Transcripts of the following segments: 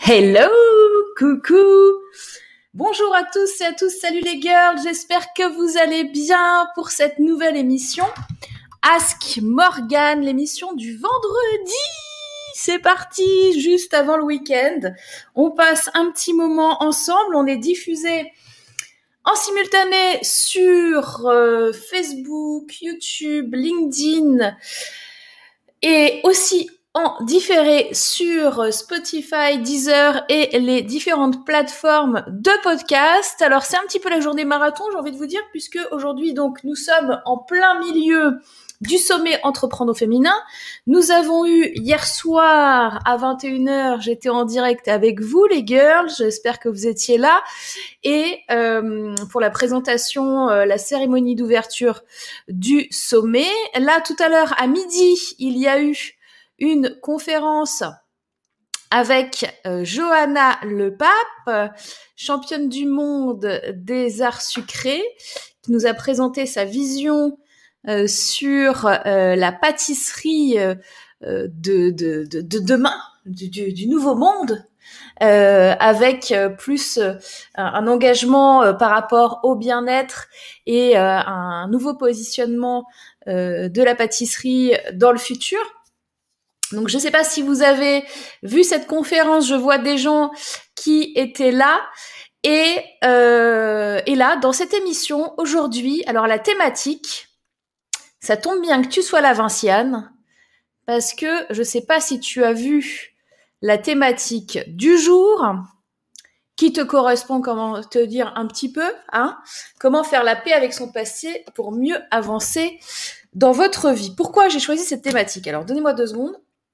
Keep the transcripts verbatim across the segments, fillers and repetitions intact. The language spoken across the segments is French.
Hello, coucou, bonjour à tous et à tous, salut les girls, j'espère que vous allez bien pour cette nouvelle émission Ask Morgane, l'émission du vendredi. C'est parti, juste avant le week-end. On passe un petit moment ensemble, on est diffusé en simultané sur euh, Facebook, YouTube, LinkedIn et aussi en différé sur Spotify, Deezer et les différentes plateformes de podcast. Alors c'est un petit peu la journée marathon, j'ai envie de vous dire, puisque aujourd'hui donc nous sommes en plein milieu du sommet Entreprendre au féminin. Nous avons eu hier soir à vingt et une heures, j'étais en direct avec vous les girls, j'espère que vous étiez là, et euh, pour la présentation, euh, la cérémonie d'ouverture du sommet. Là tout à l'heure à midi, il y a eu une conférence avec euh, Johanna Le Pape, championne du monde des arts sucrés, qui nous a présenté sa vision euh, sur euh, la pâtisserie euh, de, de, de, de demain, du, du, du nouveau monde, euh, avec euh, plus euh, un engagement euh, par rapport au bien-être et euh, un nouveau positionnement euh, de la pâtisserie dans le futur. Donc, je ne sais pas si vous avez vu cette conférence, je vois des gens qui étaient là. Et, euh, et là, dans cette émission, aujourd'hui, alors la thématique, ça tombe bien que tu sois là, Vinciane, parce que je ne sais pas si tu as vu la thématique du jour, qui te correspond, comment te dire un petit peu, hein, comment faire la paix avec son passé pour mieux avancer dans votre vie. Pourquoi j'ai choisi cette thématique ? Alors, donnez-moi deux secondes.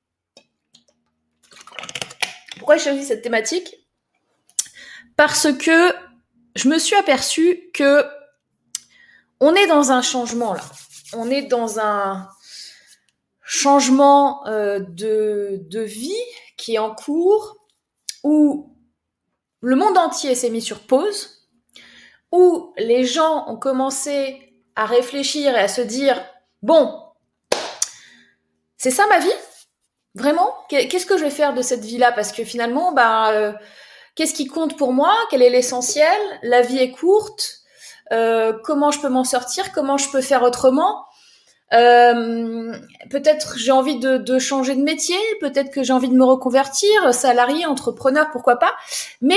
Pourquoi j'ai choisi cette thématique ? Parce que je me suis aperçue que on est dans un changement là. On est dans un changement euh, de, de vie qui est en cours, où le monde entier s'est mis sur pause, où les gens ont commencé à réfléchir et à se dire « Bon, c'est ça ma vie ? Vraiment ? Qu'est-ce que je vais faire de cette vie-là ? Parce que finalement, bah, euh, qu'est-ce qui compte pour moi ? Quel est l'essentiel ? La vie est courte. Euh, comment je peux m'en sortir ? Comment je peux faire autrement ? euh, Peut-être j'ai envie de, de changer de métier. Peut-être que j'ai envie de me reconvertir, salarié, entrepreneur, pourquoi pas ? Mais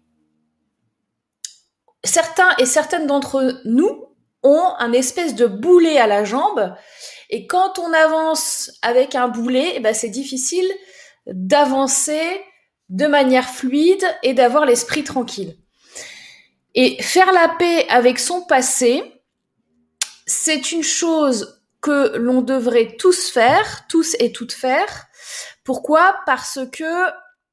certains et certaines d'entre nous ont un espèce de boulet à la jambe. Et quand on avance avec un boulet, eh ben c'est difficile d'avancer de manière fluide et d'avoir l'esprit tranquille. Et faire la paix avec son passé, c'est une chose que l'on devrait tous faire, tous et toutes faire. Pourquoi ? Parce que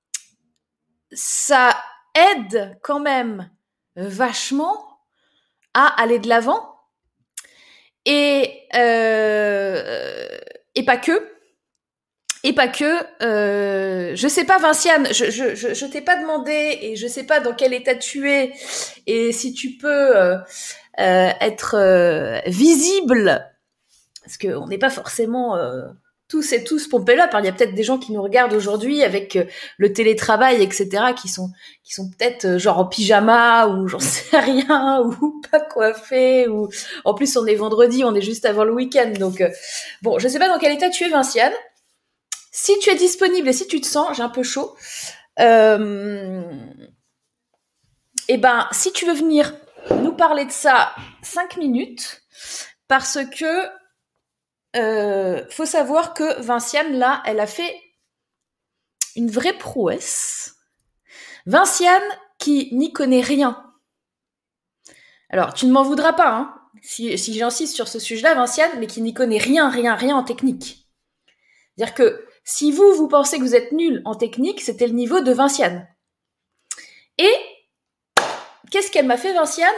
ça aide quand même vachement à aller de l'avant. Et, euh, et pas que. Et pas que, euh, je sais pas Vinciane, je, je, je, je t'ai pas demandé et je sais pas dans quel état tu es et si tu peux euh, euh, être euh, visible, parce qu'on n'est pas forcément euh, tous et tous pompés là, il y a peut-être des gens qui nous regardent aujourd'hui avec euh, le télétravail, et cetera, qui sont qui sont peut-être euh, genre en pyjama ou j'en sais rien, ou pas coiffés, ou en plus on est vendredi, on est juste avant le week-end, donc euh, bon, je sais pas dans quel état tu es Vinciane. Si tu es disponible et si tu te sens, j'ai un peu chaud, euh, et ben, si tu veux venir nous parler de ça cinq minutes, parce que euh, faut savoir que Vinciane, là, elle a fait une vraie prouesse. Vinciane qui n'y connaît rien. Alors, tu ne m'en voudras pas, hein, si, si j'insiste sur ce sujet-là, Vinciane, mais qui n'y connaît rien, rien, rien en technique. C'est-à-dire que si vous, vous pensez que vous êtes nul en technique, c'était le niveau de Vinciane. Et qu'est-ce qu'elle m'a fait, Vinciane ?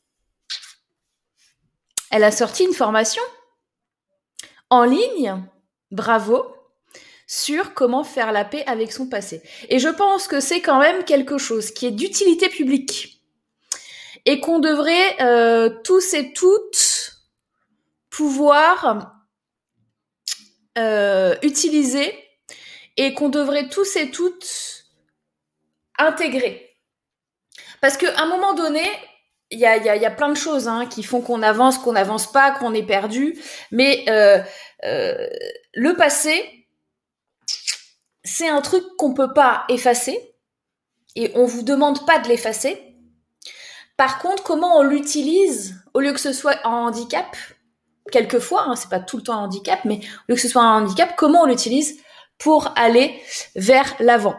Elle a sorti une formation en ligne, bravo, sur comment faire la paix avec son passé. Et je pense que c'est quand même quelque chose qui est d'utilité publique et qu'on devrait euh, tous et toutes pouvoir euh, utiliser, et qu'on devrait tous et toutes intégrer. Parce qu'à un moment donné, il y a, y, a, y a plein de choses hein, qui font qu'on avance, qu'on n'avance pas, qu'on est perdu. Mais euh, euh, le passé, c'est un truc qu'on peut pas effacer et on vous demande pas de l'effacer. Par contre, comment on l'utilise au lieu que ce soit un handicap, quelquefois, hein, c'est pas tout le temps un handicap, mais au lieu que ce soit un handicap, comment on l'utilise pour aller vers l'avant.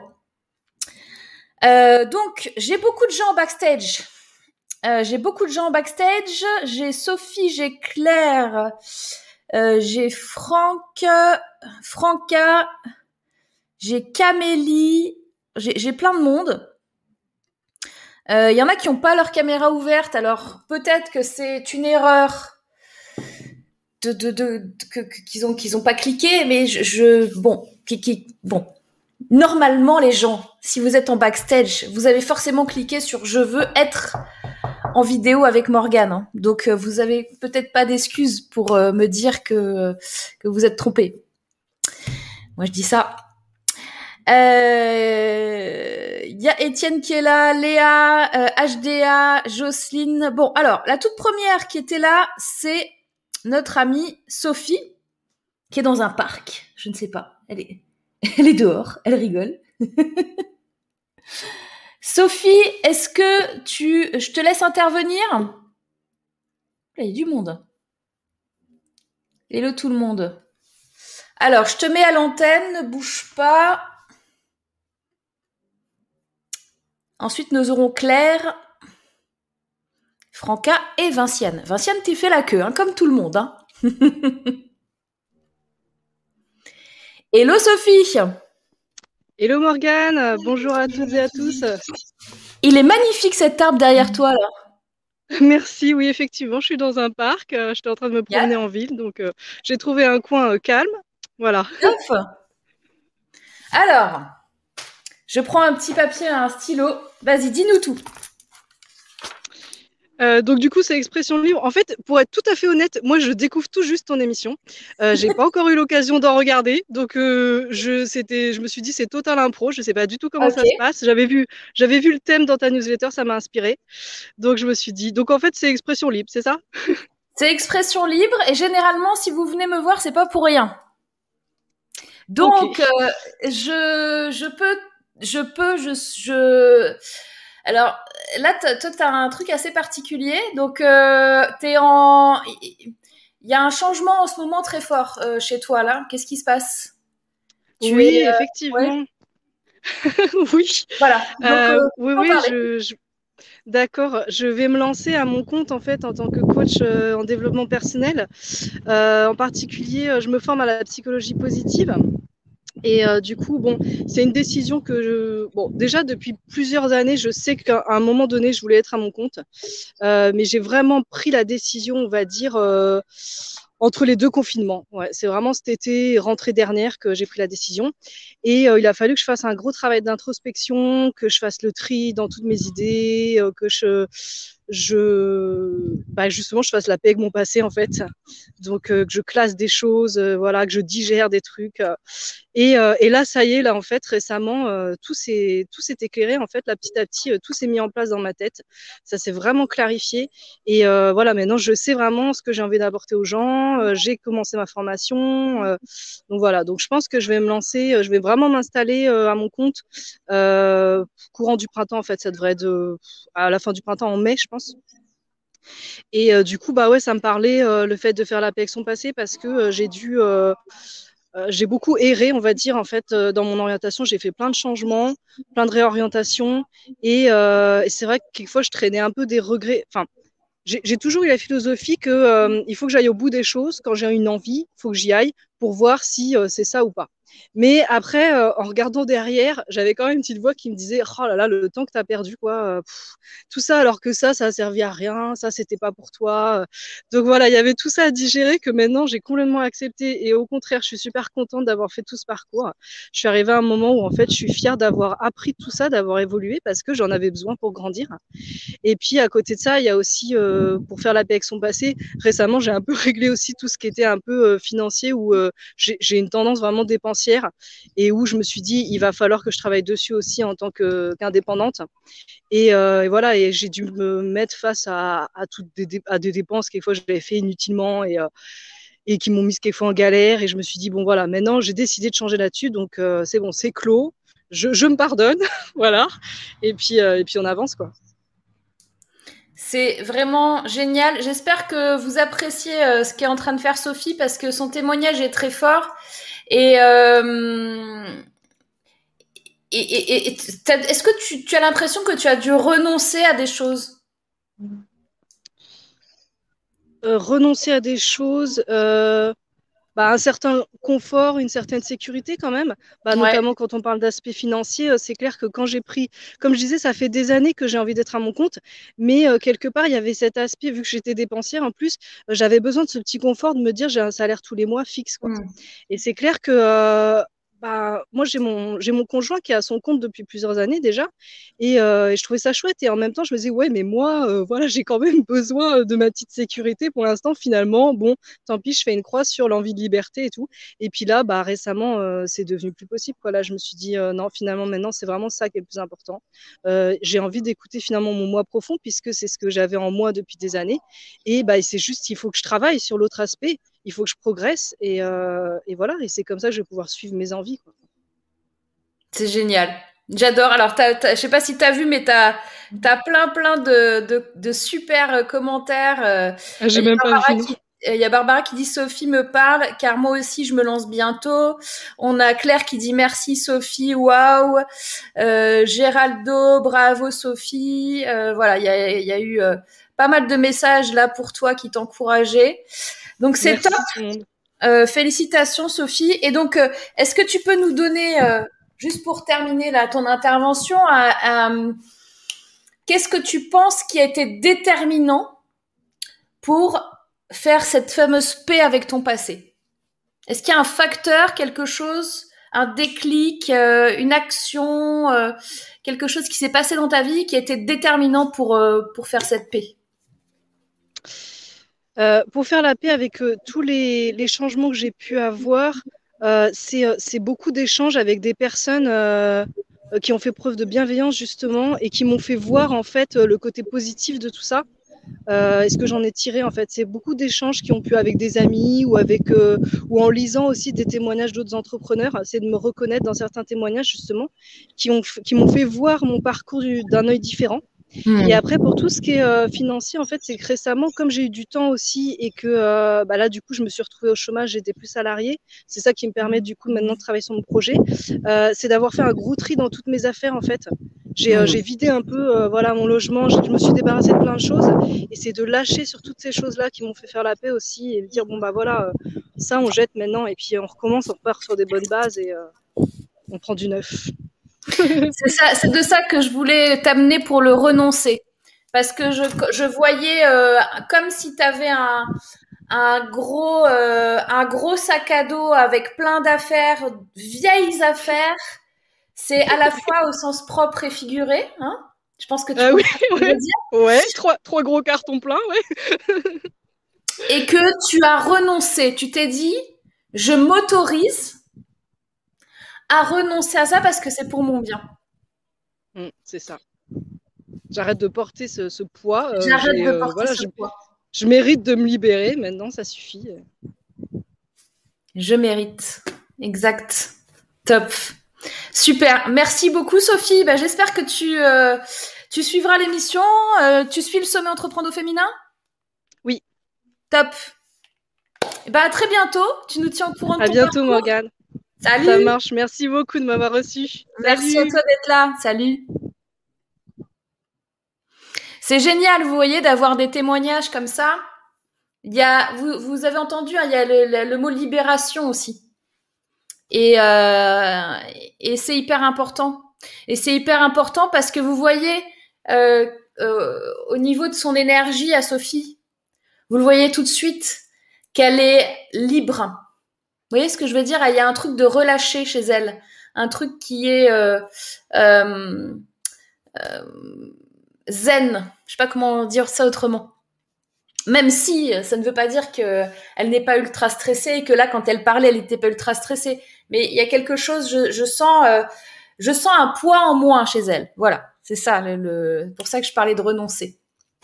Euh, donc, j'ai beaucoup de gens backstage. Euh, j'ai beaucoup de gens backstage. J'ai Sophie, j'ai Claire, euh, j'ai Franck, Franca, j'ai Camélie, j'ai, j'ai plein de monde. Il euh, y en a qui n'ont pas leur caméra ouverte, alors peut-être que c'est une erreur de, de, de, de que, qu'ils ont qu'ils ont pas cliqué, mais je, je bon, qui, qui, bon. Normalement, les gens, si vous êtes en backstage, vous avez forcément cliqué sur je veux être en vidéo avec Morgane. Hein. Donc, euh, vous avez peut-être pas d'excuses pour euh, me dire que que vous êtes trompé. Moi, je dis ça. Il euh, y a Étienne qui est là, Léa, euh, H D A, Jocelyne. Bon, alors, la toute première qui était là, c'est notre amie Sophie, qui est dans un parc. Je ne sais pas. Elle est, elle est dehors. Elle rigole. Sophie, est-ce que tu... Je te laisse intervenir ? Il y a du monde. Hello tout le monde. Alors, je te mets à l'antenne, ne bouge pas. Ensuite, nous aurons Claire, Franca et Vinciane. Vinciane, tu fais la queue, hein, comme tout le monde. Hein. Hello Sophie. Hello Morgane, bonjour à toutes et à tous. Il est magnifique cet arbre derrière toi là. Merci, oui effectivement, je suis dans un parc, euh, j'étais en train de me promener yeah. en ville, donc euh, j'ai trouvé un coin euh, calme, voilà. Ouf. Alors, je prends un petit papier et un stylo, vas-y dis-nous tout. Euh, donc du coup c'est Expression Libre. En fait, pour être tout à fait honnête, moi je découvre tout juste ton émission. Euh, j'ai pas encore eu l'occasion d'en regarder, donc euh, je c'était, je me suis dit c'est total impro. Je sais pas du tout comment okay. ça se passe. J'avais vu, j'avais vu le thème dans ta newsletter, ça m'a inspiré. Donc je me suis dit. Donc en fait c'est Expression Libre, c'est ça ? C'est Expression Libre et généralement si vous venez me voir c'est pas pour rien. Donc okay. euh, je je peux je peux je je alors là, toi, tu as un truc assez particulier. Donc, euh, t'es en... il y a un changement en ce moment très fort euh, chez toi, là. Qu'est-ce qui se passe ? Tu Oui, es, euh, effectivement. Ouais. Oui. Voilà. Donc, euh, euh, oui, oui, je, je... D'accord. Je vais me lancer à mon compte, en fait, en tant que coach euh, en développement personnel. Euh, en particulier, je me forme à la psychologie positive. Et euh, du coup, bon, c'est une décision que, je... bon, déjà depuis plusieurs années, je sais qu'à un moment donné, je voulais être à mon compte, euh, mais j'ai vraiment pris la décision, on va dire, euh, entre les deux confinements. Ouais, c'est vraiment cet été, rentrée dernière, que j'ai pris la décision. Et euh, il a fallu que je fasse un gros travail d'introspection, que je fasse le tri dans toutes mes idées, euh, que je je bah justement je fasse la paix avec mon passé en fait, donc euh, que je classe des choses, euh, voilà, que je digère des trucs euh, et, euh, et là ça y est, là en fait récemment euh, tout s'est tout s'est éclairé en fait, là petit à petit euh, tout s'est mis en place dans ma tête, ça s'est vraiment clarifié et euh, voilà, maintenant je sais vraiment ce que j'ai envie d'apporter aux gens, euh, j'ai commencé ma formation, euh, donc voilà, donc je pense que je vais me lancer, je vais vraiment m'installer euh, à mon compte euh, courant du printemps en fait, ça devrait être de, à la fin du printemps, en mai je pense. Et euh, du coup, bah ouais, ça me parlait euh, le fait de faire la paix avec son passé parce que euh, j'ai dû, euh, euh, j'ai beaucoup erré, on va dire, en fait, euh, dans mon orientation. J'ai fait plein de changements, plein de réorientations. Et, euh, et c'est vrai que quelquefois, je traînais un peu des regrets. Enfin, j'ai, j'ai toujours eu la philosophie que euh, il faut que j'aille au bout des choses. Quand j'ai une envie, il faut que j'y aille pour voir si euh, c'est ça ou pas. Mais après, euh, en regardant derrière, j'avais quand même une petite voix qui me disait « Oh là là, le temps que tu as perdu, quoi. Euh, pff, tout ça, alors que ça, ça a servi à rien. Ça, c'était pas pour toi. » Donc voilà, il y avait tout ça à digérer que maintenant, j'ai complètement accepté. Et au contraire, je suis super contente d'avoir fait tout ce parcours. Je suis arrivée à un moment où, en fait, je suis fière d'avoir appris tout ça, d'avoir évolué parce que j'en avais besoin pour grandir. Et puis, à côté de ça, il y a aussi, euh, pour faire la paix avec son passé, récemment, j'ai un peu réglé aussi tout ce qui était un peu euh, financier où euh, j'ai, j'ai une tendance vraiment dépensière financière et où je me suis dit, il va falloir que je travaille dessus aussi en tant que, qu'indépendante. Et, euh, et voilà, et j'ai dû me mettre face à, à, toutes des, à des dépenses, quelquefois, je l'avais fait inutilement et, euh, et qui m'ont mis quelquefois en galère. Et je me suis dit, bon, voilà, maintenant, j'ai décidé de changer là-dessus. Donc, euh, c'est bon, c'est clos. Je, je me pardonne. Voilà. Et puis, euh, et puis, on avance, quoi. C'est vraiment génial. J'espère que vous appréciez euh, ce qu'est en train de faire Sophie parce que son témoignage est très fort. Et, euh, et, et, et est-ce que tu, tu as l'impression que tu as dû renoncer à des choses? euh, Renoncer à des choses, euh, bah, un certain confort, une certaine sécurité quand même, bah, Ouais. notamment quand on parle d'aspect financier, euh, c'est clair que quand j'ai pris, comme je disais, ça fait des années que j'ai envie d'être à mon compte, mais euh, quelque part, il y avait cet aspect, vu que j'étais dépensière, en plus, euh, j'avais besoin de ce petit confort de me dire j'ai un salaire tous les mois fixe, quoi. Mm. Et c'est clair que euh, bah, moi, j'ai mon, j'ai mon conjoint qui est à son compte depuis plusieurs années déjà, et, euh, et je trouvais ça chouette, et en même temps, je me disais, ouais, mais moi, euh, voilà, j'ai quand même besoin de ma petite sécurité pour l'instant, finalement, bon, tant pis, je fais une croix sur l'envie de liberté et tout. Et puis là, bah, récemment, euh, c'est devenu plus possible, quoi. Là, je me suis dit, euh, non, finalement, maintenant, c'est vraiment ça qui est le plus important. Euh, j'ai envie d'écouter finalement mon moi profond, puisque c'est ce que j'avais en moi depuis des années. Et bah, c'est juste, il faut que je travaille sur l'autre aspect, il faut que je progresse. Et, euh, et voilà, et c'est comme ça que je vais pouvoir suivre mes envies, quoi. C'est génial. J'adore. Alors, t'as, t'as, je sais pas si tu as vu, mais tu as plein, plein de, de, de super commentaires. Euh, Ah, j'ai il y a même pas Barbara vu, non. qui, il y a Barbara qui dit Sophie me parle, car moi aussi je me lance bientôt. On a Claire qui dit merci Sophie, waouh. Euh, Géraldo, bravo Sophie. Euh, voilà, il y a, il y a eu euh, pas mal de messages là pour toi qui t'encourageaient. Donc c'est Merci top. tout le monde. Euh, félicitations Sophie. Et donc, euh, est-ce que tu peux nous donner, euh, juste pour terminer là, ton intervention, à, à, qu'est-ce que tu penses qui a été déterminant pour faire cette fameuse paix avec ton passé? Est-ce qu'il y a un facteur, quelque chose, un déclic, euh, une action, euh, quelque chose qui s'est passé dans ta vie qui a été déterminant pour, euh, pour faire cette paix? Euh, pour faire la paix avec euh, tous les, les changements que j'ai pu avoir, euh, c'est euh, c'est beaucoup d'échanges avec des personnes euh, qui ont fait preuve de bienveillance justement et qui m'ont fait voir en fait le côté positif de tout ça. Euh, et ce que j'en ai tiré en fait, c'est beaucoup d'échanges qui ont pu avec des amis ou avec euh, ou en lisant aussi des témoignages d'autres entrepreneurs. C'est de me reconnaître dans certains témoignages justement qui ont qui m'ont fait voir mon parcours d'un œil différent. Mmh. Et après, pour tout ce qui est euh, financier, en fait, c'est que récemment, comme j'ai eu du temps aussi et que euh, bah là, du coup, je me suis retrouvée au chômage, j'étais plus salariée. C'est ça qui me permet, du coup, maintenant de travailler sur mon projet. Euh, c'est d'avoir fait un gros tri dans toutes mes affaires, en fait. J'ai euh, j'ai vidé un peu euh, voilà, mon logement, je, je me suis débarrassée de plein de choses. Et c'est de lâcher sur toutes ces choses-là qui m'ont fait faire la paix aussi et de dire, bon, bah voilà, euh, ça, on jette maintenant. Et puis, on recommence, on repart sur des bonnes bases et euh, on prend du neuf. C'est ça, c'est de ça que je voulais t'amener pour le renoncer. Parce que je, je voyais euh, comme si tu avais un, un, gros, euh, un gros sac à dos avec plein d'affaires, vieilles affaires. C'est à la fois au sens propre et figuré. Hein, je pense que tu Euh, comprends oui, ce que je ouais, veux dire. ouais, trois, trois gros cartons pleins, ouais. Et que tu as renoncé. Tu t'es dit, je m'autorise à renoncer à ça parce que c'est pour mon bien. Mmh, c'est ça. J'arrête de porter ce, ce poids. Euh, J'arrête de euh, porter voilà, ce je, poids. je mérite de me libérer. Maintenant, ça suffit. Je mérite. Exact. Top. Super. Merci beaucoup, Sophie. Ben, j'espère que tu, euh, tu suivras l'émission. Euh, tu suis le sommet Entreprendre au féminin? Oui. Top. Ben, à très bientôt. Tu nous tiens au courant de À ton bientôt, parcours. Morgane. Salut. Ça marche. Merci beaucoup de m'avoir reçu. Merci Salut. à toi d'être là. Salut. C'est génial, vous voyez, d'avoir des témoignages comme ça. Il y a, vous, vous avez entendu, hein, il y a le, le, le mot libération aussi. Et, euh, et c'est hyper important. Et c'est hyper important parce que vous voyez, euh, euh, au niveau de son énergie à Sophie, vous le voyez tout de suite qu'elle est libre. Vous voyez ce que je veux dire? Il y a un truc de relâché chez elle, un truc qui est euh, euh, euh, zen. Je sais pas comment dire ça autrement. Même si ça ne veut pas dire qu'elle n'est pas ultra stressée et que là, quand elle parlait, elle n'était pas ultra stressée. mais il y a quelque chose, je, je sens, euh, je sens un poids en moins chez elle. Voilà, c'est ça, le, le pour ça que je parlais de renoncer.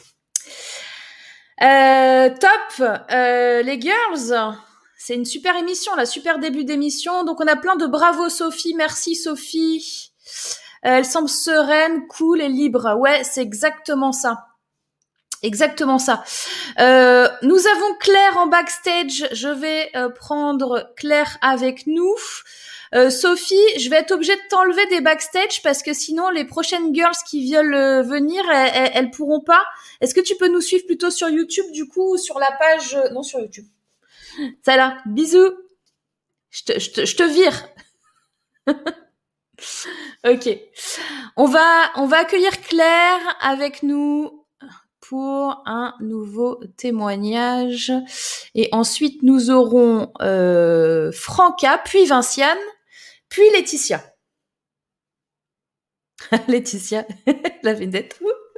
Euh, top, euh, les girls, c'est une super émission, là, super début d'émission. Donc on a plein de bravo Sophie, merci Sophie. Euh, elle semble sereine, cool et libre. Ouais, c'est exactement ça. Exactement ça. Euh, nous avons Claire en backstage. Je vais euh, prendre Claire avec nous. Euh, Sophie, je vais être obligée de t'enlever des backstage parce que sinon les prochaines girls qui veulent euh, venir, elles, elles, elles pourront pas. Est-ce que tu peux nous suivre plutôt sur YouTube du coup ou sur la page euh, non sur YouTube. Ça là, bisous. Je te, je te, je te vire. Ok. On va, on va accueillir Claire avec nous pour un nouveau témoignage. Et ensuite, nous aurons euh, Franca, puis Vinciane, puis Laetitia. Laetitia, la vedette.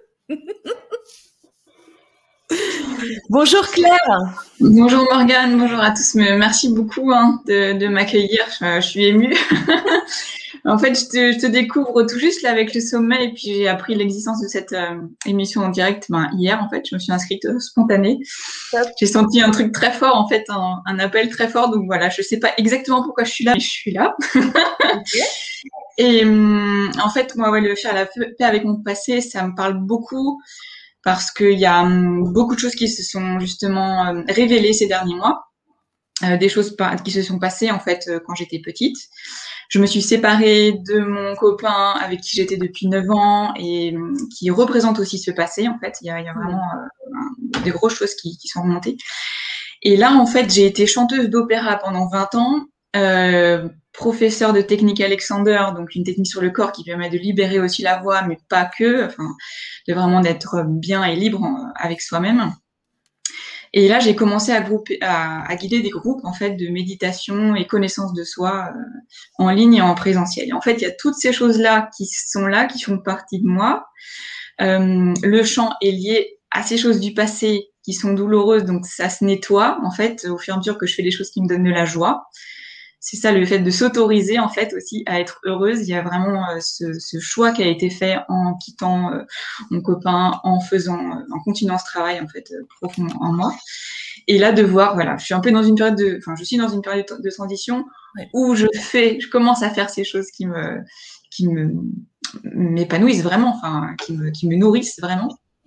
Bonjour Claire. Bonjour Morgane, bonjour à tous. Merci beaucoup hein, de, de m'accueillir. Je, je suis émue. En fait, je te, je te découvre tout juste là avec le sommet et puis j'ai appris l'existence de cette euh, émission en direct ben, hier. En fait, je me suis inscrite euh, spontanée. Top. J'ai senti un truc très fort, en fait, un, un appel très fort. Donc voilà, je sais pas exactement pourquoi je suis là, mais je suis là. Okay. Et hum, en fait, moi, ouais, le faire la paix avec mon passé, ça me parle beaucoup. Parce qu'il y a hum, beaucoup de choses qui se sont justement euh, révélées ces derniers mois, euh, des choses pa- qui se sont passées en fait euh, quand j'étais petite. Je me suis séparée de mon copain avec qui j'étais depuis neuf ans et hum, qui représente aussi ce passé en fait. Il y a, il y a vraiment euh, des grosses choses qui, qui sont remontées. Et là en fait, j'ai été chanteuse d'opéra pendant vingt ans. Euh, professeur de technique Alexander, donc une technique sur le corps qui permet de libérer aussi la voix, mais pas que, enfin, de vraiment d'être bien et libre avec soi-même. Et là, j'ai commencé à, grouper, à, à guider des groupes en fait de méditation et connaissance de soi euh, en ligne et en présentiel. Et en fait, il y a toutes ces choses-là qui sont là, qui font partie de moi. Euh, le chant est lié à ces choses du passé qui sont douloureuses, donc ça se nettoie en fait au fur et à mesure que je fais les choses qui me donnent de la joie. C'est ça le fait de s'autoriser en fait aussi à être heureuse. Il y a vraiment euh, ce, ce choix qui a été fait en quittant euh, mon copain, en faisant, euh, en continuant ce travail en fait euh, profond en moi. Et là de voir, voilà, je suis un peu dans une période de, enfin je suis dans une période de transition ouais. où je fais, je commence à faire ces choses qui me, qui me m'épanouissent vraiment, enfin qui me, qui me nourrissent vraiment.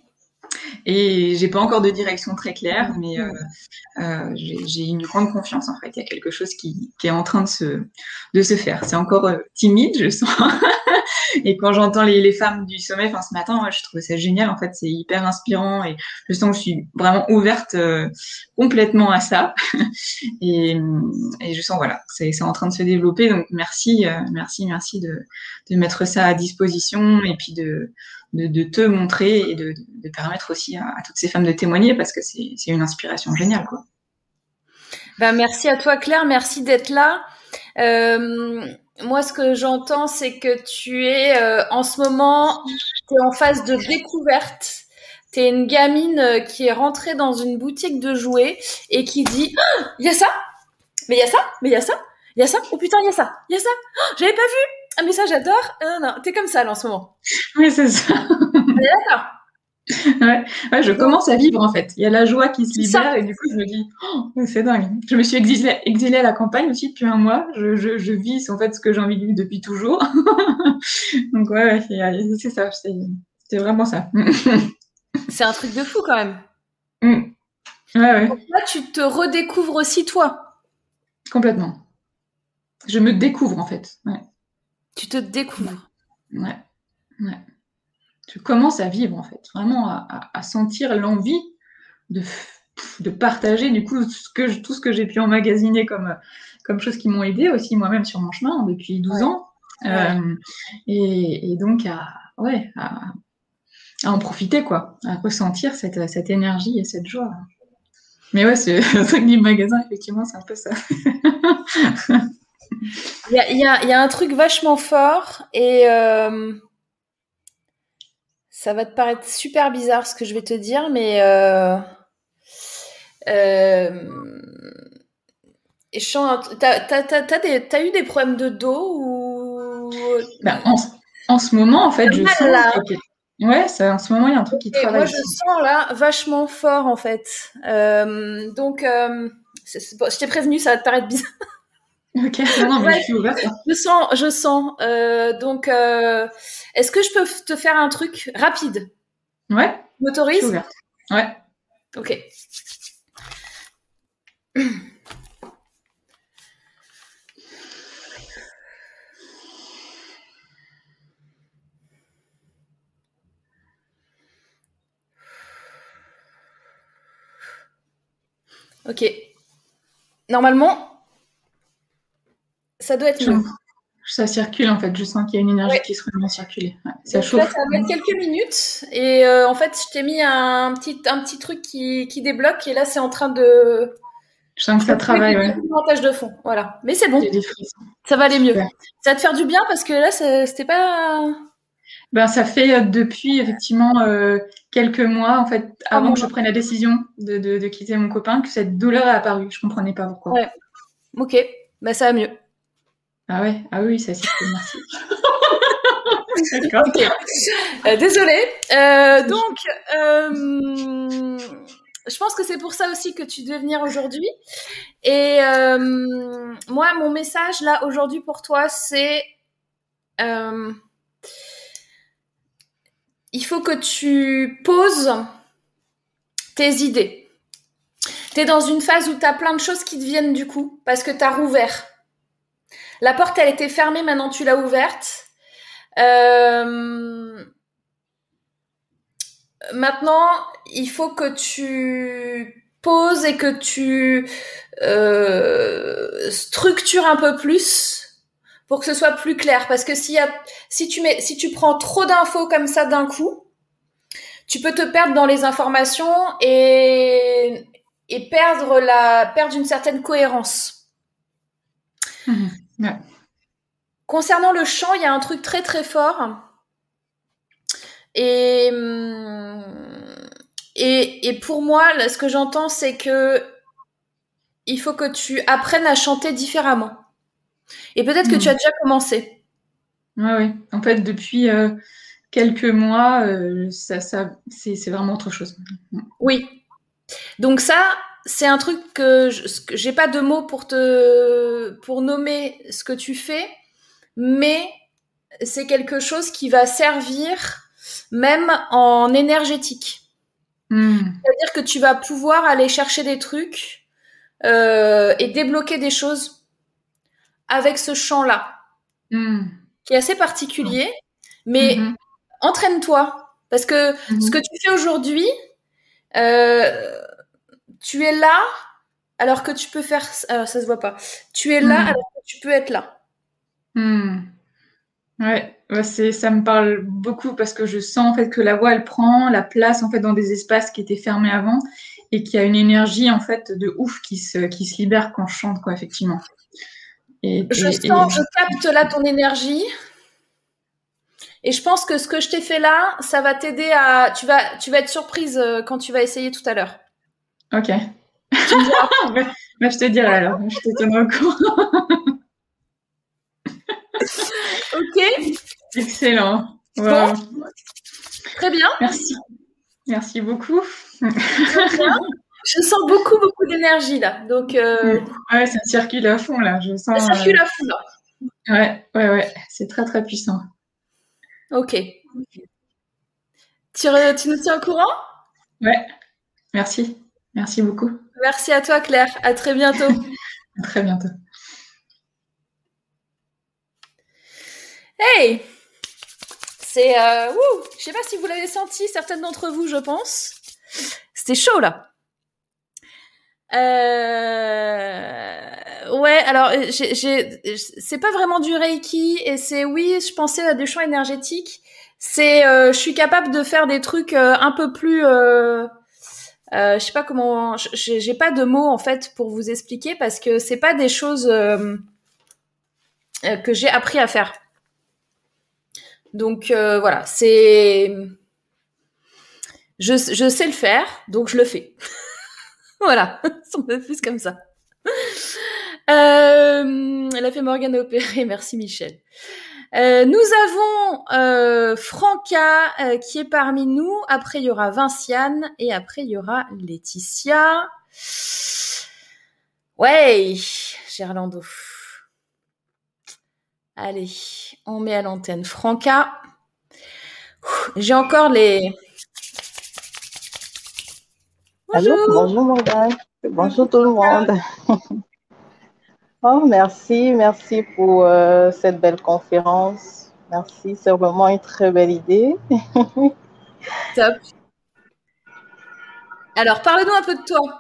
Et j'ai pas encore de direction très claire, mais euh, euh, j'ai, j'ai une grande confiance en fait. Il y a quelque chose qui, qui est en train de se, de se faire. C'est encore euh, timide, je sens. Et quand j'entends les, les femmes du sommet, enfin ce matin, ouais, je trouve ça génial. En fait, c'est hyper inspirant et je sens que je suis vraiment ouverte euh, complètement à ça. et, et je sens voilà, c'est, c'est en train de se développer. Donc merci, euh, merci, merci de, de mettre ça à disposition et puis de De, de te montrer et de, de permettre aussi à, à toutes ces femmes de témoigner parce que c'est, c'est une inspiration géniale, quoi. Ben, merci à toi, Claire. Merci d'être là. Euh, moi, ce que j'entends, c'est que tu es euh, en ce moment, tu es en phase de découverte. Tu es une gamine qui est rentrée dans une boutique de jouets et qui dit oh, « il y a ça, mais il y a ça, mais il y a ça, il y a ça, oh putain, il y a ça, il y a ça, oh, j'avais pas vu, ah mais ça j'adore. » Non, non, t'es comme ça là en ce moment. Oui, c'est ça. On est d'accord. Ouais. Ouais, je commence à vivre en fait. Il y a la joie qui se libère et du coup je me dis oh, c'est dingue. Je me suis exilée, exilée à la campagne aussi depuis un mois. Je, je, je vis en fait ce que j'ai envie de vivre depuis toujours. Donc ouais, ouais c'est, c'est ça. C'est, c'est vraiment ça. C'est un truc de fou quand même. Mm. Ouais, ouais. Donc là, tu te redécouvres aussi toi. Complètement. Je me découvre en fait. Ouais. Tu te découvres. Ouais. Ouais. Je commence à vivre en fait, vraiment à, à, à sentir l'envie de, de partager du coup ce que je, tout ce que j'ai pu emmagasiner comme, comme choses qui m'ont aidé aussi moi-même sur mon chemin depuis douze ouais. ans. Ouais. Euh, et, et donc à, ouais, à, à en profiter quoi, à ressentir cette, cette énergie et cette joie. Mais ouais, c'est le truc du magasin, effectivement, c'est un peu ça. Il y a, y a, y a un truc vachement fort et euh, ça va te paraître super bizarre ce que je vais te dire, mais euh, euh, et chant, t'as, t'as, t'as, t'as, des, t'as eu des problèmes de dos ou Ben, en, en ce moment, en fait, je mal, sens là. qu'il y a- Ouais, ça, en ce moment, il y a un truc qui Et travaille. moi, je sens là vachement fort en fait. Euh, donc, euh, c'est, c'est, bon, je t'ai prévenu, ça va te paraître bizarre. Ok, non, non, mais je suis ouverte. Hein. Je sens, je sens. Euh, donc, euh, est-ce que je peux te faire un truc rapide? Ouais, Tu je suis m'autorises? ouverte. Ouais. Ok. Ok. Normalement, ça doit être Je- mieux. Ça circule, en fait. Je sens qu'il y a une énergie Ouais. qui se remet à circuler. Ouais, ça Donc là, chauffe. ça va mettre quelques minutes. Et euh, en fait, je t'ai mis un petit, un petit truc qui, qui débloque. Et là, c'est en train de... Je sens que ça travaille, ouais. Montage de fond. Voilà. Mais c'est bon. J'ai des frissons. Ça va aller mieux. Super. Ça va te faire du bien parce que là, ça- c'était pas... Ben, ça fait euh, depuis effectivement euh, quelques mois, en fait, avant que je prenne la décision de, de, de quitter mon copain, que cette douleur est apparue. Je comprenais pas pourquoi. Ouais. Ok. Bah, ça va mieux. Ah ouais, ah oui, ça circule, merci. D'accord. Ok. Euh, désolée. Euh, donc, euh, je pense que c'est pour ça aussi que tu devais venir aujourd'hui. Et euh, moi, mon message là aujourd'hui pour toi, c'est euh, il faut que tu poses tes idées. Tu es dans une phase où tu as plein de choses qui te viennent du coup, parce que tu as rouvert. La porte, elle était fermée, maintenant tu l'as ouverte. Euh, maintenant, il faut que tu poses et que tu euh, structures un peu plus pour que ce soit plus clair. Parce que s'il y a, si tu mets, si tu prends trop d'infos comme ça d'un coup, tu peux te perdre dans les informations et, et perdre la, perdre une certaine cohérence. Mmh. Ouais. Concernant le chant, il y a un truc très très fort. Et, et, et pour moi, là, ce que j'entends, c'est que il faut que tu apprennes à chanter différemment. Et peut-être que Mmh. tu as déjà commencé. Ouais, oui. En fait, depuis euh, quelques mois, euh, ça, ça, c'est, c'est vraiment autre chose. Oui. Donc ça, c'est un truc que je, que j'ai pas de mots pour te, pour nommer ce que tu fais, mais c'est quelque chose qui va servir même en énergétique. Mmh. C'est-à-dire que tu vas pouvoir aller chercher des trucs euh, et débloquer des choses avec ce chant-là, Mmh. qui est assez particulier, mais Mmh. entraîne-toi. Parce que Mmh. ce que tu fais aujourd'hui, euh, tu es là alors que tu peux faire... Alors, ça se voit pas. Tu es là Mmh. alors que tu peux être là. Mmh. Ouais, ouais, c'est, ça me parle beaucoup parce que je sens en fait que la voix elle prend la place en fait dans des espaces qui étaient fermés avant et qu'il y a une énergie en fait de ouf qui se, qui se libère quand je chante quoi effectivement. Et, Je et, et... sens, je capte là ton énergie. Et je pense que ce que je t'ai fait là, ça va t'aider à... Tu vas, tu vas être surprise euh, quand tu vas essayer tout à l'heure. Ok. bah, bah, je te dirai alors, je te tiendrai au courant. Ok. Excellent. Wow. Bon. Très bien. Merci. Merci beaucoup. Je sens beaucoup, beaucoup d'énergie là. Donc, euh, ouais, ça circule à fond là. Je sens. ça circule à fond là. Euh... Ouais, ouais, ouais. C'est très, très puissant. Ok. Tu, re... tu nous tiens au courant? Ouais. Merci. Merci beaucoup. Merci à toi, Claire. À très bientôt. À très bientôt. Hey! C'est... Euh... Ouh, je sais pas si vous l'avez senti, certaines d'entre vous, je pense. C'était chaud, là. Euh... Ouais, alors, j'ai, j'ai... c'est pas vraiment du Reiki, et c'est, oui, je pensais à des champs énergétiques. C'est, euh, je suis capable de faire des trucs euh, un peu plus... Euh... Euh, je sais pas comment... J'ai, j'ai pas de mots, en fait, pour vous expliquer, parce que c'est pas des choses euh, que j'ai appris à faire. Donc euh, voilà, c'est je, je sais le faire, donc je le fais. Voilà, on peut plus comme ça. Euh, elle a fait Morgane opérer, merci Michel. Euh, nous avons euh, Franca euh, qui est parmi nous. Après, il y aura Vinciane et après, il y aura Laetitia. Ouais, Gerlando. Allez, on met à l'antenne Franca. J'ai encore les... Bonjour. Allô, bonjour Morgane. Bonjour tout le monde. Oh, merci, merci pour euh, cette belle conférence. Merci, c'est vraiment une très belle idée. Top. Alors, parle-nous un peu de toi.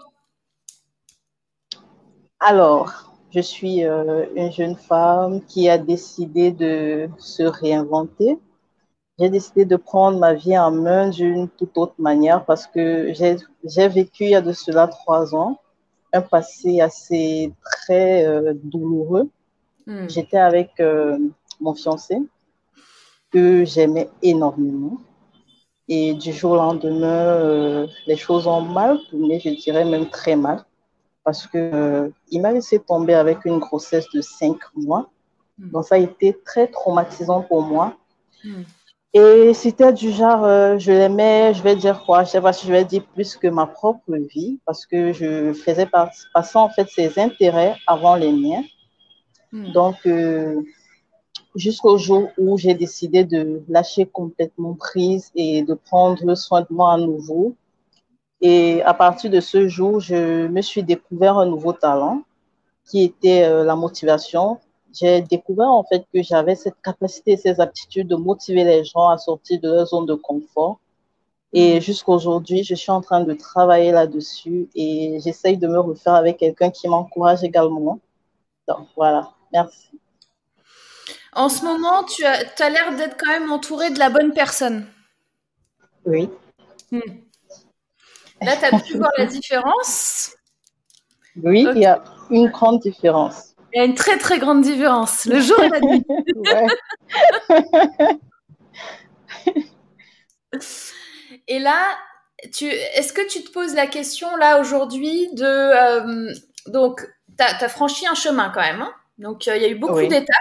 Alors, je suis euh, une jeune femme qui a décidé de se réinventer. J'ai décidé de prendre ma vie en main d'une toute autre manière parce que j'ai, j'ai vécu il y a de cela trois ans un passé assez très euh, douloureux. Mm. J'étais avec euh, mon fiancé que j'aimais énormément. Et du jour au lendemain, euh, les choses ont mal tourné, je dirais même très mal, parce que euh, il m'a laissé tomber avec une grossesse de cinq mois. Mm. Donc ça a été très traumatisant pour moi. Mm. Et c'était du genre, euh, je l'aimais, je vais dire quoi, je sais pas si je vais dire plus que ma propre vie, parce que je faisais passer en fait ses intérêts avant les miens. Mm. Donc, euh, jusqu'au jour où j'ai décidé de lâcher complètement prise et de prendre soin de moi à nouveau. Et à partir de ce jour, je me suis découvert un nouveau talent qui était euh, la motivation. J'ai découvert en fait que j'avais cette capacité, ces aptitudes de motiver les gens à sortir de leur zone de confort. Et mmh. jusqu'à aujourd'hui, je suis en train de travailler là-dessus et j'essaye de me refaire avec quelqu'un qui m'encourage également. Donc voilà, merci. En ce moment, tu as, tu as l'air d'être quand même entourée de la bonne personne. Oui. Mmh. Là, tu as pu voir la différence. Oui, okay. Il y a une grande différence. Il y a une très, très grande différence, le jour et la nuit. Et là, tu, est-ce que tu te poses la question, là, aujourd'hui, de... Euh, donc, tu as franchi un chemin quand même. Hein, donc, euh, il y a eu beaucoup oui. d'étapes.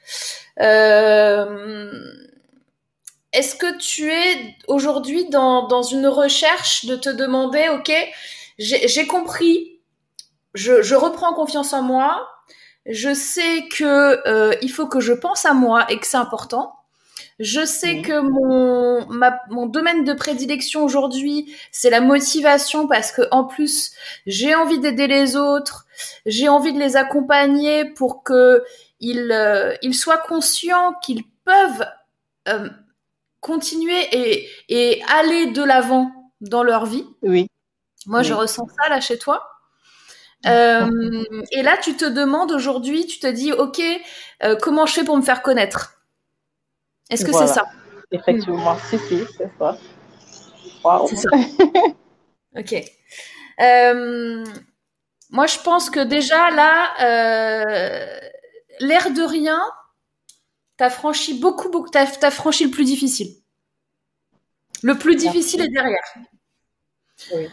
Euh, est-ce que tu es aujourd'hui dans, dans une recherche de te demander, OK, j'ai, j'ai compris, je, je reprends confiance en moi, je sais que euh, il faut que je pense à moi et que c'est important. Je sais oui. que mon, ma, mon domaine de prédilection aujourd'hui, c'est la motivation parce que en plus, j'ai envie d'aider les autres, j'ai envie de les accompagner pour que ils, euh, ils soient conscients qu'ils peuvent euh, continuer et, et aller de l'avant dans leur vie. Oui. Moi, oui. je ressens ça là chez toi. Euh, et là, tu te demandes aujourd'hui, tu te dis, OK, euh, comment je fais pour me faire connaître ? Est-ce que voilà. c'est ça ? Effectivement, mmh. si, si, c'est ça. Wow. C'est ça. OK. Euh, moi, je pense que déjà, là, euh, l'air de rien, t'as franchi beaucoup, beaucoup, t'as, t'as franchi le plus difficile. Le plus difficile Merci. Est derrière. Oui.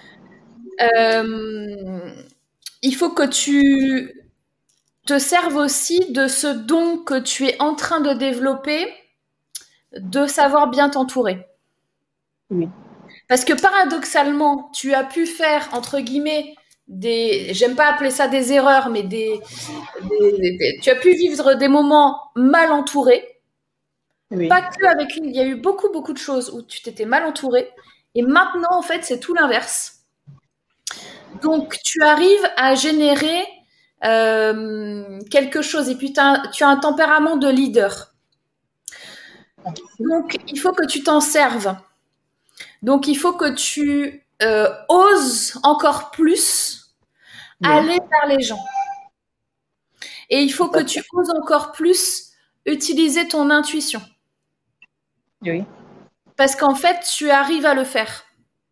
Euh, il faut que tu te serves aussi de ce don que tu es en train de développer, de savoir bien t'entourer. Oui. Parce que paradoxalement, tu as pu faire, entre guillemets, des, j'aime pas appeler ça des erreurs, mais des, des, des, des tu as pu vivre des moments mal entourés. Oui. Pas que avec une, il y a eu beaucoup, beaucoup de choses où tu t'étais mal entouré. Et maintenant, en fait, c'est tout l'inverse. Donc, tu arrives à générer euh, quelque chose. Et puis, tu as un tempérament de leader. Donc, il faut que tu t'en serves. Donc, il faut que tu euh, oses encore plus oui. aller vers les gens. Et il faut que tu oses encore plus utiliser ton intuition. Oui. Parce qu'en fait, tu arrives à le faire.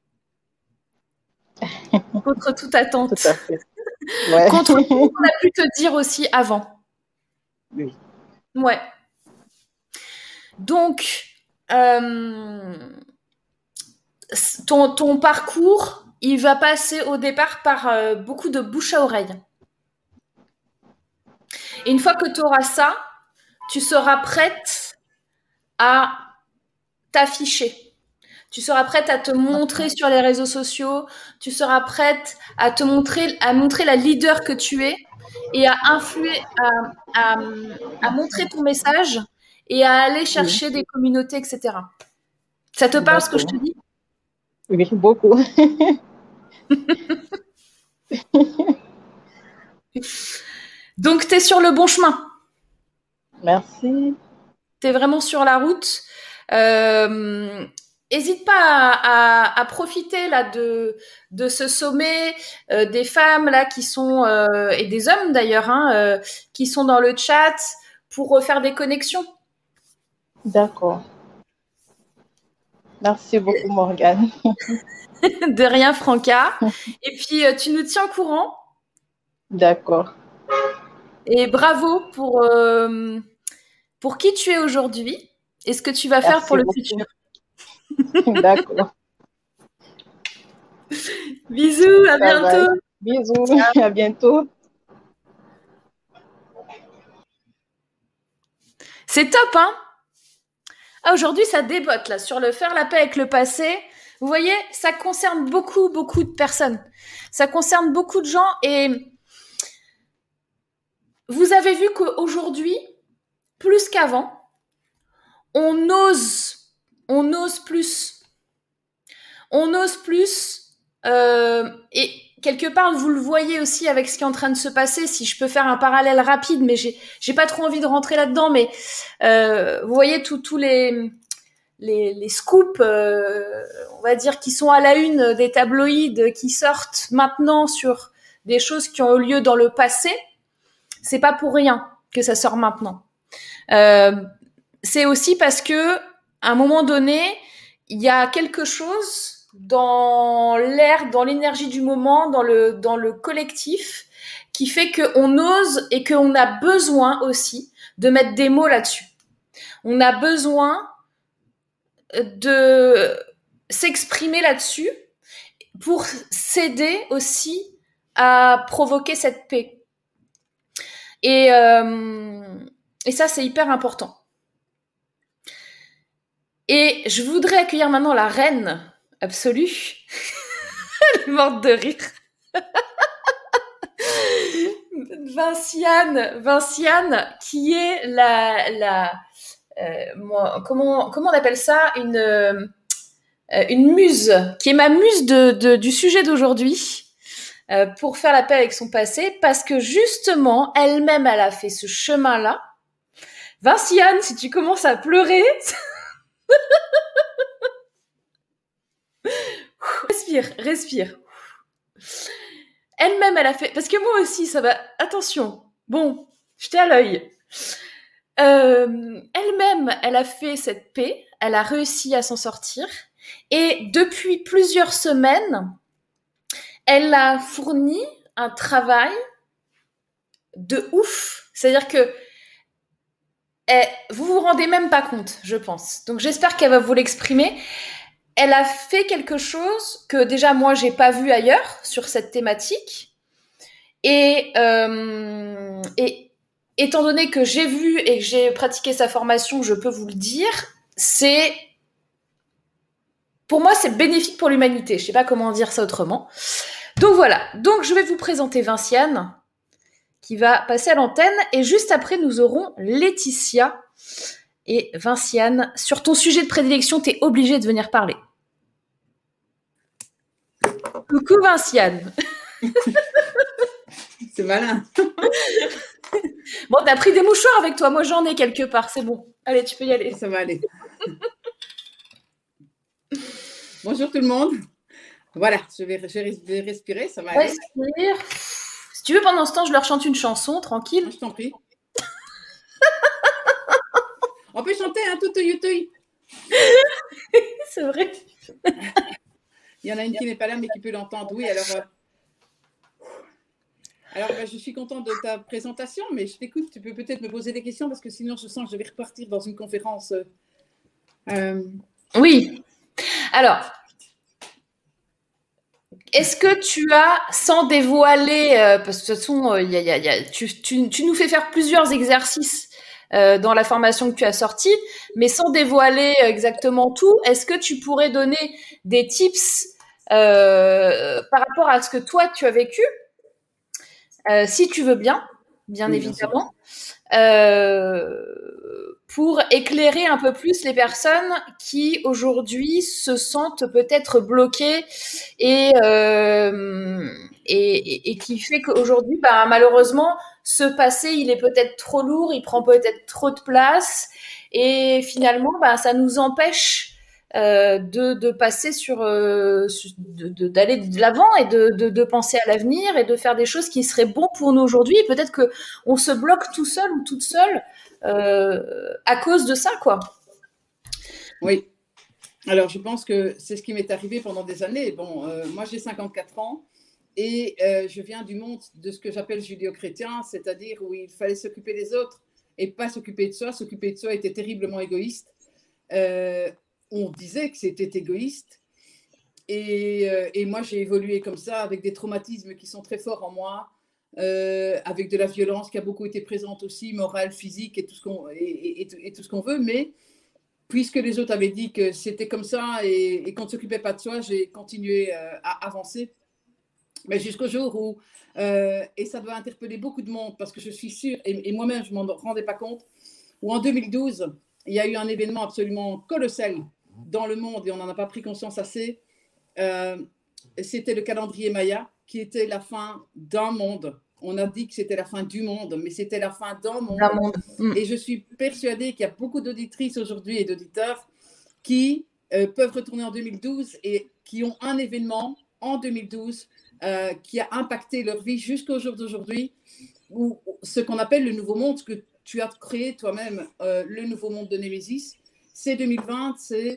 Contre toute attente. Tout à fait. Ouais. Contre tout ce qu'on a pu te dire aussi avant. Oui. Ouais. Donc, euh, ton, ton parcours, il va passer au départ par euh, beaucoup de bouche à oreille. Et une fois que tu auras ça, tu seras prête à t'afficher. Tu seras prête à te montrer sur les réseaux sociaux. Tu seras prête à te montrer, à montrer la leader que tu es et à influer, à, à, à montrer ton message et à aller chercher oui. des communautés, et cetera. Ça te parle, ce que je te dis? Oui, beaucoup. Donc, tu es sur le bon chemin. Merci. Tu es vraiment sur la route. Euh, N'hésite pas à, à, à profiter là de de ce sommet, euh, des femmes là qui sont euh, et des hommes d'ailleurs hein, euh, qui sont dans le chat pour refaire des connexions. D'accord. Merci beaucoup Morgane. De rien Franca. Et puis euh, tu nous tiens au courant. D'accord. Et bravo pour euh, pour qui tu es aujourd'hui et ce que tu vas Merci faire pour le beaucoup. futur. D'accord. Bisous, à Ça bientôt. va. Bisous, à bientôt. C'est top, hein? Ah, aujourd'hui, ça débotte là sur le faire la paix avec le passé. Vous voyez, ça concerne beaucoup, beaucoup de personnes. Ça concerne beaucoup de gens et vous avez vu qu'aujourd'hui, plus qu'avant, on ose, on ose plus. On ose plus euh, et quelque part, vous le voyez aussi avec ce qui est en train de se passer. Si je peux faire un parallèle rapide, mais j'ai, j'ai pas trop envie de rentrer là-dedans, mais euh, vous voyez tous tous les, les, les scoops, euh, on va dire, qui sont à la une des tabloïds, qui sortent maintenant sur des choses qui ont eu lieu dans le passé. C'est pas pour rien que ça sort maintenant. Euh, c'est aussi parce que, à un moment donné, il y a quelque chose dans l'air, dans l'énergie du moment, dans le dans le collectif, qui fait qu'on ose et qu'on a besoin aussi de mettre des mots là-dessus. On a besoin de s'exprimer là-dessus pour s'aider aussi à provoquer cette paix. Et euh, et ça, c'est hyper important. Et je voudrais accueillir maintenant la reine absolue. Elle est morte de rire. Vinciane, Vinciane, qui est la, la, euh, moi, comment, comment on appelle ça, une, euh, une muse, qui est ma muse de, de du sujet d'aujourd'hui, euh, pour faire la paix avec son passé, parce que justement, elle-même, elle a fait ce chemin-là. Vinciane, si tu commences à pleurer. Respire, respire. Elle-même, elle a fait... Parce que moi aussi, ça va... Attention. Bon, j'étais à l'œil. Euh, elle-même, elle a fait cette paix. Elle a réussi à s'en sortir. Et depuis plusieurs semaines, elle a fourni un travail de ouf. C'est-à-dire que elle, vous vous rendez même pas compte, je pense. Donc, j'espère qu'elle va vous l'exprimer. Elle a fait quelque chose que déjà moi j'ai pas vu ailleurs sur cette thématique et, euh, et étant donné que j'ai vu et que j'ai pratiqué sa formation, je peux vous le dire, c'est pour moi c'est bénéfique pour l'humanité. Je sais pas comment dire ça autrement. Donc voilà. Donc je vais vous présenter Vinciane qui va passer à l'antenne et juste après nous aurons Laetitia. Et Vinciane, sur ton sujet de prédilection, t'es obligée de venir parler. Coucou Vinciane. C'est malin. Bon, t'as pris des mouchoirs avec toi. Moi, j'en ai quelque part. C'est bon. Allez, tu peux y aller. Ça va aller. Bonjour tout le monde. Voilà, je vais, je vais respirer, ça va aller. Respire. Si tu veux, pendant ce temps, je leur chante une chanson, tranquille. Je t'en prie. On peut chanter un hein, tout youtube. C'est vrai. Il y en a une qui n'est pas là, mais qui peut l'entendre. Oui, alors, euh... alors bah, je suis contente de ta présentation, mais je t'écoute. Tu peux peut-être me poser des questions parce que sinon, je sens que je vais repartir dans une conférence. Euh... Oui. Alors, est-ce que tu as, sans dévoiler, euh, parce que de toute façon, euh, y a, y a, y a, tu, tu, tu nous fais faire plusieurs exercices euh, dans la formation que tu as sortie, mais sans dévoiler exactement tout, est-ce que tu pourrais donner des tips euh, par rapport à ce que toi tu as vécu, euh, si tu veux bien, bien Oui, évidemment, euh, pour éclairer un peu plus les personnes qui aujourd'hui se sentent peut-être bloquées et, euh, et, et, et qui fait qu'aujourd'hui, bah, malheureusement, ce passé, il est peut-être trop lourd, il prend peut-être trop de place et finalement, bah, ça nous empêche euh, de, de passer sur, euh, de, de, d'aller de l'avant et de, de, de penser à l'avenir et de faire des choses qui seraient bons pour nous aujourd'hui. Et peut-être que on se bloque tout seul ou toute seule euh, à cause de ça, quoi. Oui. Alors, je pense que c'est ce qui m'est arrivé pendant des années. Bon, euh, moi, j'ai cinquante-quatre ans et euh, je viens du monde de ce que j'appelle judéo-chrétien, c'est-à-dire où il fallait s'occuper des autres et pas s'occuper de soi. S'occuper de soi était terriblement égoïste. Euh, on disait que c'était égoïste. Et, euh, et moi, j'ai évolué comme ça, avec des traumatismes qui sont très forts en moi, euh, avec de la violence qui a beaucoup été présente aussi, morale, physique et tout ce qu'on, et, et, et, et tout ce qu'on veut. Mais puisque les autres avaient dit que c'était comme ça et, et qu'on ne s'occupait pas de soi, j'ai continué euh, à avancer. Mais jusqu'au jour où, euh, et ça doit interpeller beaucoup de monde, parce que je suis sûre, et, et moi-même, je ne m'en rendais pas compte, où en deux mille douze, il y a eu un événement absolument colossal dans le monde, et on n'en a pas pris conscience assez. Euh, c'était le calendrier Maya, qui était la fin d'un monde. On a dit que c'était la fin du monde, mais c'était la fin d'un monde. D'un monde. Mm. Et je suis persuadée qu'il y a beaucoup d'auditrices aujourd'hui et d'auditeurs qui euh, peuvent retourner en deux mille douze et qui ont un événement en deux mille douze euh, qui a impacté leur vie jusqu'au jour d'aujourd'hui, ou ce qu'on appelle le nouveau monde, que tu as créé toi-même, euh, le nouveau monde de Némésis. C'est deux mille vingt, c'est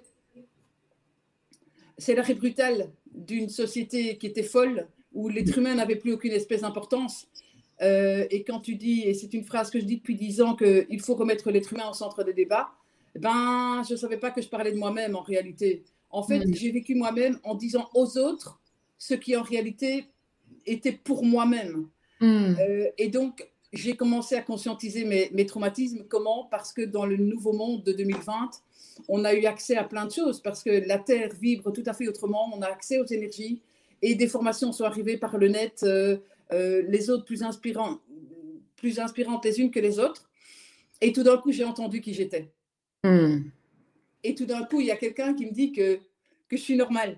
c'est l'arrêt brutal d'une société qui était folle, où l'être humain n'avait plus aucune espèce d'importance. Euh, et quand tu dis, et c'est une phrase que je dis depuis dix ans, qu'il faut remettre l'être humain au centre des débats, ben, je ne savais pas que je parlais de moi-même en réalité. En fait, mmh. j'ai vécu moi-même en disant aux autres ce qui en réalité était pour moi-même. Mmh. Euh, et donc, j'ai commencé à conscientiser mes, mes traumatismes. Comment ? Parce que dans le nouveau monde de deux mille vingt, on a eu accès à plein de choses, parce que la Terre vibre tout à fait autrement, on a accès aux énergies, et des formations sont arrivées par le net, euh, euh, les autres plus, inspirants, plus inspirantes les unes que les autres. Et tout d'un coup, j'ai entendu qui j'étais. Mmh. Et tout d'un coup, il y a quelqu'un qui me dit que, que je suis normale.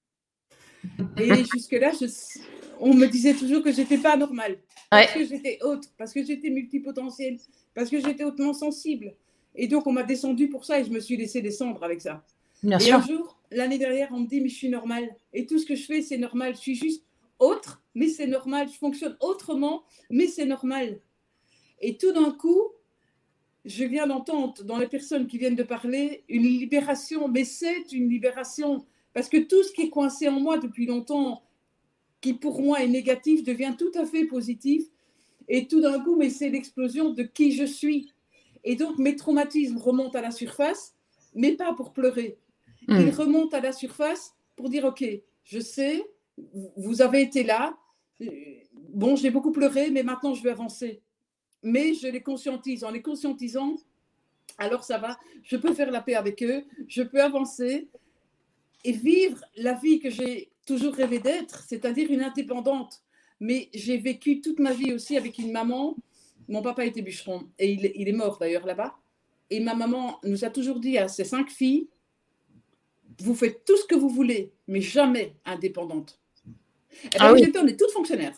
Et jusque-là, je, on me disait toujours que je n'étais pas normale. Parce ouais. que j'étais autre, parce que j'étais multipotentielle, parce que j'étais hautement sensible. Et donc, on m'a descendu pour ça et je me suis laissée descendre avec ça. Bien et sûr. Un jour, l'année dernière, on me dit, mais je suis normale. Et tout ce que je fais, c'est normal. Je suis juste autre, mais c'est normal. Je fonctionne autrement, mais c'est normal. Et tout d'un coup, je viens d'entendre dans les personnes qui viennent de parler une libération, mais c'est une libération. Parce que tout ce qui est coincé en moi depuis longtemps, qui pour moi est négatif, devient tout à fait positif. Et tout d'un coup, mais c'est l'explosion de qui je suis. Et donc, mes traumatismes remontent à la surface, mais pas pour pleurer. Mmh. Ils remontent à la surface pour dire, OK, je sais, vous avez été là. Bon, j'ai beaucoup pleuré, mais maintenant, je vais avancer. Mais je les conscientise. En les conscientisant, alors ça va, je peux faire la paix avec eux, je peux avancer et vivre la vie que j'ai toujours rêvé d'être, c'est-à-dire une indépendante. Mais j'ai vécu toute ma vie aussi avec une maman. Mon papa était bûcheron et il, il est mort d'ailleurs là-bas. Et ma maman nous a toujours dit à ses cinq filles, vous faites tout ce que vous voulez, mais jamais indépendante. Et bien, ah oui. On est toutes fonctionnaires.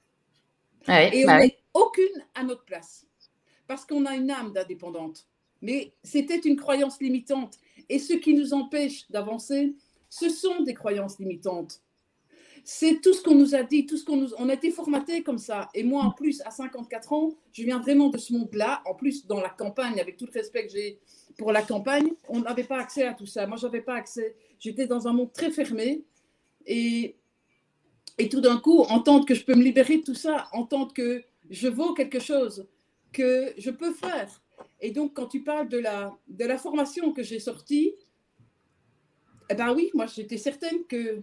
Ah oui, et bah on n'est oui. aucune à notre place. Parce qu'on a une âme d'indépendante. Mais c'était une croyance limitante. Et ce qui nous empêche d'avancer, ce sont des croyances limitantes. C'est tout ce qu'on nous a dit, tout ce qu'on nous... On a été formatés comme ça. Et moi, en plus, à cinquante-quatre ans, je viens vraiment de ce monde-là. En plus, dans la campagne, avec tout le respect que j'ai pour la campagne, on n'avait pas accès à tout ça. Moi, je n'avais pas accès. J'étais dans un monde très fermé. Et, et tout d'un coup, entendre que je peux me libérer de tout ça, entendre que je vaux quelque chose, que je peux faire. Et donc, quand tu parles de la, de la formation que j'ai sortie, eh ben oui, moi, j'étais certaine que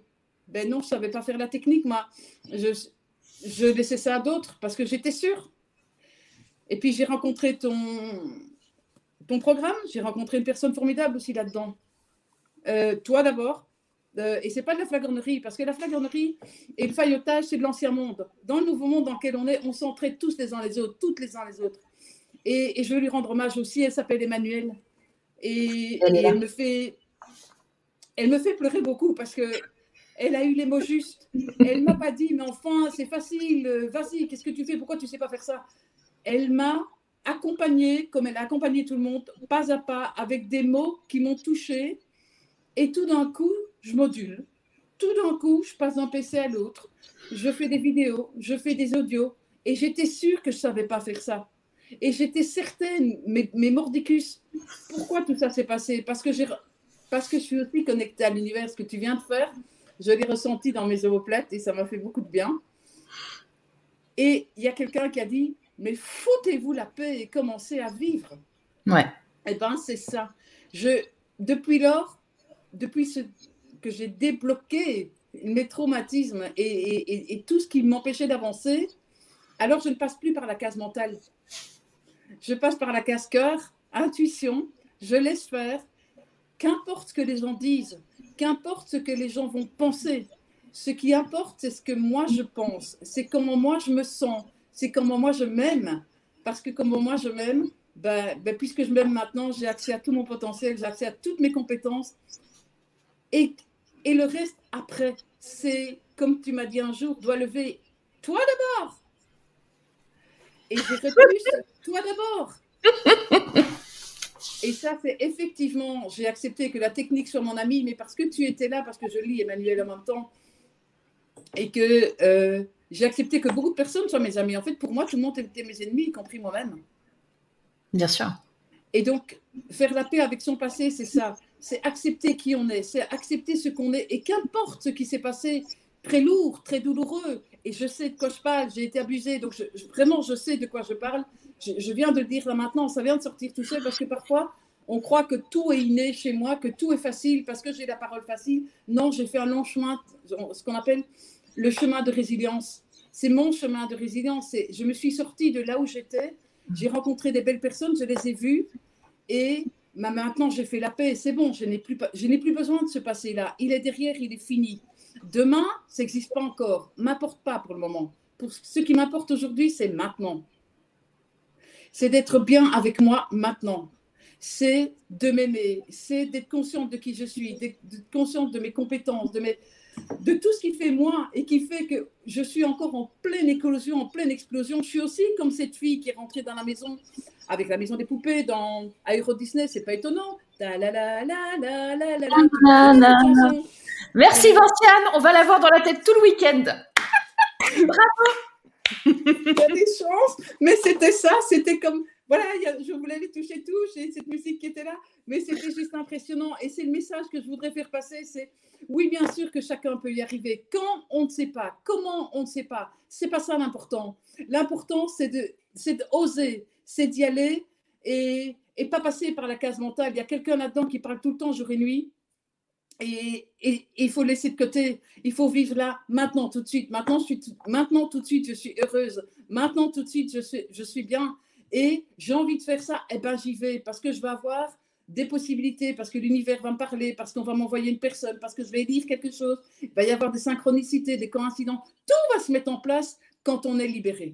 Ben non, je ne savais pas faire la technique, moi. Je, je laissais ça à d'autres parce que j'étais sûre. Et puis, j'ai rencontré ton, ton programme. J'ai rencontré une personne formidable aussi là-dedans. Euh, toi d'abord. Euh, et ce n'est pas de la flagornerie, parce que la flagornerie et le faillotage, c'est de l'ancien monde. Dans le nouveau monde dans lequel on est, on s'entraide tous les uns les autres, toutes les uns les autres. Et, et je veux lui rendre hommage aussi. Elle s'appelle Emmanuelle. Et, Elle, et elle, me fait, elle me fait pleurer beaucoup parce qu'elle a eu les mots justes. Elle ne m'a pas dit, mais enfin, c'est facile, vas-y, qu'est-ce que tu fais, pourquoi tu ne sais pas faire ça? Elle m'a accompagnée, comme elle a accompagné tout le monde, pas à pas, avec des mots qui m'ont touchée. Et tout d'un coup, je module. Tout d'un coup, je passe d'un P C à l'autre. Je fais des vidéos, je fais des audios. Et j'étais sûre que je ne savais pas faire ça. Et j'étais certaine, mais, mais mordicus, pourquoi tout ça s'est passé? Parce que, j'ai, parce que je suis aussi connectée à l'univers, ce que tu viens de faire. Je l'ai ressenti dans mes omoplates et ça m'a fait beaucoup de bien. Et il y a quelqu'un qui a dit, mais foutez-vous la paix et commencez à vivre. Ouais. Eh bien, c'est ça. Je, depuis lors, depuis ce, que j'ai débloqué mes traumatismes et, et, et, et tout ce qui m'empêchait d'avancer, alors je ne passe plus par la case mentale. Je passe par la case cœur, intuition, je laisse faire. Qu'importe ce que les gens disent, qu'importe ce que les gens vont penser, ce qui importe, c'est ce que moi je pense, c'est comment moi je me sens, c'est comment moi je m'aime. Parce que comment moi je m'aime, ben, ben, puisque je m'aime maintenant, j'ai accès à tout mon potentiel, j'ai accès à toutes mes compétences. Et, et le reste, après, c'est, comme tu m'as dit un jour, dois lever toi d'abord. Et j'ai retenu toi d'abord. Et ça, c'est effectivement, j'ai accepté que la technique soit mon amie, mais parce que tu étais là, parce que je lis Emmanuelle en même temps, et que euh, j'ai accepté que beaucoup de personnes soient mes amies. En fait, pour moi, tout le monde était mes ennemis, y compris moi-même. Bien sûr. Et donc, faire la paix avec son passé, c'est ça. C'est accepter qui on est, c'est accepter ce qu'on est. Et qu'importe ce qui s'est passé, très lourd, très douloureux. Et je sais de quoi je parle, j'ai été abusée. Donc, je, je, vraiment, je sais de quoi je parle. Je, je viens de le dire là maintenant, ça vient de sortir tout seul parce que parfois, on croit que tout est inné chez moi, que tout est facile parce que j'ai la parole facile. Non, j'ai fait un long chemin, ce qu'on appelle le chemin de résilience. C'est mon chemin de résilience. C'est, je me suis sortie de là où j'étais. J'ai rencontré des belles personnes, je les ai vues et bah, maintenant j'ai fait la paix. C'est bon, je n'ai plus, je n'ai plus besoin de ce passé-là. Il est derrière, il est fini. Demain, ça n'existe pas encore. M'importe pas pour le moment. Pour ce qui m'importe aujourd'hui, c'est maintenant. C'est d'être bien avec moi maintenant. C'est de m'aimer. C'est d'être consciente de qui je suis, d'être consciente de mes compétences, de mes... de tout ce qui fait moi et qui fait que je suis encore en pleine éclosion, en pleine explosion. Je suis aussi comme cette fille qui est rentrée dans la maison avec la maison des poupées dans à Euro Disney, c'est pas étonnant. Ta la la la la la la la. Merci Vinciane, on va l'avoir dans la tête tout le week-end. Bravo. Il y a des chances, mais c'était ça, c'était comme voilà, a, je voulais les toucher tous, j'ai cette musique qui était là, mais c'était juste impressionnant. Et c'est le message que je voudrais faire passer, c'est oui, bien sûr que chacun peut y arriver. Quand on ne sait pas, comment on ne sait pas, c'est pas ça l'important. L'important, c'est de, c'est d'oser, c'est d'y aller et, et pas passer par la case mentale. Il y a quelqu'un là-dedans qui parle tout le temps, jour et nuit. Et il faut laisser de côté, il faut vivre là, maintenant, tout de suite. Maintenant, je suis, maintenant tout de suite, je suis heureuse. Maintenant, tout de suite, je suis, je suis bien. Et j'ai envie de faire ça, eh ben j'y vais, parce que je vais avoir des possibilités, parce que l'univers va me parler, parce qu'on va m'envoyer une personne, parce que je vais lire quelque chose, il va y avoir des synchronicités, des coïncidences. Tout va se mettre en place quand on est libéré.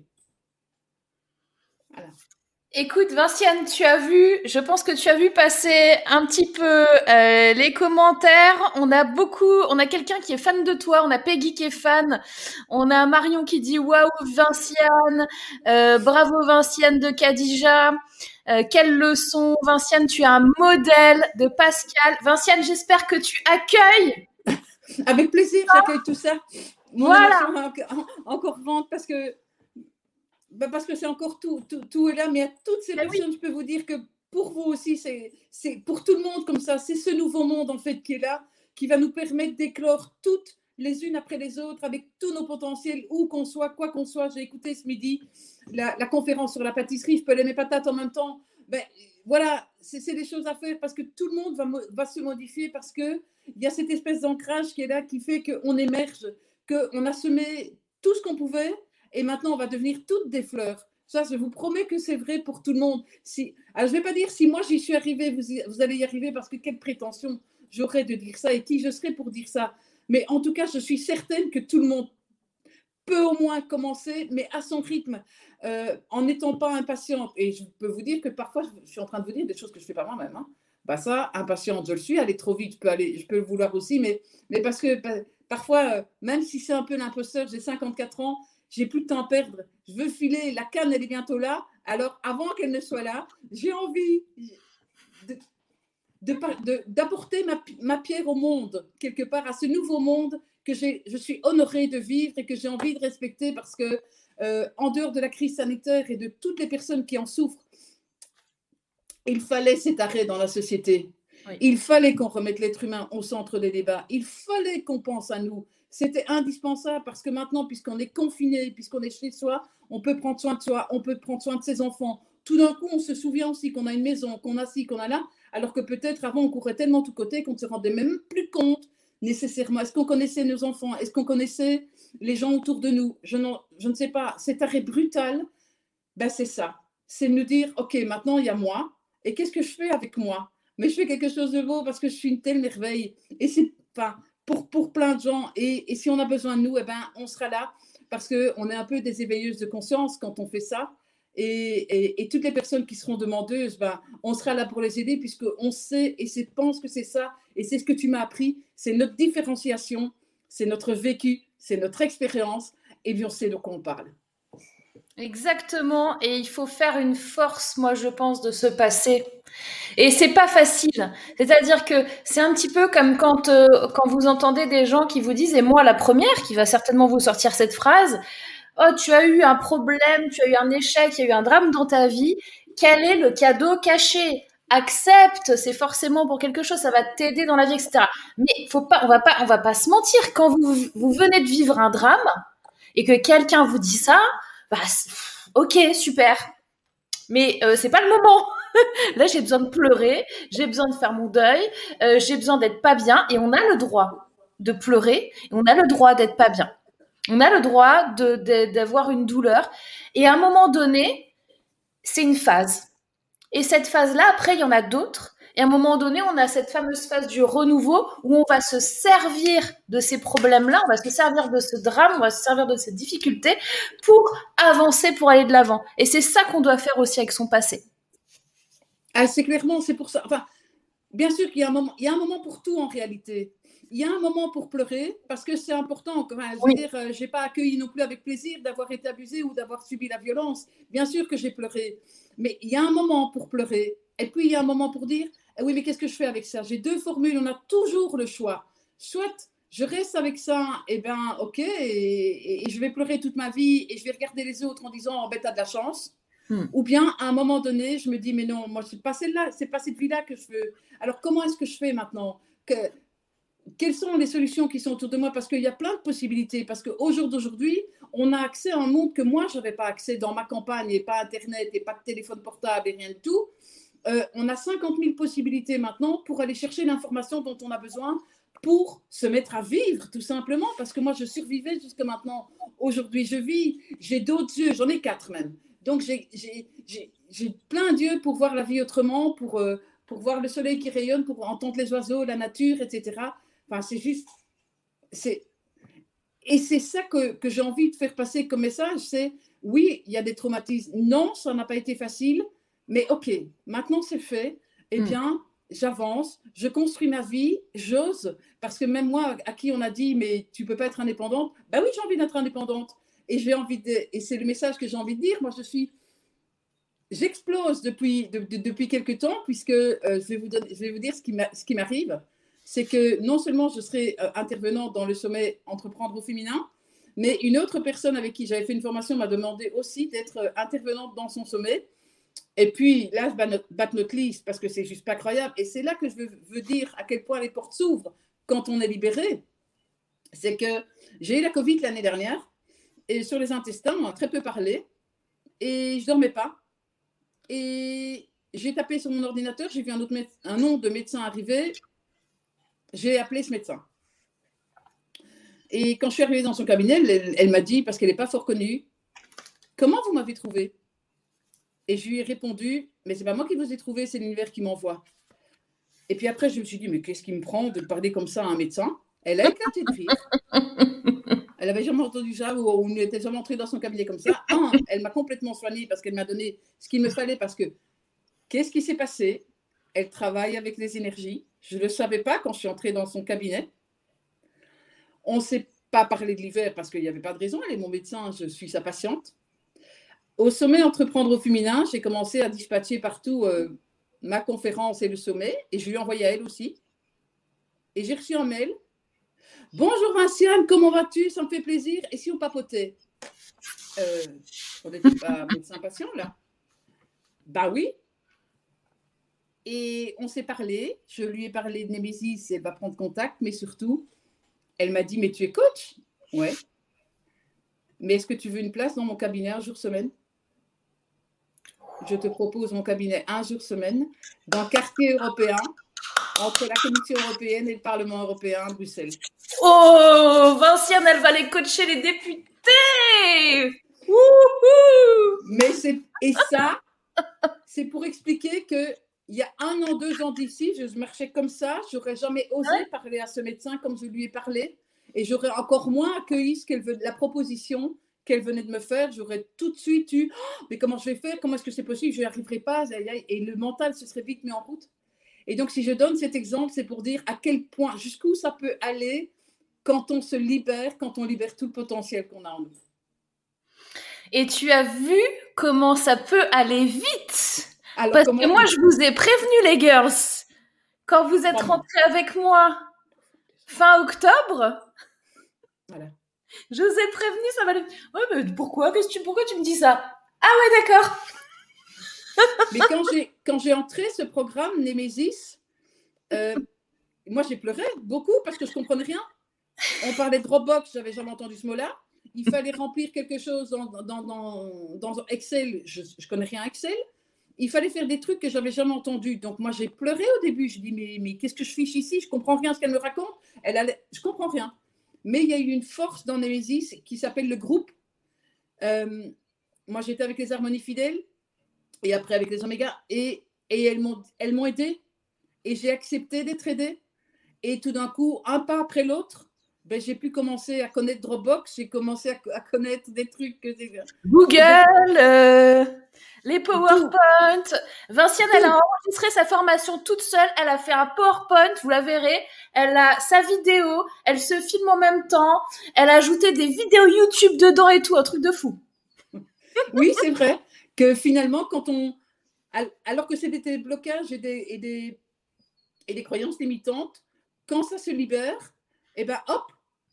Voilà. Écoute, Vinciane, tu as vu, je pense que tu as vu passer un petit peu euh, les commentaires. On a beaucoup, on a quelqu'un qui est fan de toi, on a Peggy qui est fan, on a Marion qui dit waouh Vinciane, euh, bravo Vinciane de Khadija, euh, quelle leçon, Vinciane, tu es un modèle de Pascal. Vinciane, j'espère que tu accueilles. Avec plaisir, j'accueille tout ça. Mon voilà. émotion encore vente parce que Ben parce que c'est encore tout, tout, tout est là, mais à toutes ces mais personnes, oui. je peux vous dire que pour vous aussi, c'est, c'est pour tout le monde comme ça, c'est ce nouveau monde en fait qui est là, qui va nous permettre d'éclore toutes les unes après les autres, avec tous nos potentiels, où qu'on soit, quoi qu'on soit. J'ai écouté ce midi la, la conférence sur la pâtisserie, je peux aimer mes patates en même temps. Ben, voilà, c'est, c'est des choses à faire parce que tout le monde va, va se modifier parce qu'il y a cette espèce d'ancrage qui est là, qui fait qu'on émerge, qu'on a semé tout ce qu'on pouvait et maintenant on va devenir toutes des fleurs. Ça, je vous promets que c'est vrai pour tout le monde. Si, alors, je ne vais pas dire si moi j'y suis arrivée, vous, y, vous allez y arriver parce que quelle prétention j'aurais de dire ça et qui je serais pour dire ça. Mais en tout cas, je suis certaine que tout le monde peut au moins commencer, mais à son rythme, euh, en n'étant pas impatiente. Et je peux vous dire que parfois, je suis en train de vous dire des choses que je ne fais pas moi-même. Hein. Bah ça, impatiente, je le suis. Aller trop vite, je peux, aller, je peux le vouloir aussi. Mais, mais parce que bah, parfois, euh, même si c'est un peu l'imposteur, j'ai cinquante-quatre ans, j'ai plus de temps à perdre. Je veux filer, la canne, elle est bientôt là. Alors, avant qu'elle ne soit là, j'ai envie de, de, de, d'apporter ma, ma pierre au monde, quelque part, à ce nouveau monde que j'ai, je suis honorée de vivre et que j'ai envie de respecter parce que, euh, en dehors de la crise sanitaire et de toutes les personnes qui en souffrent, il fallait cet arrêt dans la société. Oui. Il fallait qu'on remette l'être humain au centre des débats. Il fallait qu'on pense à nous. C'était indispensable parce que maintenant, puisqu'on est confiné, puisqu'on est chez soi, on peut prendre soin de soi, on peut prendre soin de ses enfants. Tout d'un coup, on se souvient aussi qu'on a une maison, qu'on a ci, qu'on a là, alors que peut-être avant, on courait tellement de tous côtés qu'on ne se rendait même plus compte nécessairement. Est-ce qu'on connaissait nos enfants? Est-ce qu'on connaissait les gens autour de nous? je, je ne sais pas. Cet arrêt brutal, ben c'est ça. C'est nous dire, OK, maintenant, il y a moi. Et qu'est-ce que je fais avec moi? Mais je fais quelque chose de beau parce que je suis une telle merveille. Et c'est enfin, pour, pour plein de gens. Et, et si on a besoin de nous, eh ben, on sera là parce qu'on est un peu des éveilleuses de conscience quand on fait ça. Et, et, et toutes les personnes qui seront demandeuses, ben, on sera là pour les aider puisqu'on sait et c'est, pense que c'est ça. Et c'est ce que tu m'as appris. C'est notre différenciation, c'est notre vécu, c'est notre expérience. Et bien, on sait de quoi on parle. Exactement, et il faut faire une force, moi je pense, de ce passé. Et c'est pas facile. C'est-à-dire que c'est un petit peu comme quand euh, quand vous entendez des gens qui vous disent, et moi la première, qui va certainement vous sortir cette phrase, oh tu as eu un problème, tu as eu un échec, il y a eu un drame dans ta vie. Quel est le cadeau caché? Accepte, c'est forcément pour quelque chose, ça va t'aider dans la vie, et cetera. Mais faut pas, on va pas, on va pas se mentir. Quand vous vous venez de vivre un drame et que quelqu'un vous dit ça. Bah, ok, super. Mais euh, c'est pas le moment. Là, j'ai besoin de pleurer, j'ai besoin de faire mon deuil, euh, j'ai besoin d'être pas bien. Et on a le droit de pleurer, et on a le droit d'être pas bien. On a le droit de, de, d'avoir une douleur. Et à un moment donné, c'est une phase. Et cette phase-là, après, il y en a d'autres. Et à un moment donné, on a cette fameuse phase du renouveau où on va se servir de ces problèmes-là, on va se servir de ce drame, on va se servir de ces difficultés pour avancer, pour aller de l'avant. Et c'est ça qu'on doit faire aussi avec son passé. Ah, c'est clairement, c'est pour ça. Enfin, bien sûr qu'il y a un moment, il y a un moment pour tout en réalité. Il y a un moment pour pleurer parce que c'est important. Enfin, je veux oui. dire, euh, j'ai pas accueilli non plus avec plaisir d'avoir été abusée ou d'avoir subi la violence. Bien sûr que j'ai pleuré, mais il y a un moment pour pleurer. Et puis il y a un moment pour dire. Oui, mais qu'est-ce que je fais avec ça? J'ai deux formules, on a toujours le choix. Soit je reste avec ça, et bien, ok, et, et je vais pleurer toute ma vie et je vais regarder les autres en disant, oh, ben, t'as de la chance. Hmm. Ou bien, à un moment donné, je me dis, mais non, moi, c'est pas celle-là, c'est pas cette vie-là que je veux. Alors, comment est-ce que je fais maintenant? que, Quelles sont les solutions qui sont autour de moi? Parce qu'il y a plein de possibilités. Parce qu'au jour d'aujourd'hui, on a accès à un monde que moi, je n'avais pas accès dans ma campagne, et pas Internet, et pas de téléphone portable, et rien du tout. Euh, on a cinquante mille possibilités maintenant pour aller chercher l'information dont on a besoin pour se mettre à vivre, tout simplement. Parce que moi, je survivais jusqu'à maintenant. Aujourd'hui, je vis. J'ai d'autres yeux. J'en ai quatre même. Donc, j'ai, j'ai, j'ai, j'ai plein d'yeux pour voir la vie autrement, pour, euh, pour voir le soleil qui rayonne, pour entendre les oiseaux, la nature, et cetera. Enfin, c'est juste... C'est... Et c'est ça que, que j'ai envie de faire passer comme message. C'est, oui, il y a des traumatismes. Non, ça n'a pas été facile. Mais ok, maintenant c'est fait, eh bien, mmh. j'avance, je construis ma vie, j'ose, parce que même moi, à qui on a dit, mais tu ne peux pas être indépendante, ben oui, j'ai envie d'être indépendante. Et, j'ai envie de, et c'est le message que j'ai envie de dire. Moi, je suis, j'explose depuis, de, de, depuis quelques temps, puisque euh, je, vais vous donner, je vais vous dire ce qui, m'a, ce qui m'arrive. C'est que non seulement je serai euh, intervenante dans le sommet Entreprendre au féminin, mais une autre personne avec qui j'avais fait une formation m'a demandé aussi d'être euh, intervenante dans son sommet. Et puis, là, je bats notre, bats notre liste parce que c'est juste pas croyable. Et c'est là que je veux, veux dire à quel point les portes s'ouvrent quand on est libéré. C'est que j'ai eu la Covid l'année dernière et sur les intestins, on a très peu parlé et je dormais pas. Et j'ai tapé sur mon ordinateur, j'ai vu un, autre méde- un nom de médecin arriver. J'ai appelé ce médecin. Et quand je suis arrivée dans son cabinet, elle, elle m'a dit, parce qu'elle n'est pas fort connue, comment vous m'avez trouvé? Et je lui ai répondu, mais c'est pas moi qui vous ai trouvé, c'est l'univers qui m'envoie. Et puis après, je me suis dit, mais qu'est-ce qui me prend de parler comme ça à un médecin? Elle a éclaté de rire. Elle avait jamais entendu ça, ou on n'était jamais entré dans son cabinet comme ça. Un, elle m'a complètement soignée parce qu'elle m'a donné ce qu'il me fallait, parce que qu'est-ce qui s'est passé? Elle travaille avec les énergies. Je ne le savais pas quand je suis entrée dans son cabinet. On ne s'est pas parlé de l'hiver parce qu'il n'y avait pas de raison. Elle est mon médecin, je suis sa patiente. Au sommet Entreprendre au féminin, j'ai commencé à dispatcher partout euh, ma conférence et le sommet, et je lui ai envoyé à elle aussi. Et j'ai reçu un mail. Bonjour Vinciane, comment vas-tu? Ça me fait plaisir. Et si on papotait? euh, On n'était pas médecin-patient là? Bah oui. Et on s'est parlé. Je lui ai parlé de Némésis, elle va prendre contact, mais surtout, elle m'a dit, mais tu es coach? Ouais. Mais est-ce que tu veux une place dans mon cabinet un jour semaine? Je te propose mon cabinet un jour semaine dans le quartier européen, entre la Commission européenne et le Parlement européen à Bruxelles. Oh, Vinciane, elle va aller coacher les députés. Wouhou. Mais c'est et ça, c'est pour expliquer que il y a un an, deux ans d'ici, je marchais comme ça, j'aurais jamais osé Ouais. parler à ce médecin comme je lui ai parlé, et j'aurais encore moins accueilli ce qu'elle veut, la proposition qu'elle venait de me faire. J'aurais tout de suite eu, oh, mais comment je vais faire? Comment est-ce que c'est possible? Je n'y arriverai pas. Et le mental se serait vite mis en route. Et donc, si je donne cet exemple, c'est pour dire à quel point, jusqu'où ça peut aller quand on se libère, quand on libère tout le potentiel qu'on a en nous. Et tu as vu comment ça peut aller vite? Alors, Parce comment que moi, je vous ai prévenu, les girls. Quand vous êtes Pardon. rentrés avec moi fin octobre, Voilà. je vous ai prévenu, ça va aller. Ouais, mais pourquoi? Qu'est-ce que tu, pourquoi tu me dis ça? Ah ouais, d'accord. Mais quand j'ai, quand j'ai entré ce programme Némésis, euh, moi j'ai pleuré beaucoup parce que je ne comprenais rien. On parlait de Dropbox, je n'avais jamais entendu ce mot-là. Il fallait remplir quelque chose dans, dans, dans, dans Excel, je ne connais rien à Excel. Il fallait faire des trucs que je n'avais jamais entendus. Donc moi j'ai pleuré au début. Je dis mais, mais qu'est-ce que je fiche ici? Je ne comprends rien à ce qu'elle me raconte. Elle allait, je ne comprends rien. Mais il y a eu une force dans Némésis qui s'appelle le groupe. Euh, moi j'étais avec les harmonies fidèles. Et après avec les omégas, et, et elles m'ont elles m'ont aidée, et j'ai accepté d'être aidée, et tout d'un coup, un pas après l'autre, ben, j'ai pu commencer à connaître Dropbox, j'ai commencé à, à connaître des trucs que j'ai... Google, euh, les PowerPoint. Vinciane, elle a enregistré sa formation toute seule, elle a fait un PowerPoint, vous la verrez, elle a sa vidéo, elle se filme en même temps, elle a ajouté des vidéos YouTube dedans et tout, un truc de fou. Oui, c'est vrai que finalement, quand on, alors que c'est des blocages et des, et des, et des croyances limitantes, quand ça se libère, et ben hop,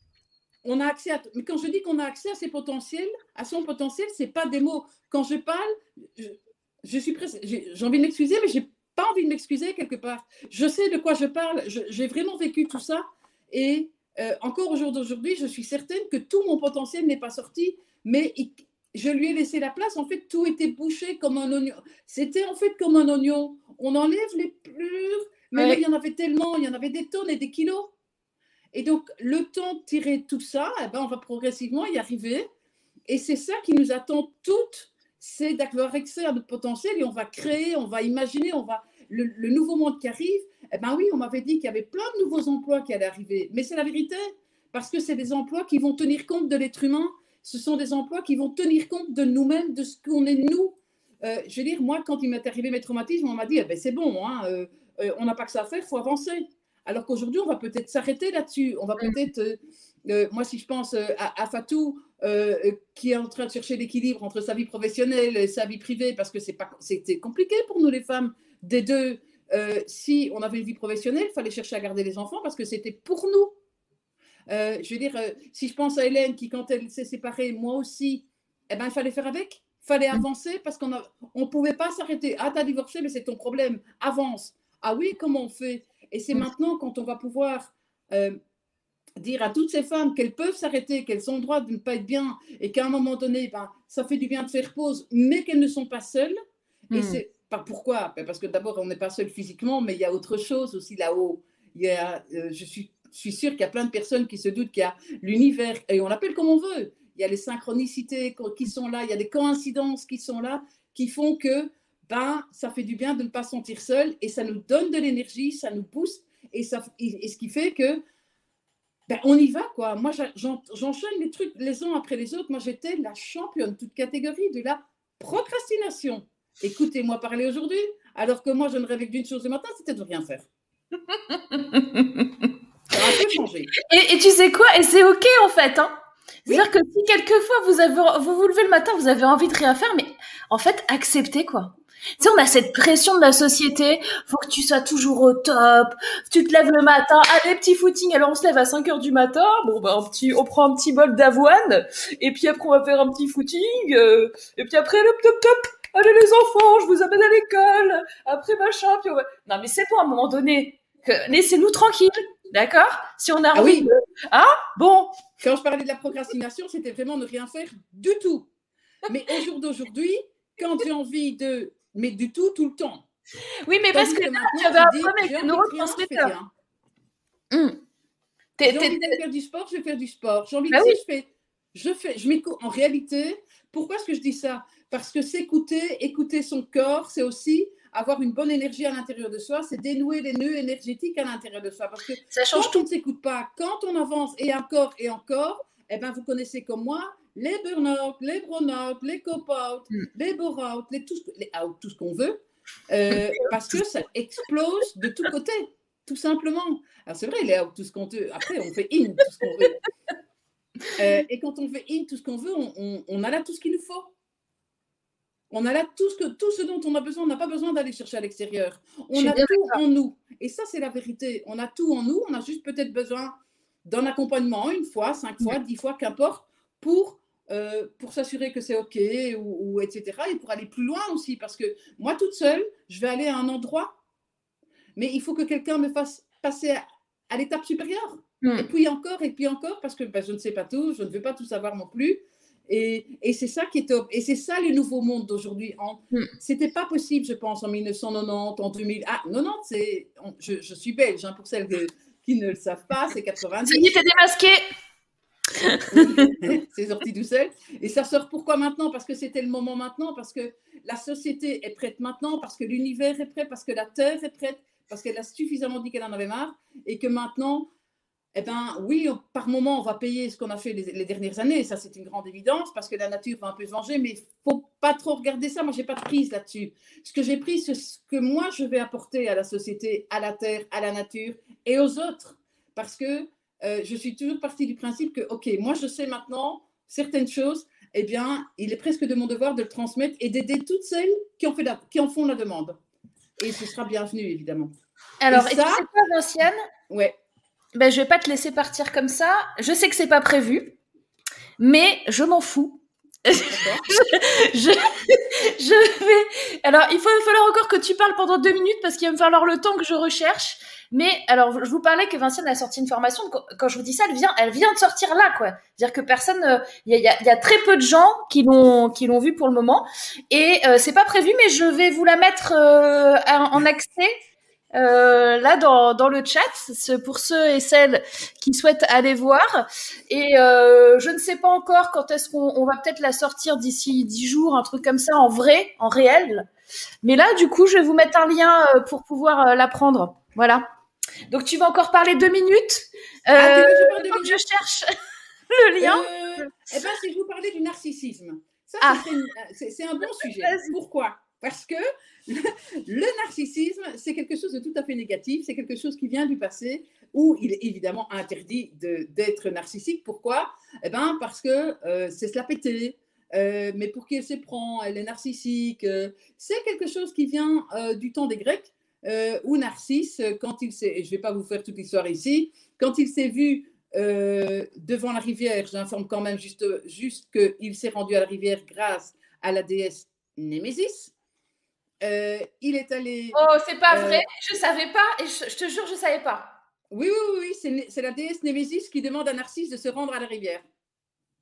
on a accès à. Mais quand je dis qu'on a accès à ses potentiels, à son potentiel, c'est pas des mots. Quand je parle, je, je suis presque, j'ai, j'ai envie de m'excuser, mais j'ai pas envie de m'excuser quelque part. Je sais de quoi je parle. Je, j'ai vraiment vécu tout ça, et euh, encore au jour d'aujourd'hui, je suis certaine que tout mon potentiel n'est pas sorti, mais il, je lui ai laissé la place. En fait, tout était bouché comme un oignon. C'était en fait comme un oignon. On enlève les plures, mais ouais. Là, il y en avait tellement, il y en avait des tonnes et des kilos. Et donc, le temps de tirer tout ça, eh ben, on va progressivement y arriver. Et c'est ça qui nous attend toutes, c'est d'avoir accès à notre potentiel, et on va créer, on va imaginer, on va le, le nouveau monde qui arrive. Eh ben oui, on m'avait dit qu'il y avait plein de nouveaux emplois qui allaient arriver. Mais c'est la vérité, parce que c'est des emplois qui vont tenir compte de l'être humain. Ce sont des emplois qui vont tenir compte de nous-mêmes, de ce qu'on est nous. Euh, je veux dire, moi, quand il m'est arrivé mes traumatismes, on m'a dit, eh ben, c'est bon, hein, euh, euh, on n'a pas que ça à faire, il faut avancer. Alors qu'aujourd'hui, on va peut-être s'arrêter là-dessus. On va peut-être, euh, euh, moi, si je pense euh, à, à Fatou, euh, qui est en train de chercher l'équilibre entre sa vie professionnelle et sa vie privée, parce que c'est pas, c'était compliqué pour nous, les femmes, des deux. Euh, si on avait une vie professionnelle, il fallait chercher à garder les enfants parce que c'était pour nous. Euh, je veux dire, euh, si je pense à Hélène qui, quand elle s'est séparée, moi aussi, eh ben, il fallait faire avec, il fallait avancer parce qu'on ne pouvait pas s'arrêter. Ah, t'as divorcé, mais c'est ton problème, avance. Ah oui, comment on fait? Et c'est maintenant quand on va pouvoir euh, dire à toutes ces femmes qu'elles peuvent s'arrêter, qu'elles ont le droit de ne pas être bien, et qu'à un moment donné, ben, ça fait du bien de faire pause, mais qu'elles ne sont pas seules. Mmh. Et c'est Par, pourquoi? Parce que d'abord, on n'est pas seul physiquement, mais il y a autre chose aussi là-haut. Il y a, euh, je suis, je suis sûre qu'il y a plein de personnes qui se doutent qu'il y a l'univers, et on l'appelle comme on veut. Il y a les synchronicités qui sont là, il y a des coïncidences qui sont là, qui font que ben, ça fait du bien de ne pas se sentir seul, et ça nous donne de l'énergie, ça nous booste, et, ça, et, et ce qui fait que ben, on y va, quoi. Moi, j'enchaîne les trucs les uns après les autres. Moi, j'étais la championne, toute catégorie, de la procrastination. Écoutez-moi parler aujourd'hui, alors que moi, je ne rêvais que d'une chose le matin, c'était de rien faire. Ça a un peu changé. Et, et tu sais quoi? Et c'est OK, en fait, hein. C'est-à-dire que si quelquefois vous avez, vous vous levez le matin, vous avez envie de rien faire, mais en fait, acceptez, quoi. Tu sais, on a cette pression de la société, faut que tu sois toujours au top, tu te lèves le matin, allez, petit footing, alors on se lève à cinq heures du matin, bon, bah, un petit, on prend un petit bol d'avoine, et puis après on va faire un petit footing, euh, et puis après, hop, top, top, allez les enfants, je vous amène à l'école, après machin, puis on va... Non, mais c'est pour à un moment donné, que laissez-nous tranquilles, d'accord? Si on a envie ah oui. de... Hein? Bon. Quand je parlais de la procrastination, c'était vraiment ne rien faire du tout. Mais au jour d'aujourd'hui, quand j'ai envie de... Mais du tout, tout le temps. Oui, mais parce que, que là, tu avais un problème avec le neurotransmetteur. Mmh. J'ai envie d'aller faire du sport, je vais faire du sport. J'ai envie bah de oui. je fais, je fais, je m'écoute. En réalité, pourquoi est-ce que je dis ça? Parce que s'écouter, écouter son corps, c'est aussi avoir une bonne énergie à l'intérieur de soi, c'est dénouer les nœuds énergétiques à l'intérieur de soi. Parce que ça change quand tout. on ne s'écoute pas, quand on avance et encore et encore, eh ben vous connaissez comme moi les burn-out, les brown-out, les cop-out, mm. les bore-out, les tout, les out, tout ce qu'on veut, euh, parce que ça explose de tous côtés, tout simplement. Alors c'est vrai, les out, tout ce qu'on veut, après on fait in, tout ce qu'on veut. Euh, et quand on fait in, tout ce qu'on veut, on, on, on a là tout ce qu'il nous faut. On a là tout ce, que, tout ce dont on a besoin, on n'a pas besoin d'aller chercher à l'extérieur. On a tout en nous. Et ça, c'est la vérité. On a tout en nous, on a juste peut-être besoin d'un accompagnement une fois, cinq fois, dix fois, qu'importe, pour... Euh, pour s'assurer que c'est OK, ou, ou et cetera. Et pour aller plus loin aussi, parce que moi, toute seule, je vais aller à un endroit, mais il faut que quelqu'un me fasse passer à, à l'étape supérieure. Mm. Et puis encore, et puis encore, parce que ben, je ne sais pas tout, je ne veux pas tout savoir non plus. Et, et c'est ça qui est top. Et c'est ça le nouveau monde d'aujourd'hui. En, mm. C'était pas possible, je pense, en mille neuf cent quatre-vingt-dix, en deux mille. Ah, quatre-vingt-dix, c'est, on, je, je suis belge, hein, pour celles que, qui ne le savent pas, c'est quatre-vingt-dix. Ça y est, t'es démasqué. Oui, c'est sorti tout seul. Et ça sort pourquoi maintenant? Parce que c'était le moment maintenant, parce que la société est prête maintenant, parce que l'univers est prêt, parce que la Terre est prête, parce qu'elle a suffisamment dit qu'elle en avait marre, et que maintenant, eh ben, oui, par moment, on va payer ce qu'on a fait les, les dernières années. Ça, c'est une grande évidence, parce que la nature va un peu se venger, mais il ne faut pas trop regarder ça. Moi, je n'ai pas de prise là-dessus. Ce que j'ai pris, c'est ce que moi, je vais apporter à la société, à la Terre, à la nature et aux autres. Parce que Euh, je suis toujours partie du principe que, OK, moi, je sais maintenant certaines choses, eh bien, il est presque de mon devoir de le transmettre et d'aider toutes celles qui en, fait la, qui en font la demande. Et ce sera bienvenu, évidemment. Alors, et, et ça, tu sais quoi, Vinciane? Ouais. Ben, je ne vais pas te laisser partir comme ça. Je sais que ce n'est pas prévu, mais je m'en fous. je, je, je vais... Alors, il va falloir encore que tu parles pendant deux minutes parce qu'il va me falloir le temps que je recherche. Mais alors, je vous parlais que Vinciane a sorti une formation. Quand je vous dis ça, elle vient, elle vient de sortir là, quoi. C'est-à-dire que personne, il euh, y, y, y a très peu de gens qui l'ont, qui l'ont vu pour le moment. Et euh, c'est pas prévu, mais je vais vous la mettre euh, en accès euh, là dans, dans le chat, pour ceux et celles qui souhaitent aller voir. Et euh, je ne sais pas encore quand est-ce qu'on on va peut-être la sortir d'ici dix jours, un truc comme ça, en vrai, en réel. Mais là, du coup, je vais vous mettre un lien euh, pour pouvoir euh, la prendre. Voilà. Donc, tu vas encore parler deux minutes. Euh, ah, tu veux que je, je cherche le lien. Euh, eh bien, si je vous parlais du narcissisme, ça, ah. c'est, une, c'est, c'est un bon sujet. Vas-y. Pourquoi? Parce que le, le narcissisme, c'est quelque chose de tout à fait négatif. C'est quelque chose qui vient du passé où il est évidemment interdit de, d'être narcissique. Pourquoi? Eh bien, parce que euh, c'est se la péter. Euh, mais pour qui elle se prend, elle est narcissique. Euh, c'est quelque chose qui vient euh, du temps des Grecs. Euh, où Narcisse, quand il s'est, et je ne vais pas vous faire toute l'histoire ici, quand il s'est vu euh, devant la rivière, j'informe quand même juste, juste qu'il s'est rendu à la rivière grâce à la déesse Némésis, euh, il est allé... Oh, c'est pas euh, vrai, je ne savais pas, et je, je te jure, je ne savais pas. Oui, oui, oui, c'est, c'est la déesse Némésis qui demande à Narcisse de se rendre à la rivière.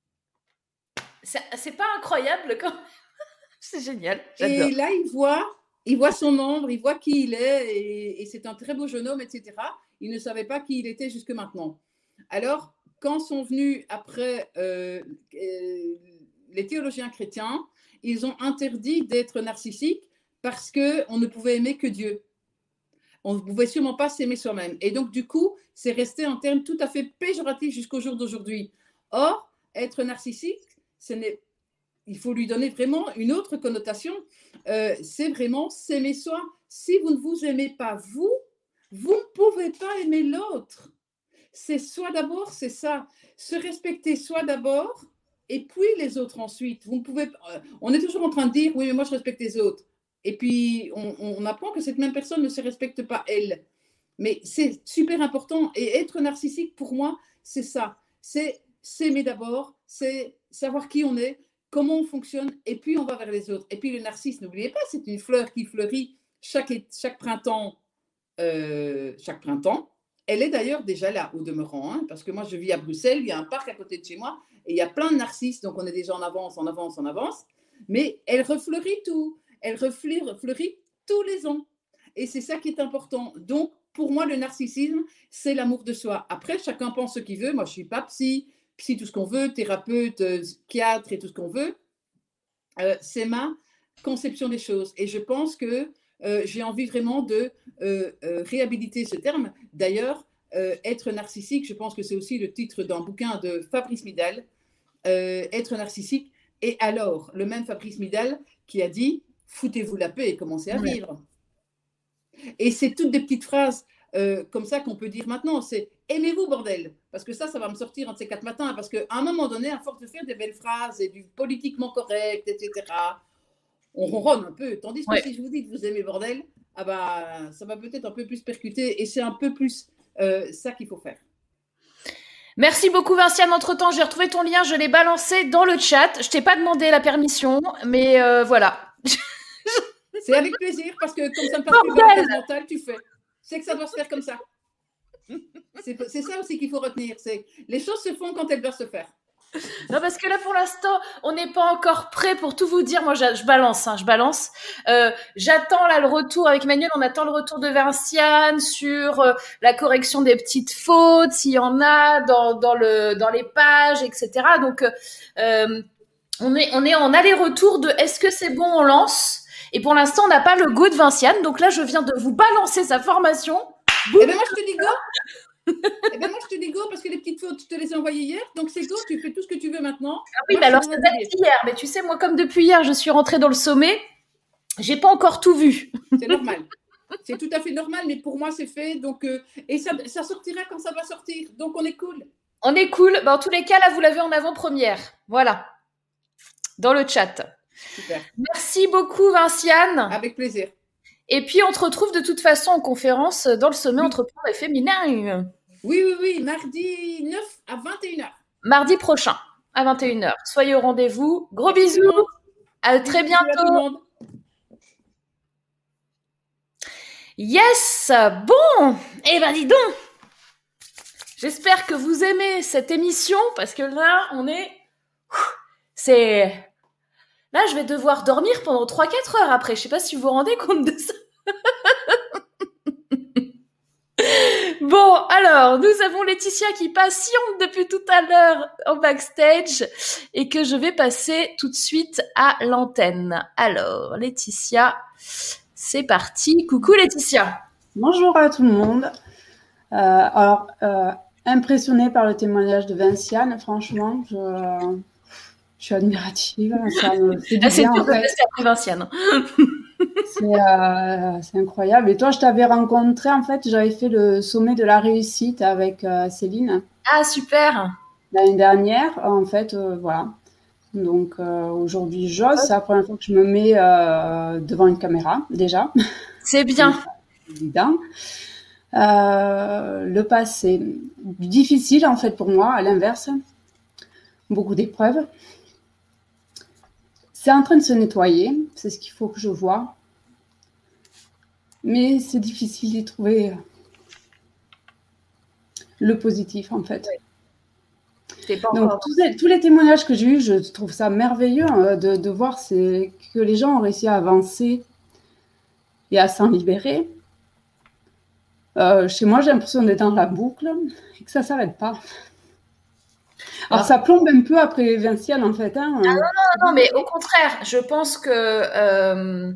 C'est, c'est pas incroyable quand même. C'est génial, j'adore. Et là, il voit... il voit son ombre, il voit qui il est, et, et c'est un très beau jeune homme, et cetera. Il ne savait pas qui il était jusque maintenant. Alors, quand sont venus après euh, euh, les théologiens chrétiens, ils ont interdit d'être narcissique parce qu'on ne pouvait aimer que Dieu. On ne pouvait sûrement pas s'aimer soi-même. Et donc, du coup, c'est resté en termes tout à fait péjoratifs jusqu'au jour d'aujourd'hui. Or, être narcissique, ce n'est, il faut lui donner vraiment une autre connotation. Euh, c'est vraiment s'aimer soi. Si vous ne vous aimez pas vous, vous ne pouvez pas aimer l'autre. C'est soi d'abord, c'est ça. Se respecter soi d'abord, et puis les autres ensuite. Vous ne pouvez, euh, on est toujours en train de dire, oui, mais moi, je respecte les autres. Et puis, on, on apprend que cette même personne ne se respecte pas elle. Mais c'est super important. Et être narcissique, pour moi, c'est ça. C'est s'aimer d'abord, c'est savoir qui on est, comment on fonctionne, et puis on va vers les autres. Et puis le narcisse, n'oubliez pas, c'est une fleur qui fleurit chaque, chaque printemps. Euh, chaque printemps. Elle est d'ailleurs déjà là, au demeurant, hein, parce que moi, je vis à Bruxelles, il y a un parc à côté de chez moi, et il y a plein de narcisses, donc on est déjà en avance, en avance, en avance. Mais elle refleurit tout. Elle refleurit tous les ans. Et c'est ça qui est important. Donc, pour moi, le narcissisme, c'est l'amour de soi. Après, chacun pense ce qu'il veut. Moi, je ne suis pas psy, psy tout ce qu'on veut, thérapeute, psychiatre et tout ce qu'on veut. Euh, c'est ma conception des choses. Et je pense que euh, j'ai envie vraiment de euh, euh, réhabiliter ce terme. D'ailleurs, euh, être narcissique, je pense que c'est aussi le titre d'un bouquin de Fabrice Midal, euh, être narcissique. Et alors, le même Fabrice Midal qui a dit « foutez-vous la paix et commencez à vivre ». Et c'est toutes des petites phrases euh, comme ça qu'on peut dire maintenant, c'est « aimez-vous, bordel ». Parce que ça, ça va me sortir un de ces quatre matins, parce qu'à un moment donné, à force de faire des belles phrases et du politiquement correct, et cetera, on ronronne un peu. Tandis que ouais. si je vous dis que vous aimez bordel, ah bah, ça va peut-être un peu plus percuter, et c'est un peu plus euh, ça qu'il faut faire. Merci beaucoup Vinciane. Entre-temps, j'ai retrouvé ton lien, je l'ai balancé dans le chat. Je t'ai pas demandé la permission, mais euh, voilà. C'est avec plaisir, parce que comme ça me passe plus par la mentale, tu fais. C'est que ça doit se faire comme ça. C'est, c'est ça aussi qu'il faut retenir. C'est les choses se font quand elles doivent se faire. Non, parce que là, pour l'instant, on n'est pas encore prêt pour tout vous dire. Moi, je, je balance, hein, je balance. Euh, j'attends là le retour avec Manuel. On attend le retour de Vinciane sur euh, la correction des petites fautes, s'il y en a dans, dans le dans les pages, et cetera. Donc, euh, on est on est en aller-retour de est-ce que c'est bon, on lance. Et pour l'instant, on n'a pas le go de Vinciane. Donc là, je viens de vous balancer sa formation. Boum. Eh bien, moi, je te dis go. Eh bien, moi, je te dis go parce que les petites fautes, je te les ai envoyées hier. Donc, c'est go, tu fais tout ce que tu veux maintenant. Ah oui, moi, mais alors, ça date d'hier. Mais tu sais, moi, comme depuis hier, je suis rentrée dans le sommet, j'ai pas encore tout vu. C'est normal. C'est tout à fait normal, mais pour moi, c'est fait. Donc, euh, et ça, ça sortira quand ça va sortir. Donc, on est cool. On est cool. Bah, en tous les cas, là, vous l'avez en avant-première. Voilà. Dans le chat. Super. Merci beaucoup, Vinciane. Avec plaisir. Et puis, on te retrouve de toute façon en conférence dans le sommet oui. Entrepreneur et féminin. Oui, oui, oui. Mardi neuf à vingt et une heures. Mardi prochain à vingt et une heures. Soyez au rendez-vous. Gros bisous. À très bientôt. À tout le monde. Yes. Bon. Eh ben, dis donc. J'espère que vous aimez cette émission parce que là, on est... C'est... Là, je vais devoir dormir pendant trois à quatre heures après. Je sais pas si vous vous rendez compte de ça. Bon, alors, nous avons Laetitia qui patiente depuis tout à l'heure au backstage et que je vais passer tout de suite à l'antenne. Alors, Laetitia, c'est parti. Coucou Laetitia. Bonjour à tout le monde. Euh, alors, euh, impressionnée par le témoignage de Vinciane, franchement, je... Je suis admirative, ça me fait du ah, c'est bien. dur en de fait. rester après Vinciane. c'est, euh, c'est incroyable. Et toi, je t'avais rencontré, en fait, j'avais fait le sommet de la réussite avec euh, Céline. Ah, super. L'année dernière, en fait, euh, voilà. Donc, euh, aujourd'hui, j'ose. C'est la première fois que je me mets euh, devant une caméra, déjà. C'est bien. C'est évident. Euh, le passé, difficile, en fait, pour moi, à l'inverse. Beaucoup d'épreuves. C'est en train de se nettoyer, c'est ce qu'il faut que je vois. Mais c'est difficile d'y trouver le positif, en fait. C'est pas Donc, encore... tous, les, tous les témoignages que j'ai eus, je trouve ça merveilleux hein, de, de voir c'est, que les gens ont réussi à avancer et à s'en libérer. Euh, chez moi, j'ai l'impression d'être dans la boucle et que ça ne s'arrête pas. Alors, ça plombe un peu après Vinciane, en fait. Hein. Ah non, non, non, mais au contraire, je pense que euh,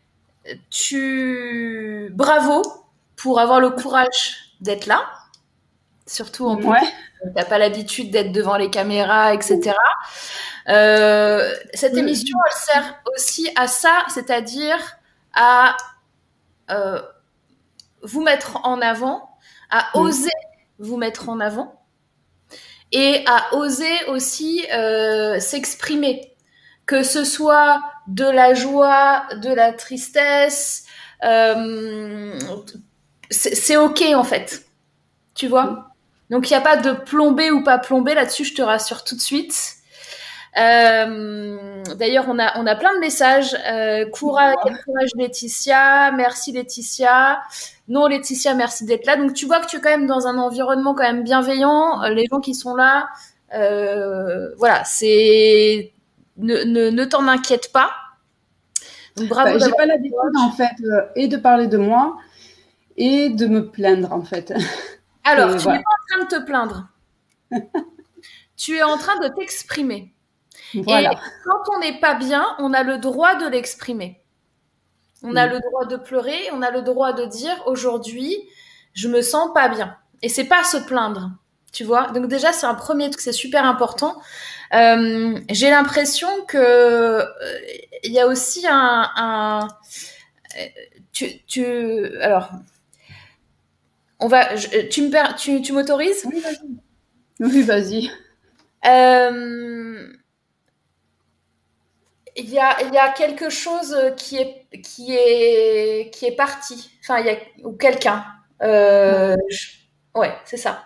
tu... Bravo pour avoir le courage d'être là, surtout en Ouais. tu n'as pas l'habitude d'être devant les caméras, et cetera. Euh, cette émission, elle sert aussi à ça, c'est-à-dire à euh, vous mettre en avant, à oser vous mettre en avant et à oser aussi euh, s'exprimer, que ce soit de la joie, de la tristesse, euh, c'est, c'est ok en fait, tu vois. Donc il n'y a pas de plombé ou pas plombé là-dessus, je te rassure tout de suite. Euh, d'ailleurs, on a on a plein de messages. Euh, courage, quel courage Laetitia, merci Laetitia. Non Laetitia, merci d'être là. Donc tu vois que tu es quand même dans un environnement quand même bienveillant. Les gens qui sont là, euh, voilà, c'est ne ne, ne t'en inquiète pas. Donc bravo. Bah, j'ai pas l'habitude en fait euh, et de parler de moi et de me plaindre en fait. Alors, et tu voilà. n'es pas en train de te plaindre. Tu es en train de t'exprimer. Voilà. Et quand on n'est pas bien, on a le droit de l'exprimer. On a Mm. le droit de pleurer, on a le droit de dire aujourd'hui, je me sens pas bien. Et c'est pas se plaindre, tu vois. Donc déjà, c'est un premier truc, c'est super important. Euh, j'ai l'impression que euh, il y a aussi un, un tu, tu, alors, on va, je, tu me, per, tu, tu m'autorises? Oui, vas-y. Oui, vas-y. Euh, Il y a, il y a quelque chose qui est, qui est, qui est parti. Enfin, il y a, ou quelqu'un. Euh, je- ouais, c'est ça.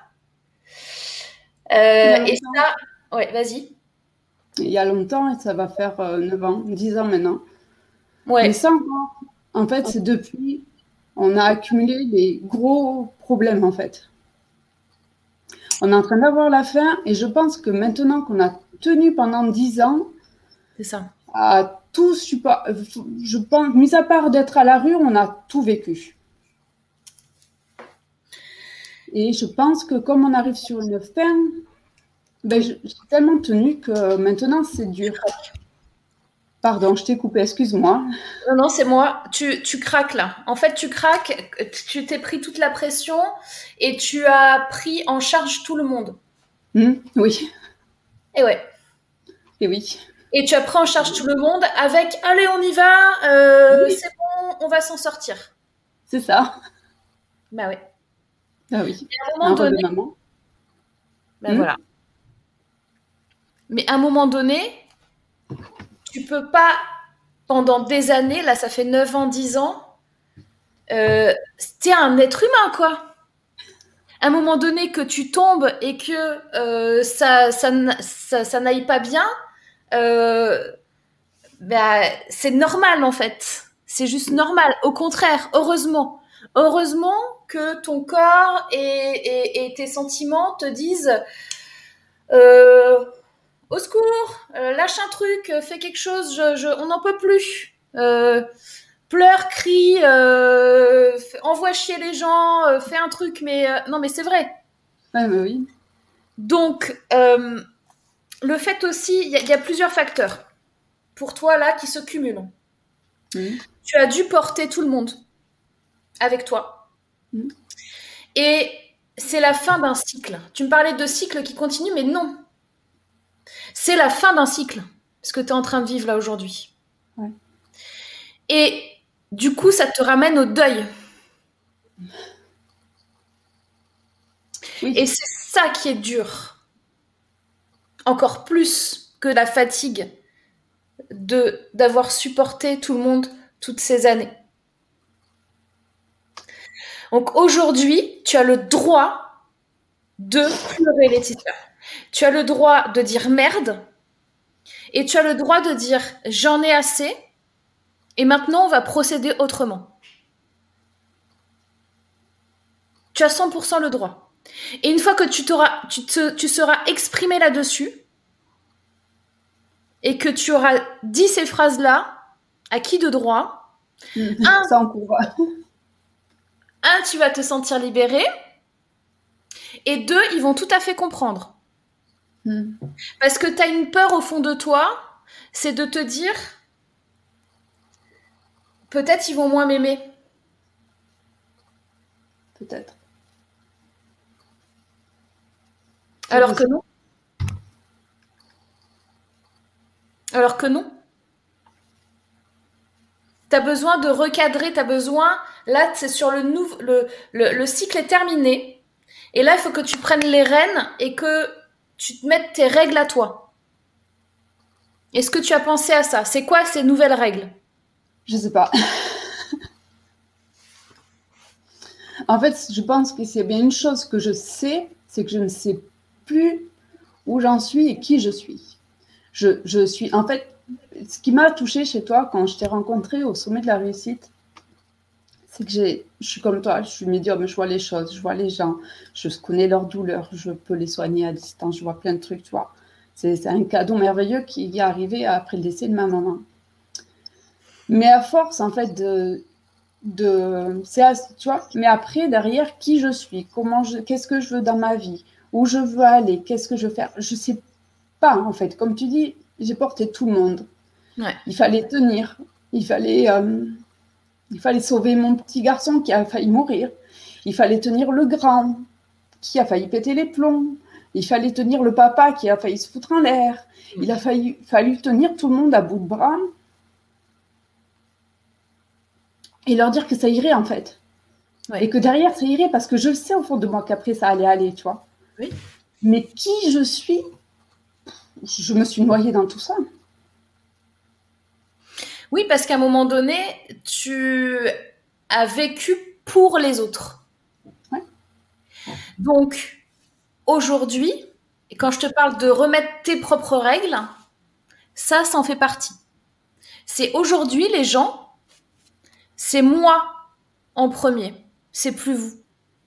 Euh, et ça, ouais, vas-y. Il y a longtemps, et ça va faire euh, neuf ans, dix ans maintenant. Ouais. Mais ça encore, en fait, c'est depuis, on a accumulé des gros problèmes, en fait. On est en train d'avoir la fin, et je pense que maintenant qu'on a tenu pendant dix ans, C'est ça. à tout support, je pense, mis à part d'être à la rue, on a tout vécu. Et je pense que comme on arrive sur une fin, ben, je- j'ai tellement tenu que maintenant c'est dur. Pardon, je t'ai coupé, excuse-moi. Non, non, c'est moi. Tu, tu craques là. En fait, tu craques. Tu t'es pris toute la pression et tu as pris en charge tout le monde. Mmh, oui. Et ouais. Et oui. Et tu as pris en charge tout le monde avec « Allez, on y va, euh, Oui. c'est bon, on va s'en sortir. » C'est ça. Bah oui. Ah oui. Et à un moment Un rôle donné, de maman. ben Hmm. voilà. Mais à un moment donné, tu peux pas, pendant des années, là ça fait neuf ans, dix ans, euh, t'es un être humain quoi. À un moment donné que tu tombes et que euh, ça, ça, ça, ça n'aille pas bien, euh, ben, c'est normal en fait. C'est juste normal. Au contraire, heureusement. Heureusement que ton corps et, et, et tes sentiments te disent euh, au secours, euh, lâche un truc, fais quelque chose, je, je, on n'en peut plus. Euh, pleure, crie, euh, envoie chier les gens, euh, fais un truc, mais euh, non, mais c'est vrai. Ah, bah oui. Donc, euh, le fait aussi, il y, y a plusieurs facteurs pour toi là qui se cumulent. Mmh. Tu as dû porter tout le monde avec toi. Mmh. Et c'est la fin d'un cycle. Tu me parlais de cycle qui continue, mais non. C'est la fin d'un cycle, ce que tu es en train de vivre là aujourd'hui. Ouais. Et du coup, ça te ramène au deuil. Oui. Et c'est ça qui est dur. Encore plus que la fatigue de, d'avoir supporté tout le monde toutes ces années. Donc aujourd'hui, tu as le droit de pleurer, Laetitia. Tu as le droit de dire merde et tu as le droit de dire j'en ai assez et maintenant on va procéder autrement. Tu as cent pour cent le droit. Et une fois que tu, t'auras, tu, te, tu seras exprimé là-dessus et que tu auras dit ces phrases-là, à qui de droit, Un, ça en court. Un, tu vas te sentir libéré. Et deux, ils vont tout à fait comprendre. Mm. Parce que tu as une peur au fond de toi, c'est de te dire, peut-être ils vont moins m'aimer. Peut-être. Alors que non. Alors que non. Tu as besoin de recadrer, tu as besoin... Là, c'est sur le, nou... le, le, le cycle est terminé. Et là, il faut que tu prennes les rênes et que tu te mettes tes règles à toi. Est-ce que tu as pensé à ça? C'est quoi ces nouvelles règles? Je sais pas. En fait, je pense que c'est bien une chose que je sais, c'est que je ne sais plus où j'en suis et qui je suis. Je, je suis, en fait, ce qui m'a touchée chez toi quand je t'ai rencontrée au sommet de la réussite, c'est que j'ai, je suis comme toi, je suis médium, je vois les choses, je vois les gens, je connais leurs douleurs, je peux les soigner à distance, je vois plein de trucs, tu vois. C'est, c'est un cadeau merveilleux qui est arrivé après le décès de ma maman. Mais à force, en fait, de... de c'est, tu vois, mais après, derrière, qui je suis, comment je, qu'est-ce que je veux dans ma vie, où je veux aller, qu'est-ce que je veux faire, je sais pas, en fait. Comme tu dis, j'ai porté tout le monde. Ouais. Il fallait tenir, il fallait... Euh, Il fallait sauver mon petit garçon qui a failli mourir. Il fallait tenir le grand qui a failli péter les plombs. Il fallait tenir le papa qui a failli se foutre en l'air. Il a fallu, fallu tenir tout le monde à bout de bras et leur dire que ça irait en fait. Ouais. Et que derrière ça irait parce que je sais au fond de moi qu'après ça allait aller, tu vois. Oui. Mais qui je suis, je me suis noyée dans tout ça. Oui, parce qu'à un moment donné, tu as vécu pour les autres. Ouais. Donc, aujourd'hui, et quand je te parle de remettre tes propres règles, ça, ça en fait partie. C'est aujourd'hui, les gens, c'est moi en premier, c'est plus vous.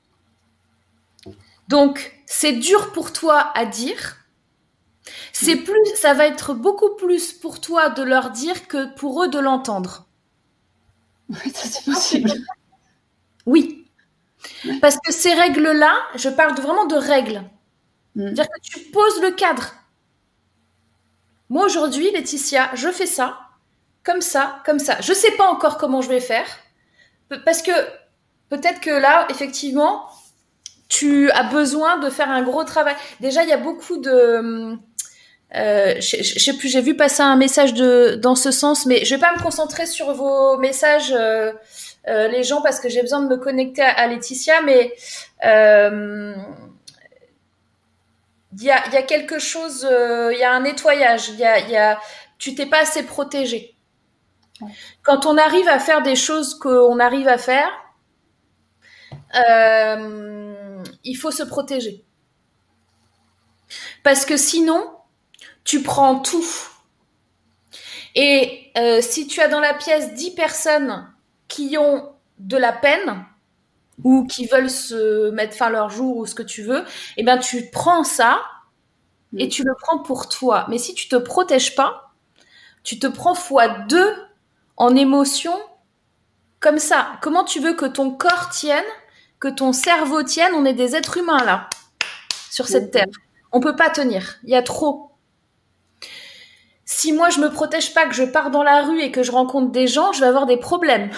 Donc, c'est dur pour toi à dire. C'est plus, ça va être beaucoup plus pour toi de leur dire que pour eux de l'entendre. Oui, ça c'est possible. Oui. Parce que ces règles-là, je parle de, vraiment de règles. Mm. C'est-à-dire que tu poses le cadre. Moi, aujourd'hui, Laetitia, je fais ça, comme ça, comme ça. Je ne sais pas encore comment je vais faire. Parce que peut-être que là, effectivement, tu as besoin de faire un gros travail. Déjà, il y a beaucoup de... Euh, je, je sais plus, j'ai vu passer un message de, dans ce sens, mais je vais pas me concentrer sur vos messages, euh, euh, les gens, parce que j'ai besoin de me connecter à, à Laetitia, mais euh, il y a, il y a quelque chose, euh, il y a un nettoyage, il y a, il y a, tu t'es pas assez protégé. Ouais. Quand on arrive à faire des choses qu'on arrive à faire, euh, il faut se protéger. Parce que sinon, tu prends tout. Et euh, si tu as dans la pièce dix personnes qui ont de la peine ou qui veulent se mettre fin leur jour ou ce que tu veux, eh ben tu prends ça mmh. et tu le prends pour toi. Mais si tu te protèges pas, tu te prends fois deux en émotion comme ça. Comment tu veux que ton corps tienne, que ton cerveau tienne? On est des êtres humains là, sur cette mmh. terre. On peut pas tenir. Il y a trop. Si moi, je me protège pas, que je pars dans la rue et que je rencontre des gens, je vais avoir des problèmes.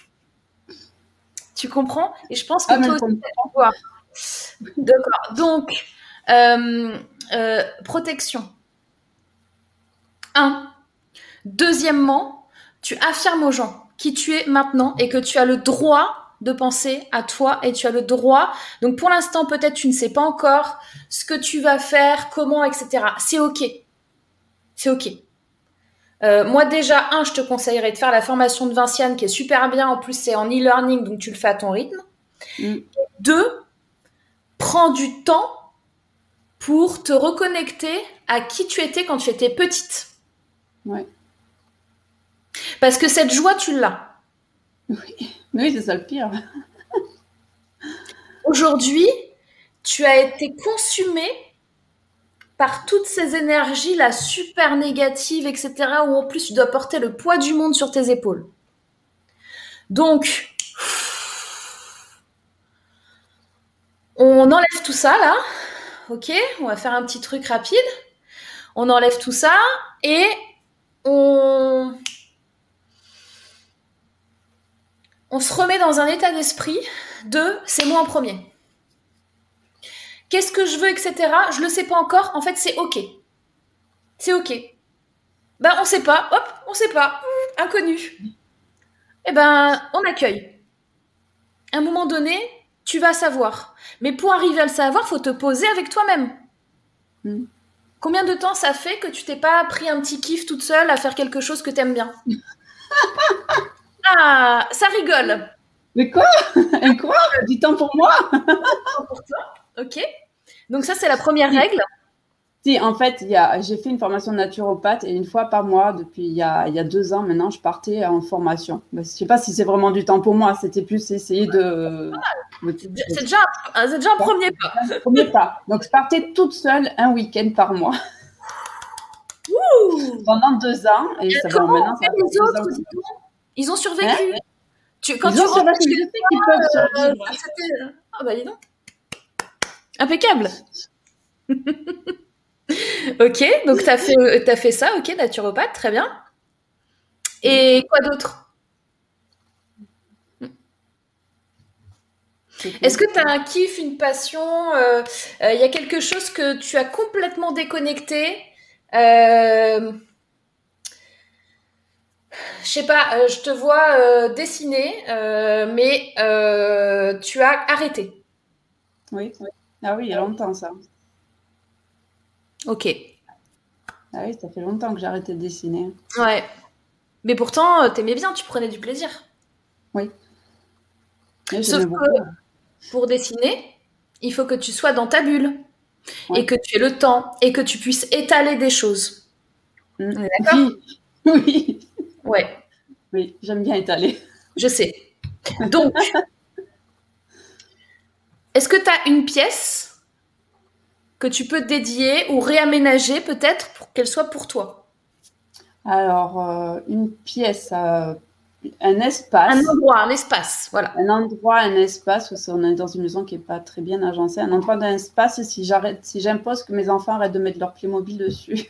Tu comprends? Et je pense que ah, toi aussi, tu vas voir. D'accord. Donc, euh, euh, protection. Un. Deuxièmement, tu affirmes aux gens qui tu es maintenant et que tu as le droit de penser à toi et tu as le droit. Donc, pour l'instant, peut-être tu ne sais pas encore ce que tu vas faire, comment, et cetera. C'est OK. C'est OK. Euh, moi, déjà, un, je te conseillerais de faire la formation de Vinciane qui est super bien. En plus, c'est en e-learning, donc tu le fais à ton rythme. Mm. Deux, prends du temps pour te reconnecter à qui tu étais quand tu étais petite. Ouais. Parce que cette joie, tu l'as. Oui, oui, c'est ça le pire. Aujourd'hui, tu as été consumée par toutes ces énergies-là super négatives, et cetera, où en plus tu dois porter le poids du monde sur tes épaules. Donc, on enlève tout ça là. Ok, on va faire un petit truc rapide. On enlève tout ça et on, on se remet dans un état d'esprit de c'est moi en premier. Qu'est-ce que je veux, et cetera. Je le sais pas encore. En fait, c'est ok. C'est ok. Ben, on sait pas. Hop, on sait pas. Inconnu. Eh ben, on accueille. À un moment donné, tu vas savoir. Mais pour arriver à le savoir, faut te poser avec toi-même. Mm. Combien de temps ça fait que tu t'es pas pris un petit kiff toute seule à faire quelque chose que t'aimes bien? Ah, ça rigole. Mais quoi? Et quoi? Du temps pour moi? Pour toi, ok. Donc ça, c'est la première règle. Si, en fait, il y a, j'ai fait une formation de naturopathe et une fois par mois, depuis il y a, il y a deux ans maintenant, je partais en formation. Ben, je ne sais pas si c'est vraiment du temps pour moi, c'était plus essayer de... C'est déjà, c'est déjà, un, c'est déjà un premier pas. Un premier pas. Donc, je partais toute seule un week-end par mois. Ouh. Pendant deux ans. Et, et ça va maintenant, ça les fait autres, deux ans. Ils ont survécu. Hein? Tu, quand ils tu ont survécu, je sais qu'ils peuvent survivre. Euh, c'était... Ah bah dis donc. Impeccable. Ok, donc t'as fait, t'as fait ça, ok, naturopathe, très bien. Et quoi d'autre? Est-ce que tu as un kiff, une passion, il euh, euh, y a quelque chose que tu as complètement déconnecté? euh, Je sais pas, euh, je te vois euh, dessiner, euh, mais euh, tu as arrêté. Oui, oui. Ah oui, il y a longtemps ça. Ok. Ah oui, ça fait longtemps que j'ai arrêté de dessiner. Ouais. Mais pourtant, t'aimais bien, tu prenais du plaisir. Oui. Et sauf que pour dessiner, il faut que tu sois dans ta bulle. Ouais. Et que tu aies le temps et que tu puisses étaler des choses. Mmh. On est d'accord? Oui. Ouais. Oui, j'aime bien étaler. Je sais. Donc, est-ce que tu as une pièce que tu peux dédier ou réaménager peut-être pour qu'elle soit pour toi? Alors, euh, une pièce, euh, un espace. Un endroit, un espace, voilà. Un endroit, un espace, parce qu'on est dans une maison qui n'est pas très bien agencée. Un endroit d'un espace, si j'arrête, si j'impose que mes enfants arrêtent de mettre leur Playmobil dessus.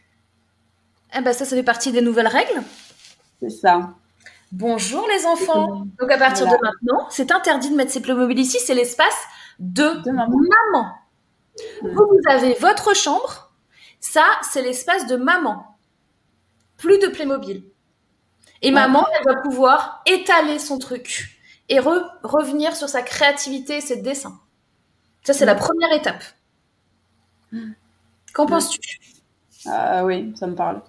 Eh ben ça, ça fait partie des nouvelles règles. C'est ça. Bonjour les enfants. Donc à partir voilà. de maintenant, c'est interdit de mettre ses Playmobil ici, c'est l'espace de, de maman. maman. Mmh. Vous, vous avez votre chambre, ça, c'est l'espace de maman. Plus de Playmobil. Et ouais. maman, elle va pouvoir étaler son truc et re- revenir sur sa créativité et ses dessins. Ça, c'est mmh. la première étape. Qu'en mmh. penses-tu? Ah oui, ça me parle.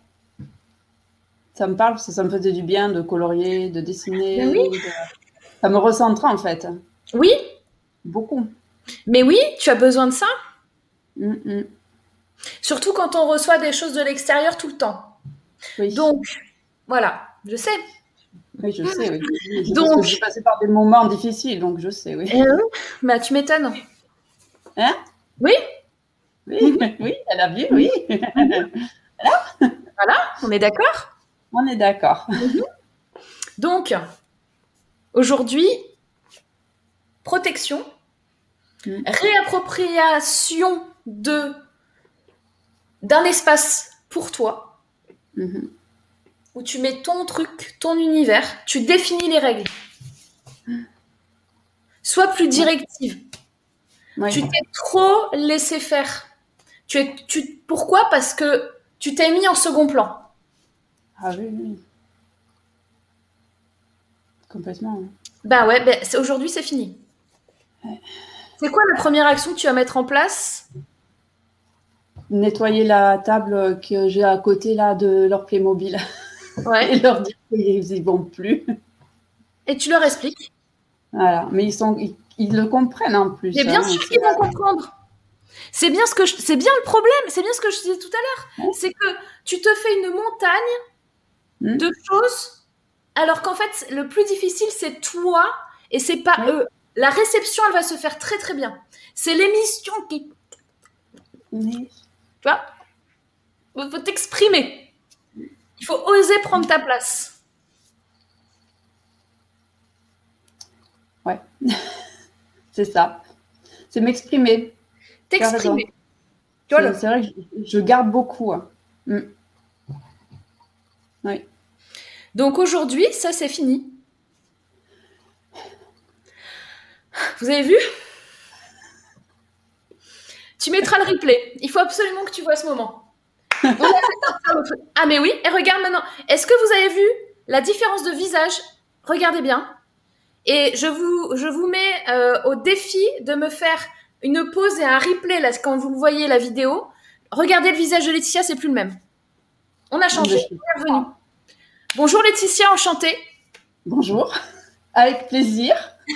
Ça me parle parce que ça me faisait du bien de colorier, de dessiner. Oui. De... Ça me recentrait en fait. Oui. Beaucoup. Mais oui, tu as besoin de ça. Mm-mm. Surtout quand on reçoit des choses de l'extérieur tout le temps. Oui. Donc, voilà, je sais. Oui, je sais, oui. Je donc, pense que j'ai passé par des moments difficiles, donc je sais, oui. Euh, bah, tu m'étonnes. Hein? Oui. Oui, oui, elle a vu, oui. Voilà. Voilà, on est d'accord? On est d'accord. Mm-hmm. Donc, aujourd'hui, protection, mm. réappropriation de, d'un espace pour toi, mm-hmm. où tu mets ton truc, ton univers, tu définis les règles. Sois plus directive. Oui. Tu t'es trop laissé faire. Tu es, tu, pourquoi? Parce que tu t'es mis en second plan. Ah oui, oui. Complètement. Oui. Ben ouais, ben c'est, aujourd'hui c'est fini. Ouais. C'est quoi la première action que tu vas mettre en place? Nettoyer la table que j'ai à côté là de leur Playmobil. Ouais. Et leur dire qu'ils n'y vont plus. Et tu leur expliques. Voilà, mais ils, sont, ils, ils le comprennent en plus. Mais bien hein, sûr qu'ils vont comprendre. C'est bien, ce que je, c'est bien le problème, c'est bien ce que je disais tout à l'heure. Ouais. C'est que tu te fais une montagne mmh. de choses, alors qu'en fait, le plus difficile, c'est toi et c'est pas oui. eux. La réception, elle va se faire très très bien. C'est l'émission qui... Oui. Tu vois ? Il faut t'exprimer. Il faut oser prendre ta place. Ouais, c'est ça. C'est m'exprimer. T'exprimer. C'est, c'est vrai que je, je garde beaucoup. Hein. Mm. Oui. Donc aujourd'hui, ça c'est fini. Vous avez vu? Tu mettras le replay. Il faut absolument que tu vois ce moment. Ah mais oui, et regarde maintenant. Est-ce que vous avez vu la différence de visage? Regardez bien. Et je vous, je vous mets euh, au défi de me faire une pause et un replay là, quand vous voyez la vidéo. Regardez le visage de Laetitia, c'est plus le même. On a changé. Bienvenue. Bonjour Laetitia, enchantée. Bonjour, avec plaisir.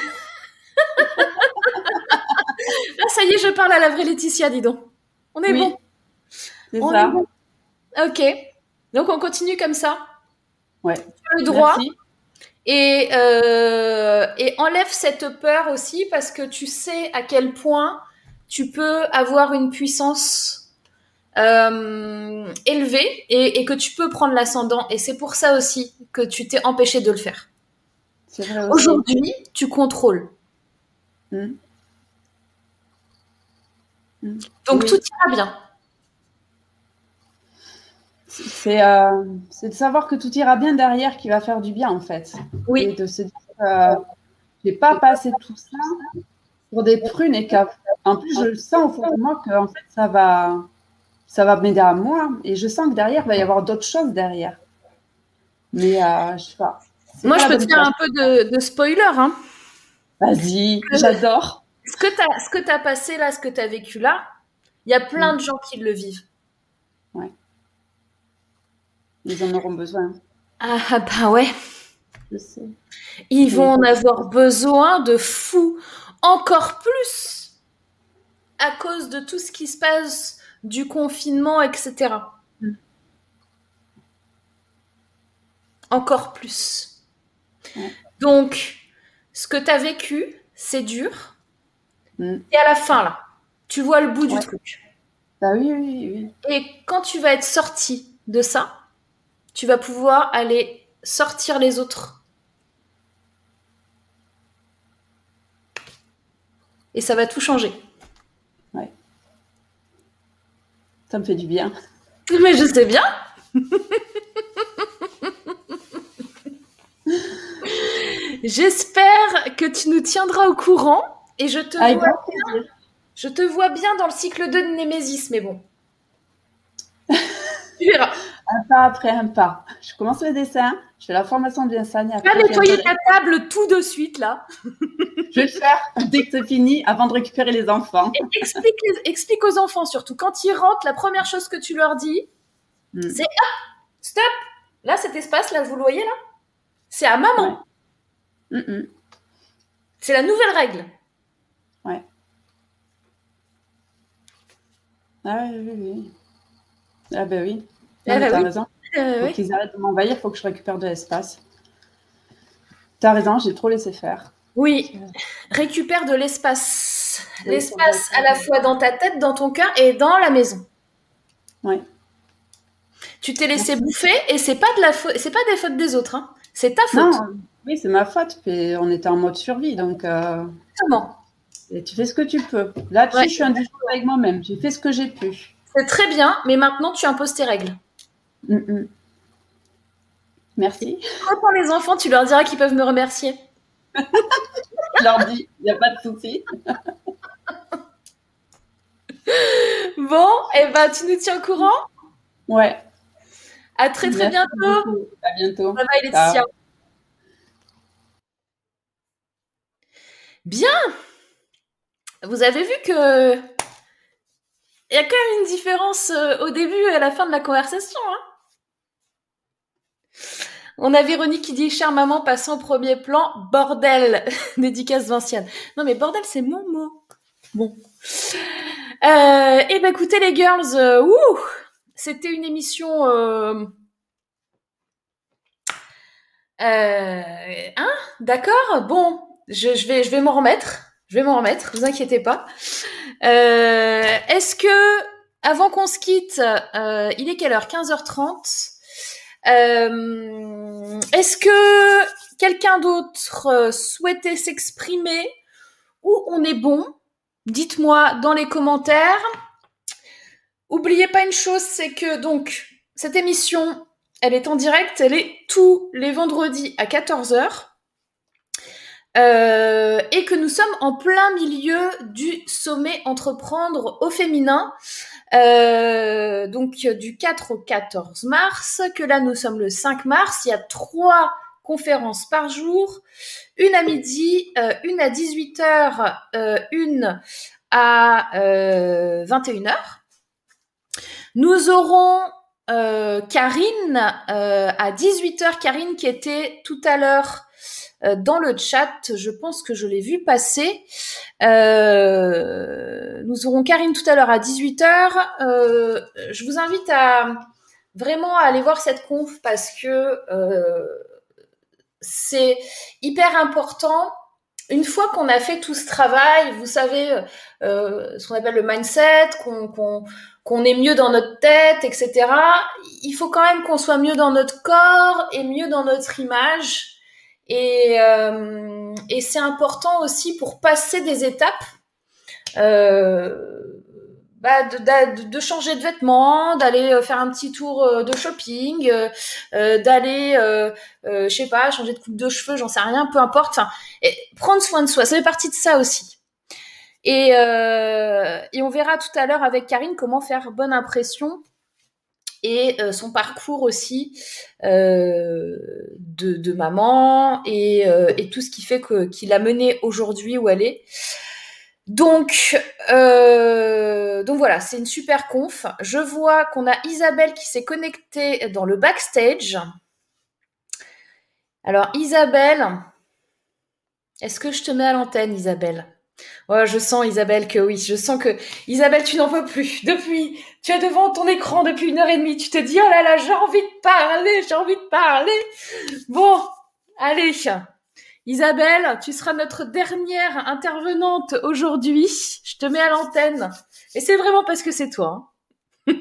Là, ça y est, je parle à la vraie Laetitia, dis donc. On est oui, bon. C'est on ça. Est bon. Ok. Donc on continue comme ça. Ouais. Le droit. Merci. Et, euh, et enlève cette peur aussi parce que tu sais à quel point tu peux avoir une puissance euh, élevée et, et que tu peux prendre l'ascendant. Et c'est pour ça aussi que tu t'es empêché de le faire. C'est vrai aussi. Aujourd'hui, tu contrôles. Mmh. Mmh. Donc oui. tout ira bien. C'est, euh, c'est de savoir que tout ira bien derrière qui va faire du bien en fait. Oui. Et de se dire que euh, je n'ai pas passé tout ça pour des prunes et qu'en plus je le sens au fond de moi que en fait, ça va, ça va m'aider à moi et je sens que derrière il va y avoir d'autres choses derrière. Mais euh, je sais pas. Moi je peux te faire un peu de, de spoiler. Hein. Vas-y, j'adore. Ce que tu as, ce que tu as passé là, ce que tu as vécu là, il y a plein mmh. de gens qui le vivent. Ouais. Ils en auront besoin. Ah bah ouais. Je sais. Ils vont en avoir besoin de fou. Encore plus à cause de tout ce qui se passe, du confinement, et cetera. Mm. Encore plus. Ouais. Donc, ce que tu as vécu, c'est dur. Mm. Et à la fin, là, tu vois le bout ouais. du truc. Bah oui, oui, oui. Et quand tu vas être sorti de ça, tu vas pouvoir aller sortir les autres. Et ça va tout changer. Ouais. Ça me fait du bien. Mais je sais bien. J'espère que tu nous tiendras au courant. Et je te, ah, vois bien, je te vois bien dans le cycle deux de Némésis, mais bon. Tu verras. Un pas après un pas. Je commence le dessin, je fais la formation de Vincent. Tu vas nettoyer ta table tout de suite, là. Je vais le faire dès que c'est fini, avant de récupérer les enfants. Et explique, explique aux enfants, surtout. Quand ils rentrent, la première chose que tu leur dis, mm. c'est « Ah, stop !» Là, cet espace, là, vous le voyez, là, c'est à maman. Ouais. Mm-mm. C'est la nouvelle règle. Ouais. Ah oui, oui, oui. Ah ben oui. Ah bah t'as oui. raison. Euh, faut oui. qu'ils arrêtent de m'envahir, il faut que je récupère de l'espace. T'as raison, j'ai trop laissé faire. Oui, récupère de l'espace. Oui, l'espace à la fois dans ta tête, dans ton cœur et dans la maison. Oui. Tu t'es laissé Merci. bouffer et c'est pas de la faute, c'est pas des fautes des autres, hein. C'est ta faute. Non, oui, c'est ma faute. Puis on était en mode survie, donc. Euh... Comment ? Et tu fais ce que tu peux. Là-dessus, ouais. je suis indigente avec moi-même. J'ai fait ce que j'ai pu. C'est très bien, mais maintenant tu imposes tes règles. Mm-mm. Merci. Quand les enfants, tu leur diras qu'ils peuvent me remercier. Je leur dis, il n'y a pas de souci. Bon, et eh ben tu nous tiens au courant ? Ouais. À très très Merci bientôt. Beaucoup. À bientôt. Bye bye Laetitia. Bien. Vous avez vu que il y a quand même une différence au début et à la fin de la conversation, hein. On a Véronique qui dit « Chère maman, passons au premier plan, bordel !» Dédicace Vinciane. Non mais bordel, c'est mon mot. Bon. Euh, eh ben écoutez les girls, euh, ouh, c'était une émission... Euh, euh, hein, d'accord, bon, je, je vais, je vais m'en remettre. Je vais m'en remettre, vous inquiétez pas. Euh, est-ce que, avant qu'on se quitte, euh, il est quelle heure ? quinze heures trente. Euh, est-ce que quelqu'un d'autre euh, souhaitait s'exprimer ou on est bon? Dites-moi dans les commentaires. Oubliez pas une chose, c'est que donc cette émission, elle est en direct, elle est tous les vendredis à quatorze heures. Euh, et que nous sommes en plein milieu du sommet Entreprendre au féminin, euh, donc du quatre au quatorze mars, que là nous sommes le cinq mars. Il y a trois conférences par jour, une à midi, euh, une à dix-huit heures, euh, une à euh, vingt et une heures. Nous aurons euh, Karine euh, à dix-huit heures, Karine qui était tout à l'heure dans le chat, je pense que je l'ai vu passer. Euh, nous aurons Karine tout à l'heure à dix-huit heures. Euh, je vous invite à vraiment à aller voir cette conf parce que euh, c'est hyper important. Une fois qu'on a fait tout ce travail, vous savez, euh, ce qu'on appelle le mindset, qu'on, qu'on, qu'on est mieux dans notre tête, et cetera. Il faut quand même qu'on soit mieux dans notre corps et mieux dans notre image. Et, euh, et c'est important aussi pour passer des étapes, euh, bah de, de, de changer de vêtements, d'aller faire un petit tour de shopping, euh, d'aller, euh, euh, je sais pas, changer de coupe de cheveux, j'en sais rien, peu importe. Enfin, et prendre soin de soi, ça fait partie de ça aussi. Et, euh, et on verra tout à l'heure avec Karine comment faire bonne impression. Et euh, son parcours aussi euh, de, de maman et, euh, et tout ce qui fait que, qu'il a mené aujourd'hui où elle est. Donc, euh, donc voilà, c'est une super conf. Je vois qu'on a Isabelle qui s'est connectée dans le backstage. Alors Isabelle, est-ce que je te mets à l'antenne, Isabelle ? Ouais, je sens, Isabelle, que oui. Je sens que, Isabelle, tu n'en peux plus. Depuis, tu es devant ton écran depuis une heure et demie. Tu te dis, oh là là, j'ai envie de parler, j'ai envie de parler. Bon, allez. Isabelle, tu seras notre dernière intervenante aujourd'hui. Je te mets à l'antenne. Et c'est vraiment parce que c'est toi. Hein.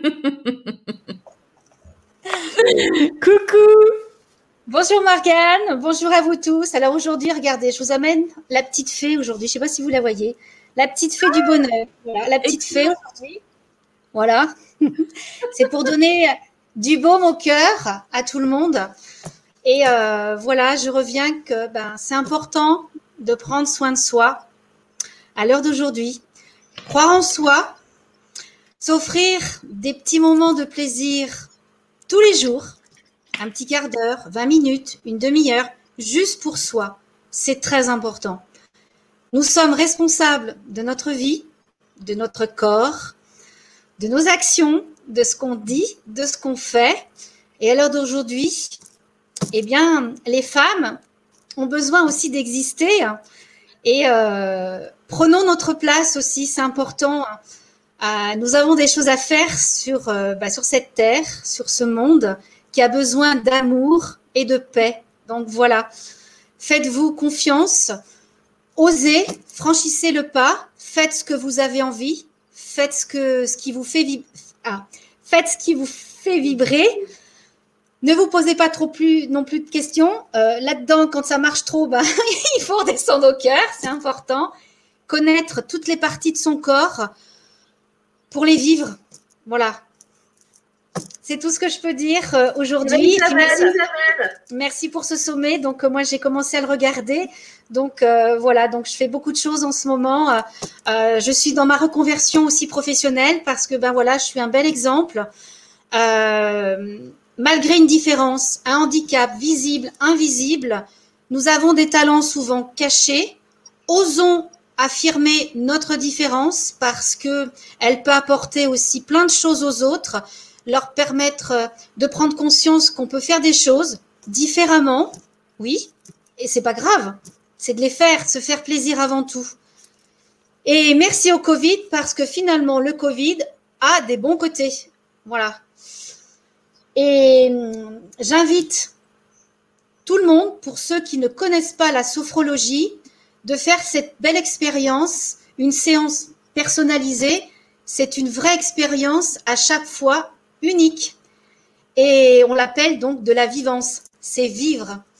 Coucou. Bonjour Morgane, bonjour à vous tous. Alors aujourd'hui, regardez, je vous amène la petite fée aujourd'hui. Je ne sais pas si vous la voyez. La petite fée ah, du bonheur. Voilà, la petite fée aujourd'hui. Voilà. C'est pour donner du baume au cœur à tout le monde. Et euh, voilà, je reviens que ben, c'est important de prendre soin de soi à l'heure d'aujourd'hui. Croire en soi, s'offrir des petits moments de plaisir tous les jours. Un petit quart d'heure, vingt minutes, une demi-heure, juste pour soi. C'est très important. Nous sommes responsables de notre vie, de notre corps, de nos actions, de ce qu'on dit, de ce qu'on fait. Et à l'heure d'aujourd'hui, eh bien, les femmes ont besoin aussi d'exister. Et euh, prenons notre place aussi, c'est important. Euh, nous avons des choses à faire sur, euh, bah, sur cette terre, sur ce monde, qui a besoin d'amour et de paix. Donc voilà, faites-vous confiance, osez, franchissez le pas, faites ce que vous avez envie, faites ce, que, ce, qui, vous fait vib... ah, faites ce qui vous fait vibrer. Ne vous posez pas trop plus, non plus de questions. Euh, là-dedans, quand ça marche trop, ben, il faut redescendre au cœur, c'est important. Connaître toutes les parties de son corps pour les vivre. Voilà. C'est tout ce que je peux dire euh, aujourd'hui. Merci, merci pour ce sommet. Donc, euh, moi, j'ai commencé à le regarder. Donc, euh, voilà. Donc, je fais beaucoup de choses en ce moment. Euh, euh, je suis dans ma reconversion aussi professionnelle parce que, ben voilà, je suis un bel exemple. Euh, malgré une différence, un handicap visible, invisible, nous avons des talents souvent cachés. Osons affirmer notre différence parce que elle peut apporter aussi plein de choses aux autres. Leur permettre de prendre conscience qu'on peut faire des choses différemment, oui, et c'est pas grave, c'est de les faire, se faire plaisir avant tout. Et merci au Covid parce que finalement le Covid a des bons côtés, voilà. Et j'invite tout le monde, pour ceux qui ne connaissent pas la sophrologie, de faire cette belle expérience, une séance personnalisée. C'est une vraie expérience à chaque fois unique. Et on l'appelle donc de la vivance. C'est vivre.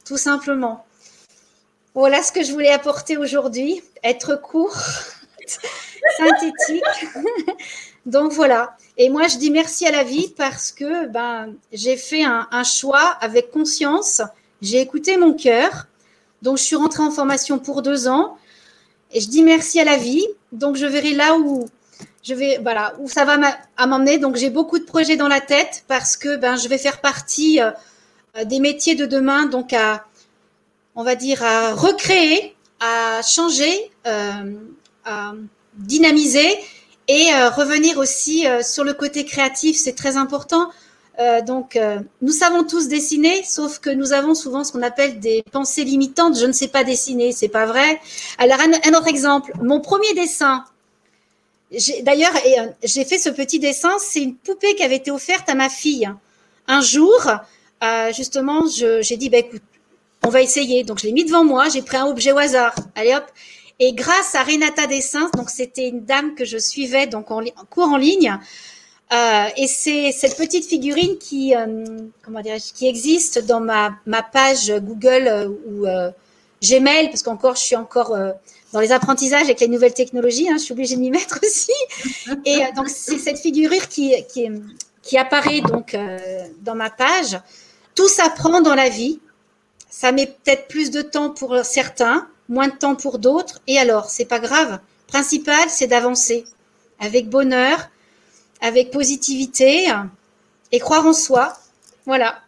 tout simplement. Voilà ce que je voulais apporter aujourd'hui, être court, synthétique. Donc voilà. Et moi, je dis merci à la vie parce que ben, j'ai fait un, un choix avec conscience. J'ai écouté mon cœur. Donc, je suis rentrée en formation pour deux ans. Et je dis merci à la vie. Donc, je verrai là où, je vais, voilà, où ça va m'emmener. Donc, j'ai beaucoup de projets dans la tête parce que ben, je vais faire partie euh, des métiers de demain. Donc, à, on va dire, à recréer, à changer, euh, à dynamiser et euh, revenir aussi euh, sur le côté créatif. C'est très important. Euh, donc, euh, nous savons tous dessiner, sauf que nous avons souvent ce qu'on appelle des pensées limitantes. Je ne sais pas dessiner, c'est pas vrai. Alors, un, un autre exemple. Mon premier dessin, j'ai, d'ailleurs, et, euh, j'ai fait ce petit dessin. C'est une poupée qui avait été offerte à ma fille. Un jour, euh, justement, je, j'ai dit, bah, écoute, on va essayer. Donc, je l'ai mis devant moi. J'ai pris un objet au hasard. Allez hop. Et grâce à Renata Dessins, donc c'était une dame que je suivais donc en, en cours en ligne. Euh, et c'est cette petite figurine qui, euh, comment dirais-je, qui existe dans ma, ma page Google euh, ou euh, Gmail, parce qu'encore je suis encore euh, dans les apprentissages avec les nouvelles technologies, hein, je suis obligée de m'y mettre aussi. Et euh, donc c'est cette figurine qui, qui, qui apparaît donc euh, dans ma page. Tout s'apprend dans la vie. Ça met peut-être plus de temps pour certains, moins de temps pour d'autres. Et alors, c'est pas grave. Le principal, c'est d'avancer avec bonheur, avec positivité et croire en soi. Voilà.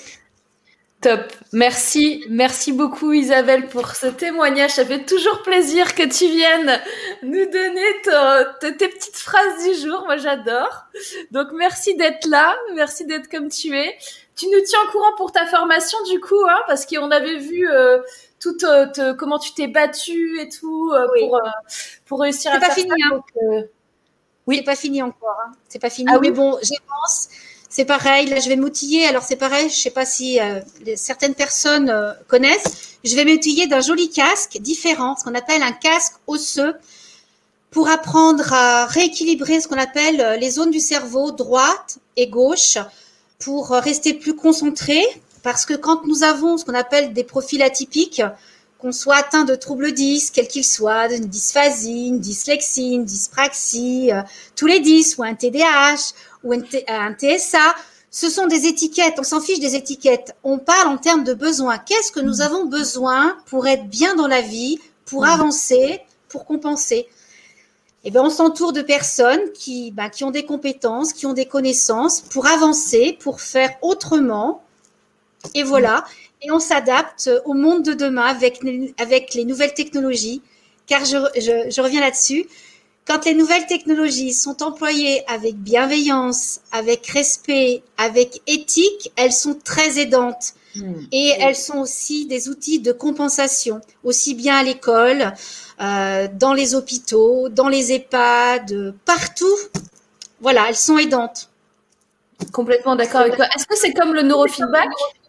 Top. Merci. Merci beaucoup Isabelle pour ce témoignage. Ça fait toujours plaisir que tu viennes nous donner ton, tes petites phrases du jour. Moi, j'adore. Donc, merci d'être là. Merci d'être comme tu es. Tu nous tiens au courant pour ta formation du coup, hein, parce qu'on avait vu euh, tout euh, te, comment tu t'es battue et tout euh, oui. pour, euh, pour réussir c'est à pas faire fini, ça. Hein. Donc, euh, oui, c'est pas fini encore. Hein. C'est pas fini, ah, mais oui bon, j'avance. C'est pareil. Là, je vais m'outiller. Alors, c'est pareil. Je sais pas si euh, les, certaines personnes euh, connaissent. Je vais m'outiller d'un joli casque différent, ce qu'on appelle un casque osseux, pour apprendre à rééquilibrer ce qu'on appelle les zones du cerveau droite et gauche, pour rester plus concentré. Parce que quand nous avons ce qu'on appelle des profils atypiques, qu'on soit atteint de troubles dys, quels qu'ils soient, d'une dysphasie, une dyslexie, une dyspraxie, euh, tous les dys, ou un T D A H, ou un, T- un T S A, ce sont des étiquettes, on s'en fiche des étiquettes. On parle en termes de besoins. Qu'est-ce que nous avons besoin pour être bien dans la vie, pour avancer, pour compenser ? Eh bien, on s'entoure de personnes qui, ben, qui ont des compétences, qui ont des connaissances pour avancer, pour faire autrement. Et voilà. Et on s'adapte au monde de demain avec, avec les nouvelles technologies. Car je, je, je reviens là-dessus. Quand les nouvelles technologies sont employées avec bienveillance, avec respect, avec éthique, elles sont très aidantes. Mmh. Et elles sont aussi des outils de compensation, aussi bien à l'école, euh, dans les hôpitaux, dans les EHPAD, partout. Voilà, elles sont aidantes. Complètement d'accord avec toi. Est-ce que c'est comme le neurofeedback ?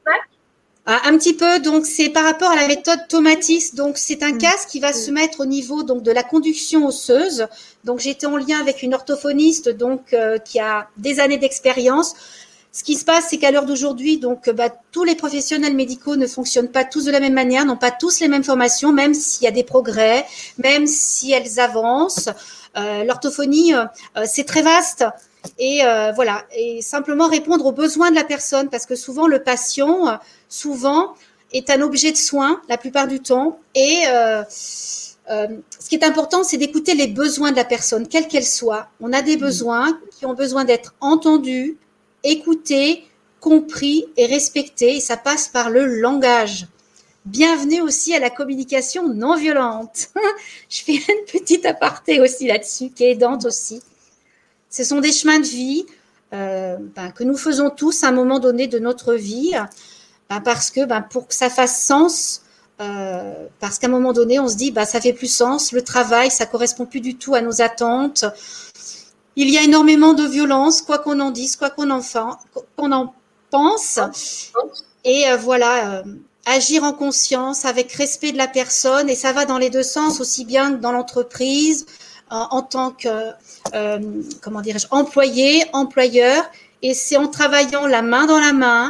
Un petit peu, donc c'est par rapport à la méthode Tomatis. Donc c'est un casque qui va se mettre au niveau donc de la conduction osseuse. Donc j'étais en lien avec une orthophoniste donc euh, qui a des années d'expérience. Ce qui se passe, c'est qu'à l'heure d'aujourd'hui, donc bah, tous les professionnels médicaux ne fonctionnent pas tous de la même manière, n'ont pas tous les mêmes formations, même s'il y a des progrès, même si elles avancent. Euh, l'orthophonie, euh, c'est très vaste. Et euh, voilà, et simplement répondre aux besoins de la personne, parce que souvent le patient, euh, souvent, est un objet de soin la plupart du temps. Et euh, euh, ce qui est important, c'est d'écouter les besoins de la personne, quelle qu'elle soit. On a des besoins qui ont besoin d'être entendus, écoutés, compris et respectés. Et ça passe par le langage. Bienvenue aussi à la communication non violente. Je fais une petite aparté aussi là-dessus, qui est aidante aussi. Ce sont des chemins de vie euh, ben, que nous faisons tous à un moment donné de notre vie, ben, parce que ben, pour que ça fasse sens, euh, parce qu'à un moment donné, on se dit ben, ça fait plus sens, le travail, ça correspond plus du tout à nos attentes. Il y a énormément de violence, quoi qu'on en dise, quoi qu'on en, fa- qu'on en pense. Et euh, voilà, euh, agir en conscience, avec respect de la personne, et ça va dans les deux sens, aussi bien que dans l'entreprise, en tant que, euh, comment dirais-je, employé, employeur, et c'est en travaillant la main dans la main,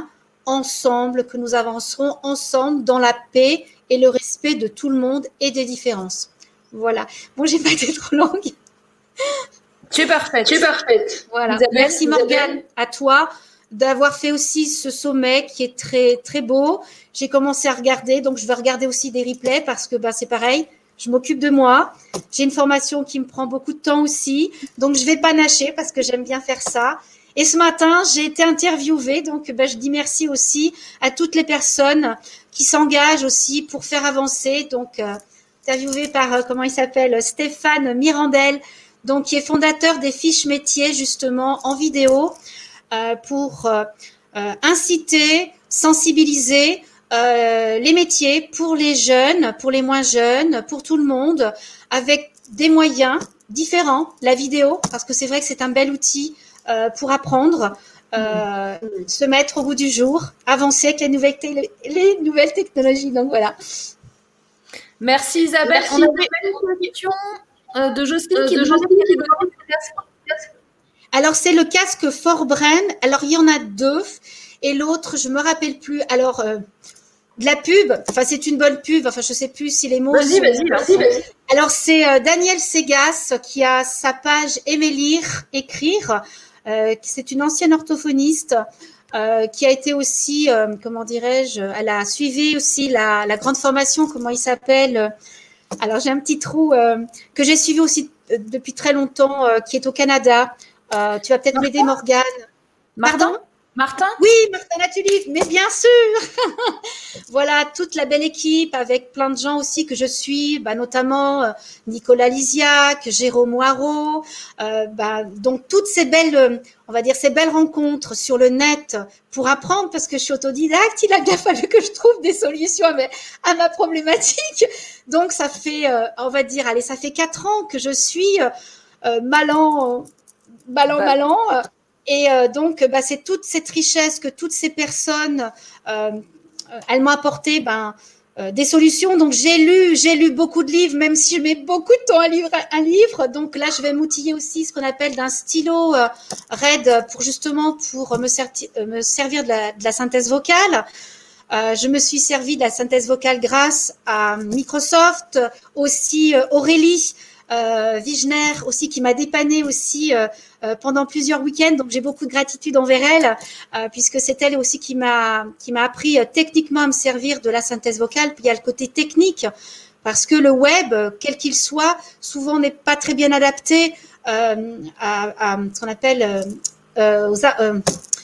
ensemble, que nous avancerons ensemble dans la paix et le respect de tout le monde et des différences. Voilà. Bon, j'ai pas été trop longue. Tu es parfaite. Tu es parfaite. Voilà. Isabelle, Merci Morgane, Isabelle. à toi d'avoir fait aussi ce sommet qui est très très beau. J'ai commencé à regarder, donc je vais regarder aussi des replays parce que bah, c'est pareil. Je m'occupe de moi. J'ai une formation qui me prend beaucoup de temps aussi, donc je vais pas nacher parce que j'aime bien faire ça. Et ce matin, j'ai été interviewée, donc ben, je dis merci aussi à toutes les personnes qui s'engagent aussi pour faire avancer. Donc, euh, interviewée par, euh, comment il s'appelle, Stéphane Mirandel, donc qui est fondateur des fiches métiers, justement, en vidéo, euh, pour euh, euh, inciter, sensibiliser euh, les métiers pour les jeunes, pour les moins jeunes, pour tout le monde, avec des moyens différents. La vidéo, parce que c'est vrai que c'est un bel outil Euh, pour apprendre, euh, mmh. se mettre au goût du jour, avancer avec les nouvelles, les nouvelles technologies. Donc voilà. Merci Isabelle. Merci. On avait une question euh, de Jocelyne euh, qui de demande Alors c'est le casque Forbrain. Alors il y en a deux et l'autre je me rappelle plus. Alors euh, de la pub. Enfin c'est une bonne pub. Enfin je sais plus si les mots. Vas-y, sont... vas-y, vas-y, vas-y. Alors c'est euh, Daniel Segas qui a sa page Aimer lire, écrire. Euh, c'est une ancienne orthophoniste euh, qui a été aussi, euh, comment dirais-je, elle a suivi aussi la, la grande formation, comment il s'appelle. Alors j'ai un petit trou euh, que j'ai suivi aussi euh, depuis très longtemps, euh, qui est au Canada. Euh, tu vas peut-être m'aider, Morgane. Pardon ? Martin ? Oui, Martin Latulippe, mais bien sûr. Voilà, toute la belle équipe avec plein de gens aussi que je suis, bah, notamment euh, Nicolas Lisiac, Jérôme Moirot, euh, bah, donc toutes ces belles, euh, on va dire ces belles rencontres sur le net pour apprendre parce que je suis autodidacte, il a bien fallu que je trouve des solutions à ma, à ma problématique. Donc ça fait, euh, on va dire, allez, ça fait quatre ans que je suis euh, euh, Malan, Malan, bah. Malan. Euh, Et euh, donc, bah, c'est toute cette richesse que toutes ces personnes, euh, elles m'ont apporté ben, euh, des solutions. Donc, j'ai lu, j'ai lu beaucoup de livres, même si je mets beaucoup de temps à lire un livre. Donc là, je vais m'outiller aussi ce qu'on appelle d'un stylo euh, raide pour justement pour me, serti- me servir de la, de la synthèse vocale. Euh, je me suis servi de la synthèse vocale grâce à Microsoft, aussi euh, Aurélie euh, Wigner aussi qui m'a dépanné aussi euh, euh, pendant plusieurs week-ends. Donc j'ai beaucoup de gratitude envers elle euh, puisque c'est elle aussi qui m'a qui m'a appris euh, techniquement à me servir de la synthèse vocale. Puis il y a le côté technique parce que le web, quel qu'il soit, souvent n'est pas très bien adapté euh, à, à ce qu'on appelle euh, euh, aux euh,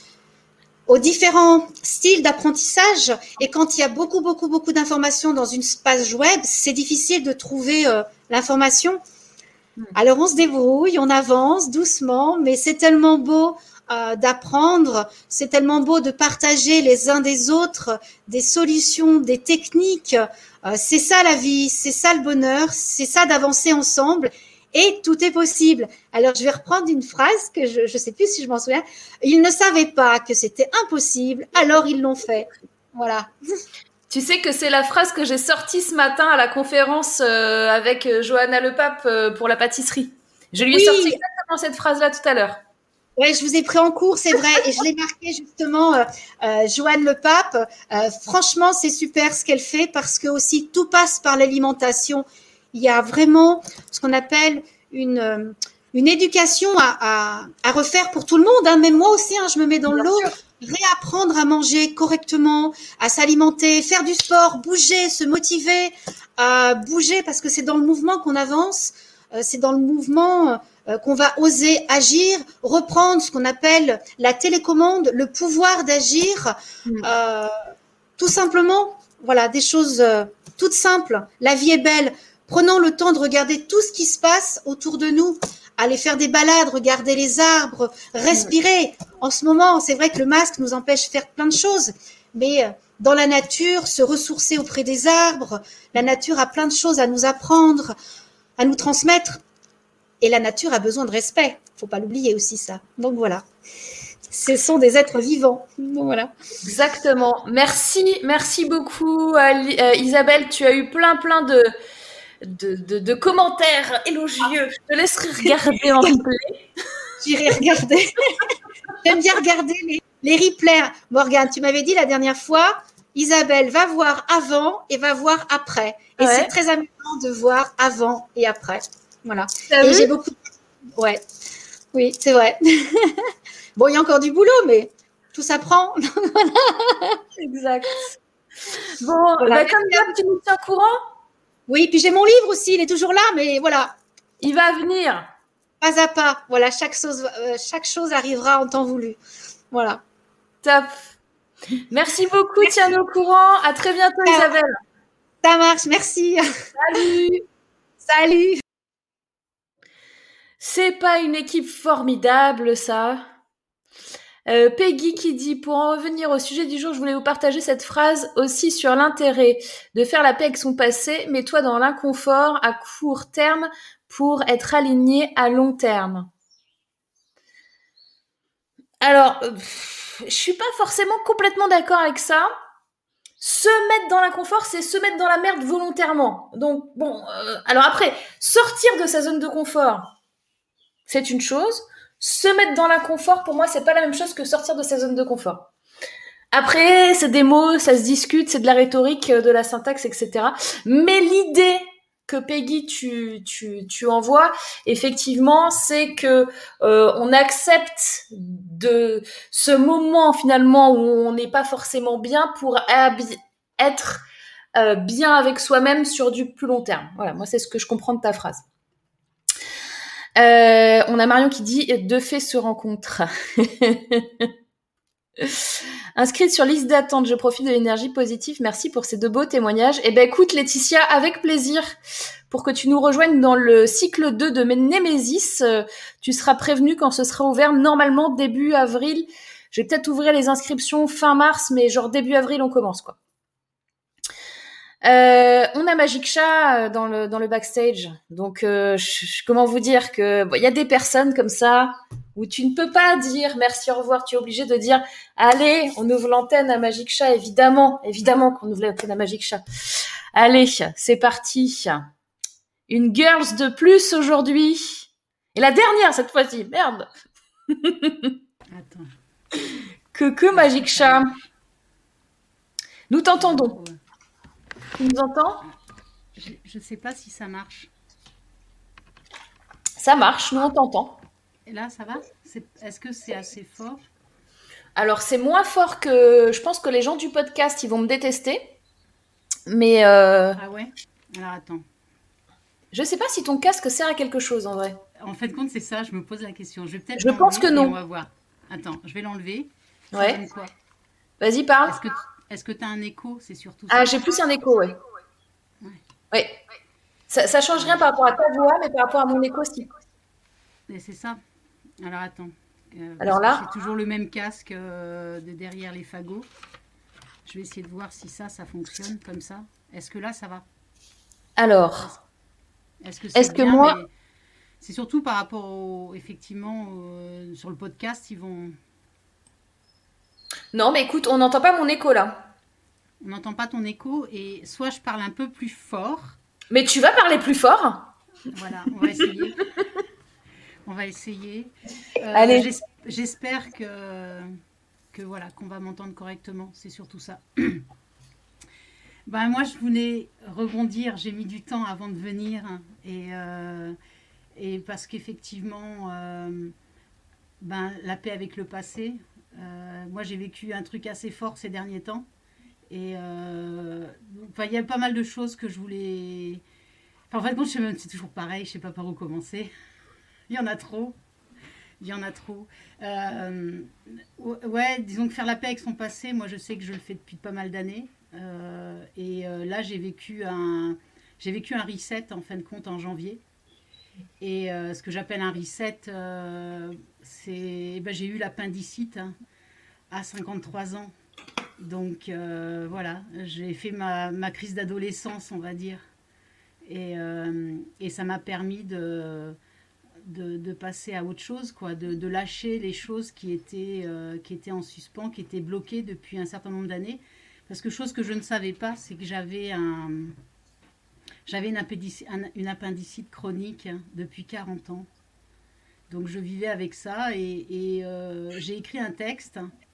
aux différents styles d'apprentissage. Et quand il y a beaucoup, beaucoup, beaucoup d'informations dans une page web, c'est difficile de trouver euh, l'information. Alors, on se débrouille, on avance doucement, mais c'est tellement beau euh, d'apprendre, c'est tellement beau de partager les uns des autres des solutions, des techniques. Euh, c'est ça la vie, c'est ça le bonheur, c'est ça d'avancer ensemble. Et tout est possible. Alors, je vais reprendre une phrase que je ne sais plus si je m'en souviens. Ils ne savaient pas que c'était impossible, alors ils l'ont fait. Voilà. Tu sais que c'est la phrase que j'ai sortie ce matin à la conférence euh, avec euh, Johanna Lepape euh, pour la pâtisserie. Je lui ai oui. sorti exactement cette phrase-là tout à l'heure. Oui, je vous ai pris en cours, c'est vrai. Et je l'ai marqué justement, euh, euh, Johanne Lepape. Euh, franchement, c'est super ce qu'elle fait parce que aussi tout passe par l'alimentation. Il y a vraiment ce qu'on appelle une, une éducation à, à, à refaire pour tout le monde. Hein. Même moi aussi, hein, je me mets dans Bien l'eau. Sûr. Réapprendre à manger correctement, à s'alimenter, faire du sport, bouger, se motiver, à bouger parce que c'est dans le mouvement qu'on avance. Euh, c'est dans le mouvement euh, qu'on va oser agir, reprendre ce qu'on appelle la télécommande, le pouvoir d'agir. Mmh. Euh, tout simplement, voilà, des choses euh, toutes simples. La vie est belle. Prenons le temps de regarder tout ce qui se passe autour de nous, aller faire des balades, regarder les arbres, respirer. En ce moment, c'est vrai que le masque nous empêche de faire plein de choses, mais dans la nature, se ressourcer auprès des arbres, la nature a plein de choses à nous apprendre, à nous transmettre. Et la nature a besoin de respect. Il ne faut pas l'oublier aussi, ça. Donc voilà. Ce sont des êtres vivants. Donc voilà. Exactement. Merci, merci beaucoup, euh, Isabelle. Tu as eu plein, plein de... De, de, de commentaires élogieux. Je te laisserai regarder en replay. J'irai regarder. J'aime bien regarder les, Les replays, Morgane, tu m'avais dit la dernière fois, Isabelle va voir avant et va voir après. Et Ouais. c'est très amusant de voir avant et après. Voilà. T'as Et vu j'ai beaucoup. Ouais. Oui, c'est vrai. Bon, il y a encore du boulot, mais tout s'apprend. Exact. Bon, Voilà. bah, comme d'hab, tu nous tiens au courant. Oui, puis j'ai mon livre aussi, il est toujours là, mais voilà, Il va venir. pas à pas. Voilà, chaque chose, euh, chaque chose arrivera en temps voulu. Voilà. Top. Merci beaucoup, tiens-nous au courant. À très bientôt, Ciao. Isabelle. Ça marche, merci. Salut. Salut. C'est pas une équipe formidable, ça. Euh, Peggy qui dit, pour en revenir au sujet du jour, je voulais vous partager cette phrase aussi sur l'intérêt de faire la paix avec son passé, mets-toi dans l'inconfort à court terme pour être aligné à long terme. Alors, pff, je suis pas forcément complètement d'accord avec ça. Se mettre dans l'inconfort, c'est se mettre dans la merde volontairement. Donc, bon, euh, alors après, sortir de sa zone de confort, c'est une chose. Se mettre dans l'inconfort, pour moi, c'est pas la même chose que sortir de sa zone de confort. Après, c'est des mots, ça se discute, c'est de la rhétorique, de la syntaxe, et cetera. Mais l'idée que Peggy, tu, tu, tu envoies, effectivement, c'est que euh, on accepte de ce moment finalement où on n'est pas forcément bien pour habi- être euh, bien avec soi-même sur du plus long terme. Voilà, moi c'est ce que je comprends de ta phrase. Euh, on a Marion qui dit « Deux faits se rencontrent ». Inscrite sur liste d'attente, je profite de l'énergie positive. Merci pour ces deux beaux témoignages. Eh ben écoute Laetitia, avec plaisir, pour que tu nous rejoignes dans le cycle deux de Némésis. Euh, tu seras prévenue quand ce sera ouvert, normalement début avril. Je vais peut-être ouvrir les inscriptions fin mars, mais genre début avril, on commence quoi. Euh, on a Magic Chat dans le dans le backstage, donc euh, je, je, comment vous dire que il bon, y a des personnes comme ça où tu ne peux pas dire merci au revoir, tu es obligé de dire allez, on ouvre l'antenne à Magic Chat, évidemment, évidemment qu'on ouvre l'antenne à Magic Chat. Allez, c'est parti. Une girls de plus aujourd'hui et la dernière cette fois-ci, merde. Attends. Coucou Magic Chat. Nous t'entendons. Tu nous entends ? Je ne sais pas si ça marche. Ça marche, nous on t'entend. Et là, ça va ? c'est... Est-ce que c'est assez fort ? Alors, c'est moins fort que... Je pense que les gens du podcast, ils vont me détester. Mais... Euh... Ah ouais ? Alors, attends. Je sais pas si ton casque sert à quelque chose, en vrai. En fait, compte, c'est ça, je me pose la question. Je vais peut-être Je pense que non. On va voir. Attends, je vais l'enlever. Ça ouais. donne quoi ? Vas-y, parle. Est-ce que... Est-ce que tu as un écho ? C'est surtout ah, ça. j'ai plus un écho, ouais. Ouais. ouais. Ça, ça change rien par rapport à ta voix, mais par rapport à mon écho aussi. Et c'est ça. Alors, attends. Euh, Alors là j'ai toujours le même casque euh, de derrière les fagots. Je vais essayer de voir si ça, ça fonctionne comme ça. Est-ce que là, ça va ? Alors Est-ce que, c'est est-ce que bien, moi... C'est surtout par rapport au... Effectivement, euh, sur le podcast, ils vont... Non, mais écoute, on n'entend pas mon écho, là. On n'entend pas ton écho et soit je parle un peu plus fort. Mais tu vas parler plus fort. Voilà, on va essayer. on va essayer. Euh, Allez. J'es- j'espère que, que voilà, qu'on va m'entendre correctement. C'est surtout ça. Ben, moi, je voulais rebondir. J'ai mis du temps avant de venir. Hein, et, euh, et parce qu'effectivement, euh, ben, la paix avec le passé. Euh, moi, j'ai vécu un truc assez fort ces derniers temps. Et euh, enfin, il y a pas mal de choses que je voulais. Enfin, en fait, bon, je sais même, c'est toujours pareil, je sais pas par où commencer. Il y en a trop. Il y en a trop. Euh, ouais, disons que faire la paix avec son passé, moi, je sais que je le fais depuis pas mal d'années. Euh, et euh, là, j'ai vécu un, j'ai vécu un reset en fin de compte en janvier. Et euh, ce que j'appelle un reset, euh, c'est, ben, j'ai eu l'appendicite hein, à cinquante-trois ans. Donc euh, voilà, j'ai fait ma, ma crise d'adolescence, on va dire. Et, euh, et ça m'a permis de, de, de passer à autre chose, quoi, de, de lâcher les choses qui étaient, euh, qui étaient en suspens, qui étaient bloquées depuis un certain nombre d'années. Parce que chose que je ne savais pas, c'est que j'avais, un, j'avais une, appendicite, une appendicite chronique depuis quarante ans. Donc je vivais avec ça et, et euh, j'ai écrit un texte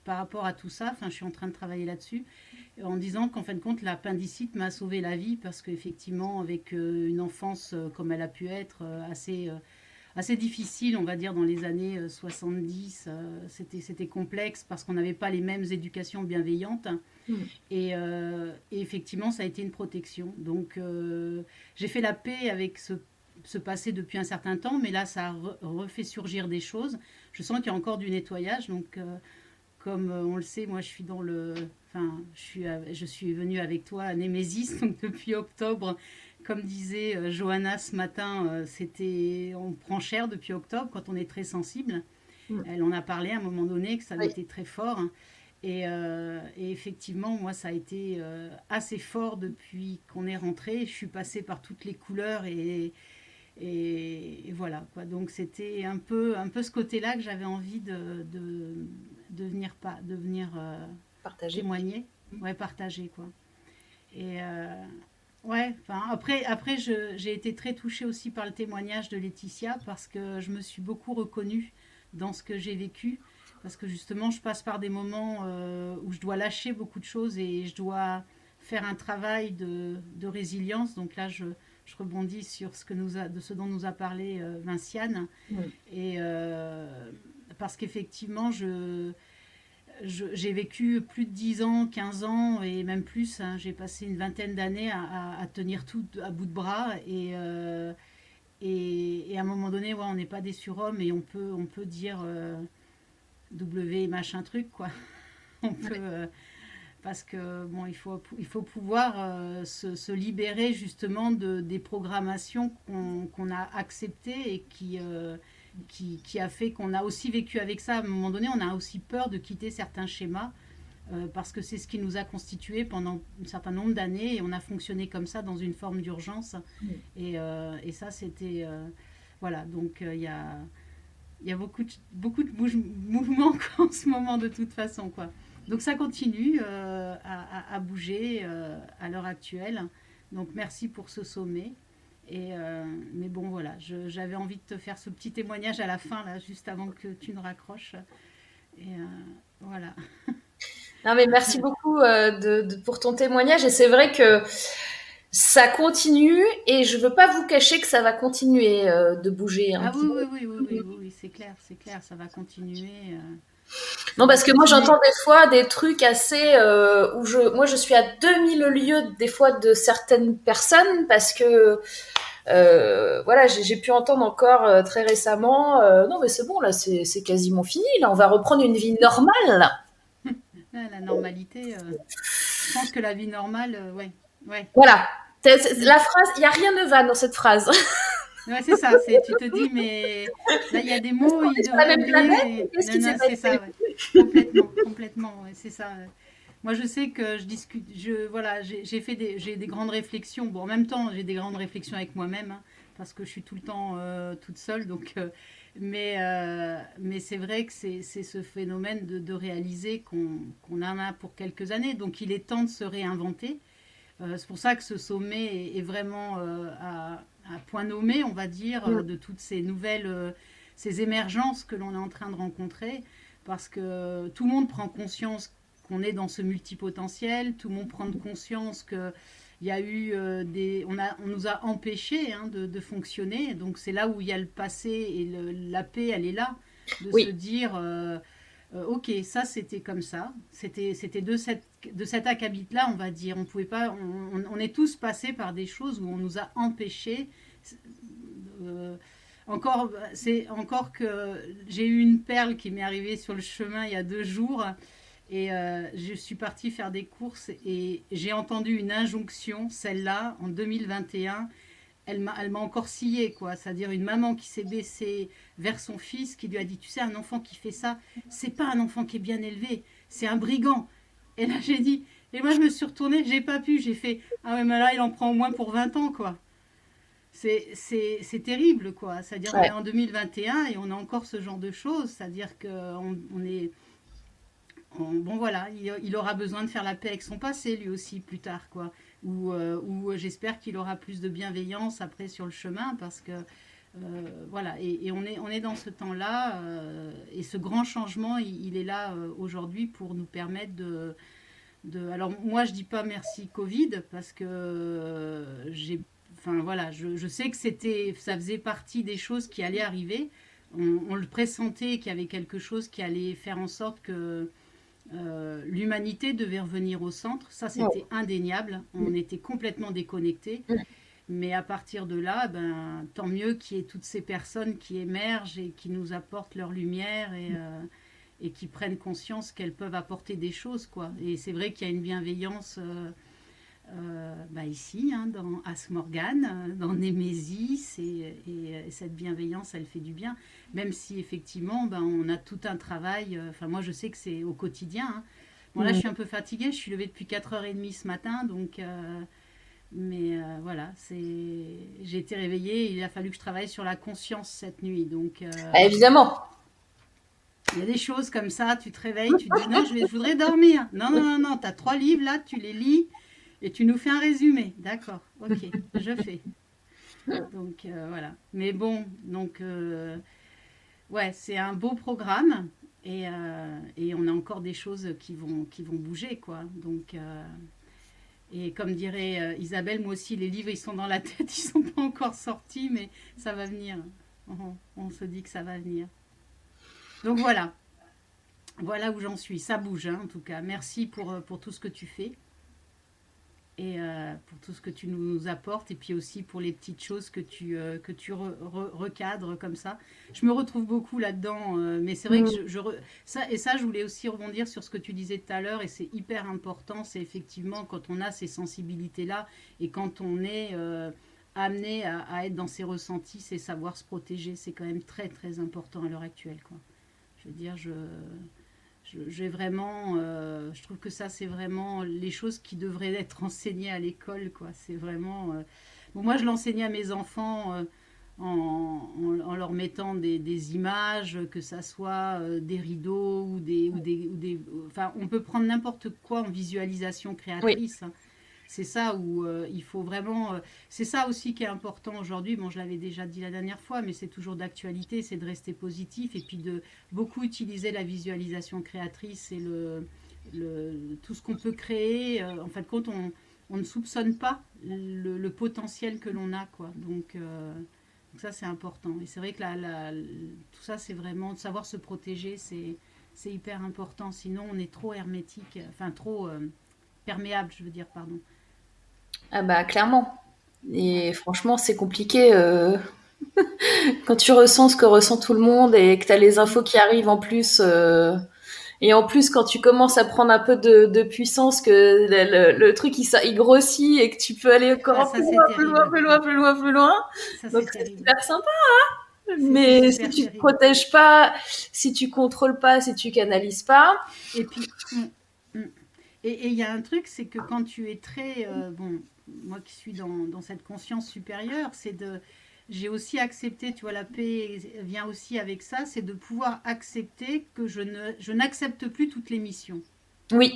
par rapport à tout ça. Enfin, je suis en train de travailler là-dessus, en disant qu'en fin de compte, l'appendicite m'a sauvé la vie parce qu'effectivement, avec euh, une enfance euh, comme elle a pu être, euh, assez, euh, assez difficile, on va dire, dans les années euh, soixante-dix, euh, c'était, c'était complexe parce qu'on n'avait pas les mêmes éducations bienveillantes. Mm. Et, euh, et effectivement, ça a été une protection. Donc, euh, j'ai fait la paix avec ce, ce passé depuis un certain temps, mais là, ça a re- refait surgir des choses. Je sens qu'il y a encore du nettoyage, donc... euh, comme euh, on le sait, moi je suis dans le, enfin, je suis, à- je suis venue avec toi à Némésis, donc depuis octobre, comme disait euh, Johanna ce matin, euh, c'était, on prend cher depuis octobre quand on est très sensible. Mm. Elle en a parlé à un moment donné que ça avait Oui. été très fort. Et, euh, et effectivement, moi, ça a été euh, assez fort depuis qu'on est rentré. Je suis passée par toutes les couleurs et, et, et voilà, quoi. Donc c'était un peu, un peu ce côté-là que j'avais envie de, de, de venir, pas, de venir euh, Partager. témoigner, ouais, partager, quoi. Et euh, ouais, enfin, après, après je- j'ai été très touchée aussi par le témoignage de Laetitia parce que je me suis beaucoup reconnue dans ce que j'ai vécu. Parce que justement, je passe par des moments euh, où je dois lâcher beaucoup de choses et je dois faire un travail de, de résilience. Donc là, je, je rebondis sur ce, que nous a, de ce dont nous a parlé euh, Vinciane. Mm. Et euh, parce qu'effectivement, je, je- j'ai vécu plus de dix ans, quinze ans et même plus, hein. J'ai passé une vingtaine d'années à, à- à tenir tout à bout de bras. Et, euh, et, et à un moment donné, ouais, on n'est pas des surhommes et on peut, on peut dire euh, W machin truc, quoi. On peut. euh, parce que bon, il faut, il faut pouvoir euh, se, se libérer justement de, des programmations qu'on qu'on a acceptées et qui, euh, qui, qui a fait qu'on a aussi vécu avec ça. À un moment donné, on a aussi peur de quitter certains schémas euh, parce que c'est ce qui nous a constitué pendant un certain nombre d'années et on a fonctionné comme ça dans une forme d'urgence. Mm. Et, euh, et ça, c'était... euh, voilà, donc euh, il y a... Il y a beaucoup de, beaucoup de bouge- mouvements quoi, en ce moment de toute façon, quoi. Donc ça continue euh, à, à- à bouger euh, à l'heure actuelle. Donc merci pour ce sommet. Et, euh, mais bon, voilà, je- j'avais envie de te faire ce petit témoignage à la fin, là, juste avant que tu ne raccroches. Et euh, voilà. Non, mais merci beaucoup euh, de, de- pour ton témoignage. Et c'est vrai que ça continue et je veux pas vous cacher que ça va continuer euh, de bouger un Ah petit oui, peu. oui, oui, oui, oui, oui, oui, c'est clair, c'est clair, ça va continuer. euh, ça Non, va parce que moi continuer. j'entends des fois des trucs assez euh, où je, moi je suis à deux mille lieues des fois de certaines personnes parce que euh, voilà, j'ai j'ai pu entendre encore euh, très récemment, euh, non mais c'est bon là, c'est c'est quasiment fini là, on va reprendre une vie normale là. Ah, la normalité, euh, je pense que la vie normale, euh, ouais, ouais. Voilà. C'est- c'est- Mm. La phrase, il y a rien de vanne dans cette phrase. Ouais, c'est ça, c'est, tu te dis, mais là, il y a des mots, ils C'est pas la devraient même planète. oublier. Qu'est-ce Non, qui non, s'est c'est ça, passé? ouais. Complètement, complètement, ouais, c'est ça. Moi, je sais que je discute, je, voilà, j'ai j'ai fait des, j'ai des grandes réflexions. Bon, en même temps, j'ai des grandes réflexions avec moi-même, hein, parce que je suis tout le temps euh, toute seule. Donc, euh, mais, euh, mais c'est vrai que c'est c'est ce phénomène de, de réaliser qu'on qu'on en a pour quelques années. Donc, il est temps de se réinventer. Euh, c'est pour ça que ce sommet est, est vraiment euh, à, à point nommé, on va dire, euh, de toutes ces nouvelles, euh, ces émergences que l'on est en train de rencontrer, parce que tout le monde prend conscience qu'on est dans ce multipotentiel, tout le monde prend conscience que il y a eu euh, des, on, a, on nous a empêchés hein, de, de fonctionner, donc c'est là où il y a le passé et le, la paix, elle est là, de Oui. se dire, euh, euh, ok, ça c'était comme ça, c'était c'était de, cette, de cet acabit-là, on va dire, on pouvait pas, on, on- on est tous passés par des choses où on nous a empêchés. euh, encore, c'est encore que j'ai eu une perle qui m'est arrivée sur le chemin il y a deux jours. Et euh, je suis partie faire des courses et j'ai entendu une injonction, celle-là, en deux mille vingt et un. Elle m'a, elle m'a encore scié, quoi. C'est-à-dire une maman qui s'est baissée vers son fils, qui lui a dit, tu sais, un enfant qui fait ça, c'est pas un enfant qui est bien élevé, c'est un brigand. Et là, j'ai dit, et moi, je me suis retournée, j'ai pas pu, j'ai fait, ah ouais, mais là, il en prend au moins pour vingt ans, quoi. C'est, c'est, c'est terrible, quoi. C'est-à-dire, on Ouais. est en deux mille vingt et un et on a encore ce genre de choses. C'est-à-dire qu'on on est, on- bon voilà, il, il aura besoin de faire la paix avec son passé lui aussi plus tard, quoi. Ou, euh, ou j'espère qu'il aura plus de bienveillance après sur le chemin parce que euh, voilà, et, et on, est, on est dans ce temps-là, euh, et ce grand changement, il, il est là euh, aujourd'hui pour nous permettre de, de... Alors moi, je dis pas merci Covid, parce que euh, j'ai... Enfin voilà, je, je sais que c'était, ça faisait partie des choses qui allaient arriver. On, on le pressentait qu'il y avait quelque chose qui allait faire en sorte que euh, l'humanité devait revenir au centre. Ça, c'était indéniable. On était complètement déconnectés. Mais à partir de là, ben, tant mieux qu'il y ait toutes ces personnes qui émergent et qui nous apportent leur lumière et, euh, et qui prennent conscience qu'elles peuvent apporter des choses, quoi. Et c'est vrai qu'il y a une bienveillance euh, euh, bah ici, hein, dans Ask Morgane, dans Némésis, et, et, et cette bienveillance, elle fait du bien. Même si effectivement, ben, on a tout un travail. Enfin, euh, moi, je sais que c'est au quotidien. Hein. Bon, là, je suis un peu fatiguée. Je suis levée depuis quatre heures trente ce matin, donc... Euh, Mais euh, voilà, c'est... j'ai été réveillée, il a fallu que je travaille sur la conscience cette nuit. Donc, euh, ah, évidemment. Il y a des choses comme ça, tu te réveilles, tu te dis non, je, vais, je voudrais dormir. Non, non, non, non, tu as trois livres là, tu les lis et tu nous fais un résumé. D'accord, ok, je fais. Donc euh, voilà. Mais bon, donc, euh, ouais, c'est un beau programme et, euh, et on a encore des choses qui vont, qui vont bouger, quoi. Donc. Euh, Et comme dirait euh, Isabelle, moi aussi, les livres, ils sont dans la tête, ils ne sont pas encore sortis, mais ça va venir. On, on se dit que ça va venir. Donc voilà. Voilà où j'en suis. Ça bouge, hein, en tout cas. Merci pour, pour tout ce que tu fais. Et euh, pour tout ce que tu nous apportes. Et puis aussi pour les petites choses que tu, euh, que tu re, re, recadres comme ça. Je me retrouve beaucoup là-dedans. Euh, mais c'est vrai mmh. que je... je re... ça, et ça, je voulais aussi rebondir sur ce que tu disais tout à l'heure. Et c'est hyper important. C'est effectivement quand on a ces sensibilités-là. Et quand on est euh, amené à, à être dans ces ressentis, c'est savoir se protéger. C'est quand même très, très important à l'heure actuelle, quoi. Je veux dire, je... J'ai vraiment, euh, je trouve que ça, c'est vraiment les choses qui devraient être enseignées à l'école, quoi. C'est vraiment... Euh... Bon, moi, je l'enseignais à mes enfants euh, en, en, en leur mettant des, des images, que ça soit euh, des rideaux ou des... Ou des, ou des enfin, on peut prendre n'importe quoi en visualisation créatrice. Oui. Hein. C'est ça où euh, il faut vraiment... Euh, c'est ça aussi qui est important aujourd'hui. Bon, je l'avais déjà dit la dernière fois, mais c'est toujours d'actualité, c'est de rester positif et puis de beaucoup utiliser la visualisation créatrice et le, le, tout ce qu'on peut créer. Euh, en fin de compte, on, on ne soupçonne pas le, le potentiel que l'on a, quoi. Donc, euh, donc ça, c'est important. Et c'est vrai que la, la, tout ça, c'est vraiment... De savoir se protéger, c'est, c'est hyper important. Sinon, on est trop hermétique, enfin, trop... Euh, perméable, je veux dire, pardon. Ah bah clairement. Et franchement, c'est compliqué euh... quand tu ressens ce que ressent tout le monde et que tu as les infos qui arrivent en plus. Euh... Et en plus, quand tu commences à prendre un peu de, de puissance, que le, le, le truc il, il grossit et que tu peux aller encore ah, ça, plus, loin, plus loin, plus loin, plus loin, plus loin. Ça, donc c'est super sympa, hein. Mais si tu te protèges pas, si tu contrôles pas, si tu canalises pas. Et puis... Mm, mm. Et il y a un truc, c'est que quand tu es très... Euh, bon, moi qui suis dans, dans cette conscience supérieure, c'est de... J'ai aussi accepté, tu vois, la paix vient aussi avec ça, c'est de pouvoir accepter que je, ne, je n'accepte plus toutes les missions. Oui.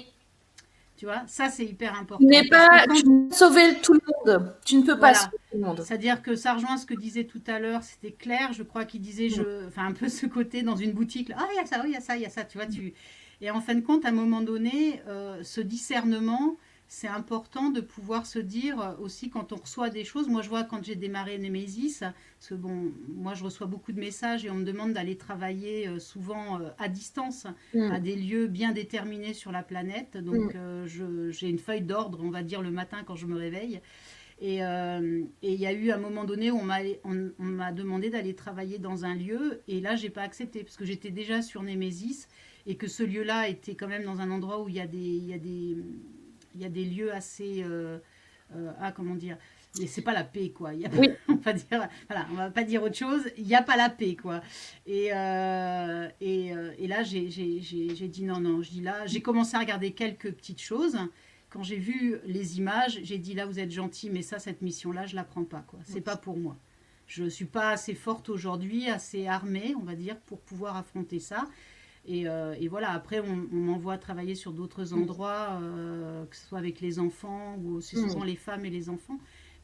Tu vois, ça c'est hyper important. Tu n'es pas... Quand... Tu ne peux sauver tout le monde. Tu ne peux pas voilà. sauver tout le monde. C'est-à-dire que ça rejoint ce que disait tout à l'heure, c'était clair, je crois qu'il disait, je... enfin un peu ce côté dans une boutique, ah, il y a ça, il y a ça, il y a ça, tu vois, tu... Et en fin de compte, à un moment donné, euh, ce discernement, c'est important de pouvoir se dire euh, aussi quand on reçoit des choses. Moi, je vois quand j'ai démarré Némésis, parce que bon, moi, je reçois beaucoup de messages et on me demande d'aller travailler euh, souvent euh, à distance, mmh. à des lieux bien déterminés sur la planète. Donc, mmh. euh, je, j'ai une feuille d'ordre, on va dire, le matin quand je me réveille. Et euh, il y a eu un moment donné où on m'a, on, on m'a demandé d'aller travailler dans un lieu. Et là, je n'ai pas accepté, parce que j'étais déjà sur Némésis. Et que ce lieu-là était quand même dans un endroit où il y a des, il y a des, il y a des lieux assez... Euh, euh, ah, comment dire, c'est pas la paix, quoi. Il y a pas, oui. on va dire, voilà, on va pas dire autre chose. Il n'y a pas la paix, quoi. Et, euh, et, euh, et là, j'ai, j'ai, j'ai, j'ai dit non, non. Je dis là, j'ai commencé à regarder quelques petites choses. Quand j'ai vu les images, j'ai dit là, vous êtes gentil, mais ça, cette mission-là, je la prends pas, quoi. C'est oui. pas pour moi. Je suis pas assez forte aujourd'hui, assez armée, on va dire, pour pouvoir affronter ça. Et, euh, et voilà, après, on, on m'envoie travailler sur d'autres endroits, euh, que ce soit avec les enfants, ou c'est souvent mmh. les femmes et les enfants.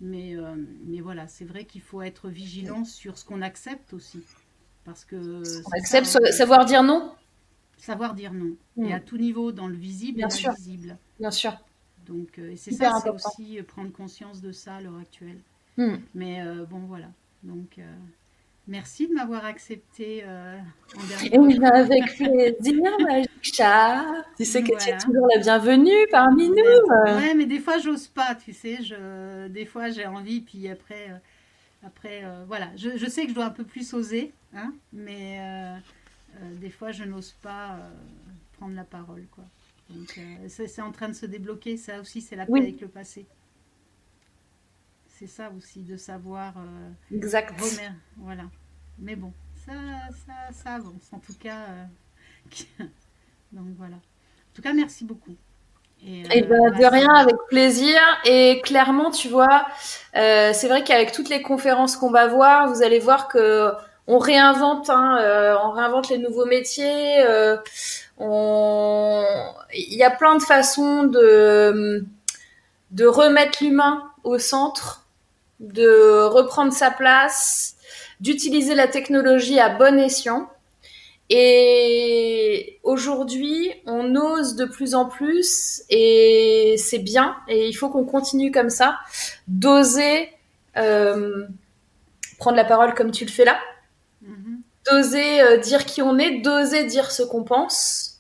Mais, euh, mais voilà, c'est vrai qu'il faut être vigilant sur ce qu'on accepte aussi. Parce que On c'est accepte ça, sa- savoir dire non. savoir dire non. Mm. Et à tout niveau, dans le visible Bien et sûr. l'invisible. Bien sûr. Donc, euh, et c'est Hyper ça, c'est important. aussi euh, prendre conscience de ça à l'heure actuelle. Mm. Mais euh, bon, voilà. Donc, euh, merci de m'avoir accepté euh, en dernier Et recours. bien, avec plaisir, Maïcha. Tu sais que tu es Voilà. toujours la bienvenue parmi nous. Mais- euh. ouais, mais des fois, j'ose pas, tu sais. Je, des fois, j'ai envie, puis après, euh, après euh, voilà. Je, je sais que je dois un peu plus oser, hein, mais euh, euh, des fois, je n'ose pas euh, prendre la parole, quoi. Donc, euh, c'est c'est en train de se débloquer. Ça aussi, c'est la paix Oui. avec le passé. C'est ça aussi, de savoir euh, Exact. remer- Voilà. Mais bon, ça, ça, ça avance. En tout cas, euh, donc voilà. En tout cas, merci beaucoup. Et, Et euh, ben, bah, de rien, c'est- avec plaisir. Et clairement, tu vois, euh, c'est vrai qu'avec toutes les conférences qu'on va voir, vous allez voir que on réinvente, hein, euh, on réinvente les nouveaux métiers. euh, on... Il y a plein de façons de de remettre l'humain au centre, de reprendre sa place, d'utiliser la technologie à bon escient. Et aujourd'hui, on ose de plus en plus et c'est bien et il faut qu'on continue comme ça, d'oser euh, prendre la parole comme tu le fais là, Mhm. d'oser euh, dire qui on est, d'oser dire ce qu'on pense.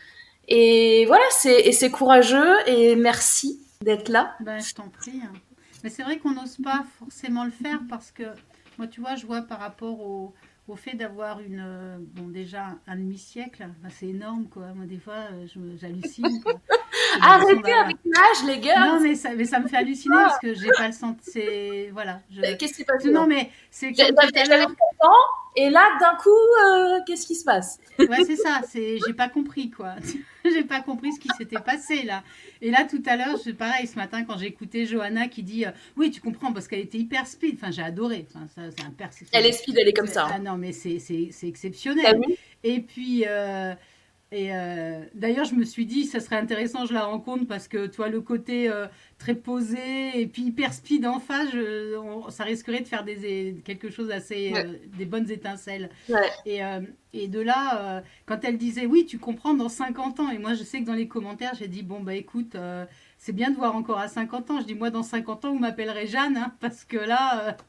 Et voilà, c'est, et c'est courageux et merci d'être là. Ben, je t'en prie. hein. Mais c'est vrai qu'on n'ose pas forcément le faire parce que moi, tu vois, je vois par rapport au, au fait d'avoir une. euh, Bon, déjà, un demi-siècle, ben, c'est énorme, quoi. Moi, des fois, euh, je me- j'hallucine, quoi. J'ai l'impression Arrêtez d'avoir- avec l'âge, les gars. Non, mais ça, mais ça me fait halluciner parce que j'ai pas le sentiment. C'est. Voilà. Je... Qu'est-ce qui s'est passé Non, là mais c'est J'ai- comme tout à J'avais l'heure. sept ans et là, d'un coup, euh, qu'est-ce qui se passe? Ouais, c'est ça, c'est j'ai pas compris quoi. J'ai pas compris ce qui s'était passé là. Et là tout à l'heure, c'est pareil ce matin quand j'ai écouté Johanna qui dit euh, oui, tu comprends parce qu'elle était hyper speed. Enfin, j'ai adoré. Enfin, ça c'est un père. Elle est speed, elle est comme ça. Ah hein. non, mais c'est c'est c'est T'as exceptionnel. vu Et puis euh, et euh, d'ailleurs, je me suis dit ça serait intéressant je la rencontre parce que toi le côté euh, très posé et puis hyper speed en face, je- on- ça risquerait de faire des quelque chose assez Ouais. euh, des bonnes étincelles. Ouais. Et, euh, et de là, euh, quand elle disait oui, tu comprends dans cinquante ans, et moi je sais que dans les commentaires, j'ai dit bon, bah écoute, euh, c'est bien de voir encore à cinquante ans. Je dis moi, dans cinquante ans, vous m'appellerez Jeanne, hein, parce que là, euh,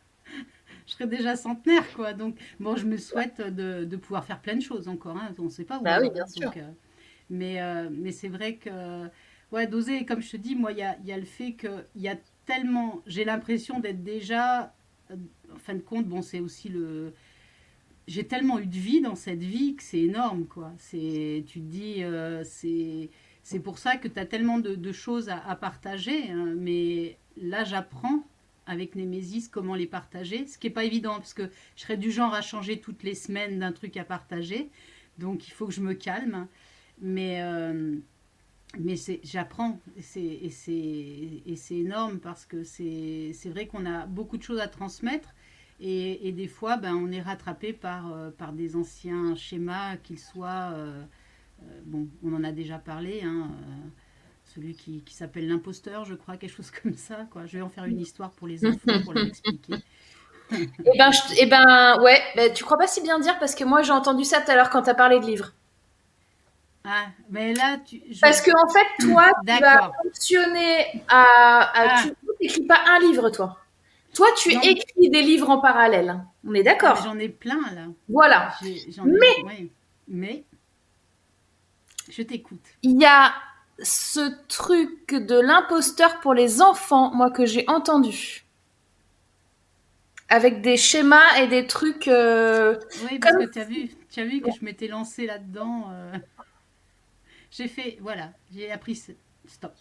je serai déjà centenaire, quoi. Donc, bon, je me souhaite de, de pouvoir faire plein de choses encore, hein, on ne sait pas où Bah on oui, va, bien hein, sûr. donc, euh, mais euh, mais c'est vrai que, ouais, d'oser, et comme je te dis, moi, il y a, il y a le fait qu'il y a tellement, j'ai l'impression d'être déjà, euh, en fin de compte, bon, c'est aussi le j'ai tellement eu de vie dans cette vie que c'est énorme, quoi. C'est, tu te dis, euh, c'est, c'est pour ça que tu as tellement de, de choses à, à partager. hein. Mais là, j'apprends avec Némésis comment les partager. Ce qui n'est pas évident, parce que je serais du genre à changer toutes les semaines d'un truc à partager. Donc, il faut que je me calme. Mais, euh, mais c'est, j'apprends. Et c'est, et c'est, et c'est énorme parce que c'est, c'est vrai qu'on a beaucoup de choses à transmettre. Et, et des fois, ben, on est rattrapé par, euh, par des anciens schémas, qu'ils soient... euh, euh, bon, on en a déjà parlé, hein, euh, celui qui, qui s'appelle l'imposteur, je crois, quelque chose comme ça. Quoi. Je vais en faire une histoire pour les enfants, pour leur expliquer. Eh ben, je- eh ben, ouais, ben, tu crois pas si bien dire parce que moi j'ai entendu ça tout à l'heure quand t'as parlé de livres. Ah, mais là, tu... je- Parce que en fait, toi, tu vas D'accord. fonctionner à, à Ah. tu n'écris pas un livre, toi. Toi, tu Non. écris des livres en parallèle. On est Ah, d'accord. mais j'en ai plein, là. Voilà. J'ai- j'en ai- Mais- ouais. Mais... Je t'écoute. Il y a ce truc de l'imposteur pour les enfants, moi, que j'ai entendu. Avec des schémas et des trucs. euh, Oui, parce Comme que tu as vu, tu as vu que je m'étais lancée là-dedans. euh, J'ai fait, voilà, j'ai appris. ce- Stop.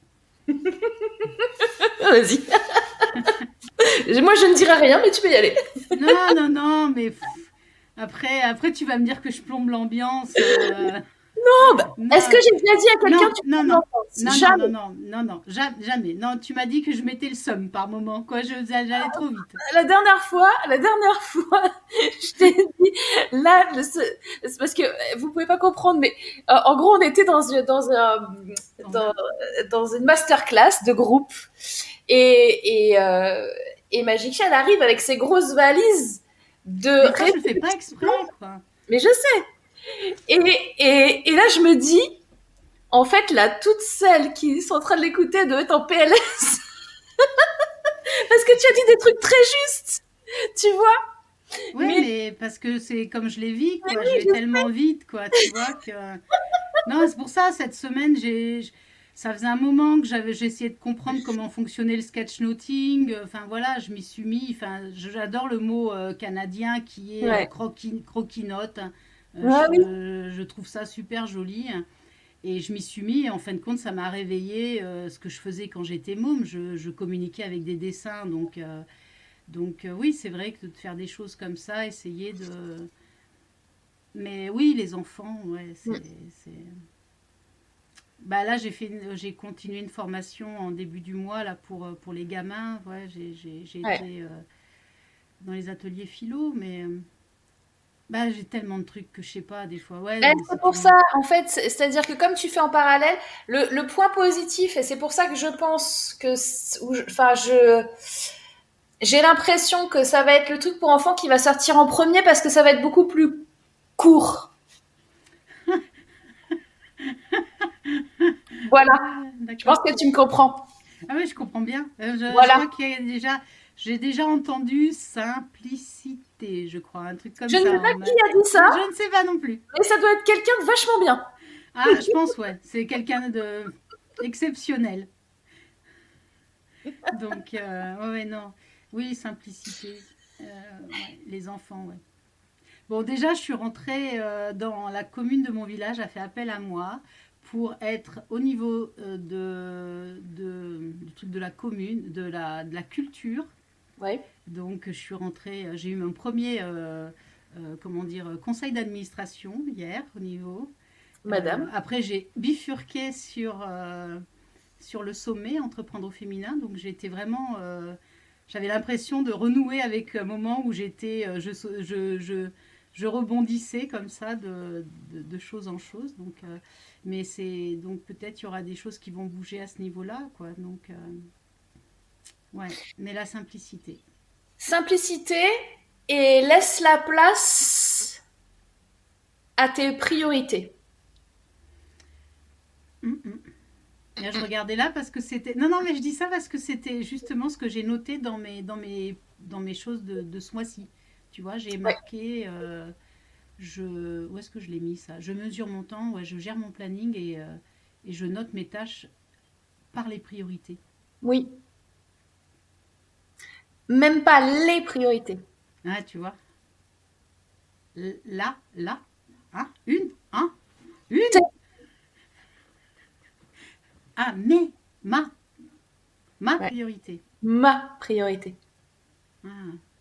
Vas-y. Moi, je ne dirai rien, mais tu peux y aller. Non, non, non, mais pff, après, après, tu vas me dire que je plombe l'ambiance. euh, Non, bah, non, est-ce que j'ai déjà dit à quelqu'un non, tu non, peux non, l'entendre non, Jamais. non, non, non, non, ja- jamais. Non, tu m'as dit que je mettais le somme par moment, quoi. Je j'allais trop vite. La dernière fois, la dernière fois, je t'ai dit, là, le- c'est c'est parce que euh, vous pouvez pas comprendre, mais euh, en gros, on était dans, une- dans, un, dans, dans une masterclass de groupe Et, et, euh, et Magic elle arrive avec ses grosses valises de... Mais ça, je le fais pas exprès, quoi. Mais je sais. Et, et, et là, je me dis, en fait, là, toutes celles qui sont en train de l'écouter doivent être en P L S. Parce que tu as dit des trucs très justes, tu vois. Oui, mais... mais parce que c'est comme je l'ai vu, quoi. Oui, je vais je tellement sais. vite, quoi, tu vois, que... Non, c'est pour ça, cette semaine, j'ai... ça faisait un moment que j'avais, j'essayais de comprendre comment fonctionnait le sketchnoting. Enfin, voilà, je m'y suis mis. Enfin, j'adore le mot euh, canadien qui est ouais. euh, croquis, croquis-note. Euh, ouais, je, oui. je trouve ça super joli. Et je m'y suis mis, et en fin de compte, ça m'a réveillé euh, ce que je faisais quand j'étais môme. Je, je communiquais avec des dessins, donc, euh, donc euh, oui, c'est vrai que de faire des choses comme ça, essayer de... Mais oui, les enfants, ouais, c'est... Mm. c'est... Bah là, j'ai, fait, j'ai continué une formation en début du mois là, pour, pour les gamins. Ouais, j'ai, j'ai, j'ai ouais. été euh, dans les ateliers philo, mais... Euh... Bah, j'ai tellement de trucs que je sais pas des fois. Ouais, c'est, c'est pour ça, en fait, c'est-à-dire que comme tu fais en parallèle, le, le point positif, et c'est pour ça que je pense que, enfin, je, j'ai l'impression que ça va être le truc pour enfants qui va sortir en premier parce que ça va être beaucoup plus court. Voilà. D'accord. Je pense que tu me comprends. Ah oui, je comprends bien. Euh, je, voilà. je crois qu'il y a déjà, j'ai déjà entendu simplicité, je crois, un truc comme je ça. Je ne sais pas qui a dit ça. Je ne sais pas non plus. Mais ça doit être quelqu'un de vachement bien. Ah, je pense, ouais. C'est quelqu'un de exceptionnel. Donc, euh, ouais, non. Oui, simplicité. Euh, ouais, les enfants, ouais. Bon, déjà, je suis rentrée euh, dans la commune de mon village, a fait appel à moi pour être au niveau euh, de, de, du truc de la commune, de la, de la culture. Ouais. Donc, je suis rentrée, j'ai eu mon premier, euh, euh, comment dire, conseil d'administration hier au niveau. Madame. Euh, après, j'ai bifurqué sur, euh, sur le sommet, entreprendre au féminin. Donc, j'étais vraiment... Euh, j'avais l'impression de renouer avec un moment où j'étais... Euh, je, je, je, je rebondissais comme ça de, de, de chose en chose. Donc... Euh, Mais c'est donc peut-être il y aura des choses qui vont bouger à ce niveau-là, quoi. Donc, euh, ouais. Mais la simplicité. Simplicité et laisse la place à tes priorités. Mm-mm. Là, je regardais là parce que c'était. Non, non, mais je dis ça parce que c'était justement ce que j'ai noté dans mes dans mes dans mes choses de, de ce mois-ci. Tu vois, j'ai marqué. Ouais. Euh, Je, où est-ce que je l'ai mis ça ? Je mesure mon temps, ouais, je gère mon planning et, euh, et je note mes tâches par les priorités. Oui. Même pas les priorités. Ah, tu vois. Là, là, hein, une, un, une. Ah, mais, ma, ma ouais. priorité. Ma priorité. Ah.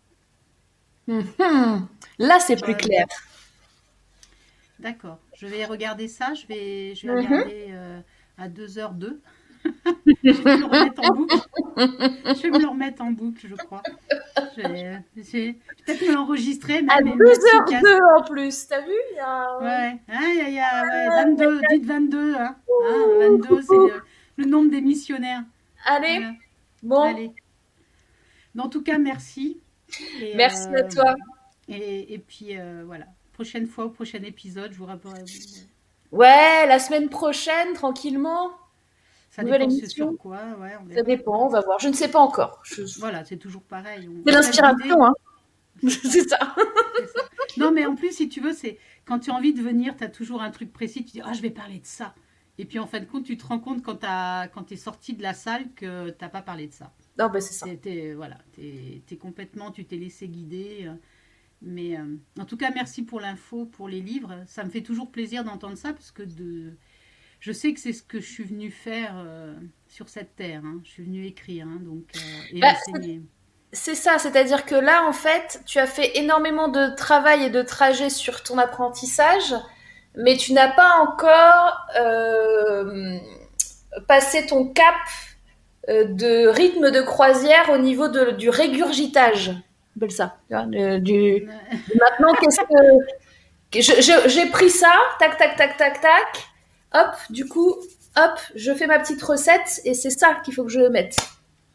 Mmh. Là, c'est plus clair. D'accord. Je vais regarder ça. Je vais, je vais mm-hmm. regarder euh, à deux heures deux. Je vais me le remettre en boucle. Je vais me le remettre en boucle, je crois. Je vais, je vais peut-être me l'enregistrer. Même, à deux heures deux en plus. T'as vu il y a... Ouais. Ah, il y a, il y a ouais, vingt-deux. Dites vingt-deux. Hein. Ah, vingt-deux, c'est le, le nombre des missionnaires. Allez. Voilà. Bon. Allez. Mais en tout cas, merci. Et, merci euh, à toi. Et, et puis, euh, voilà. Prochaine fois, au prochain épisode, je vous rappellerai. Ouais, la semaine prochaine, tranquillement. Ça Nouvelle dépend émission. Sur quoi, ouais. On ça dépend, on va voir. Je ne sais pas encore. Je... Voilà, c'est toujours pareil. On... C'est l'inspiration, hein. C'est ça. C'est ça. Non, mais en plus, si tu veux, c'est quand tu as envie de venir, tu as toujours un truc précis. Tu dis, ah, je vais parler de ça. Et puis, en fin de compte, tu te rends compte quand, quand tu es sorti de la salle que tu n'as pas parlé de ça. Non, ben c'est ça. T'es, voilà, t'es, t'es complètement, tu t'es laissé guider. Mais euh, en tout cas, merci pour l'info, pour les livres. Ça me fait toujours plaisir d'entendre ça parce que de... je sais que c'est ce que je suis venue faire euh, sur cette terre. Hein. Je suis venue écrire hein, donc, euh, et bah, enseigner. C'est ça, c'est-à-dire que là, en fait, tu as fait énormément de travail et de trajet sur ton apprentissage, mais tu n'as pas encore euh, passé ton cap euh, de rythme de croisière au niveau de, du régurgitage. Appelle ça. Tu vois, de, du, de maintenant, qu'est-ce que... Je, je, j'ai pris ça, tac, tac, tac, tac, tac. Hop, du coup, hop, je fais ma petite recette et c'est ça qu'il faut que je mette.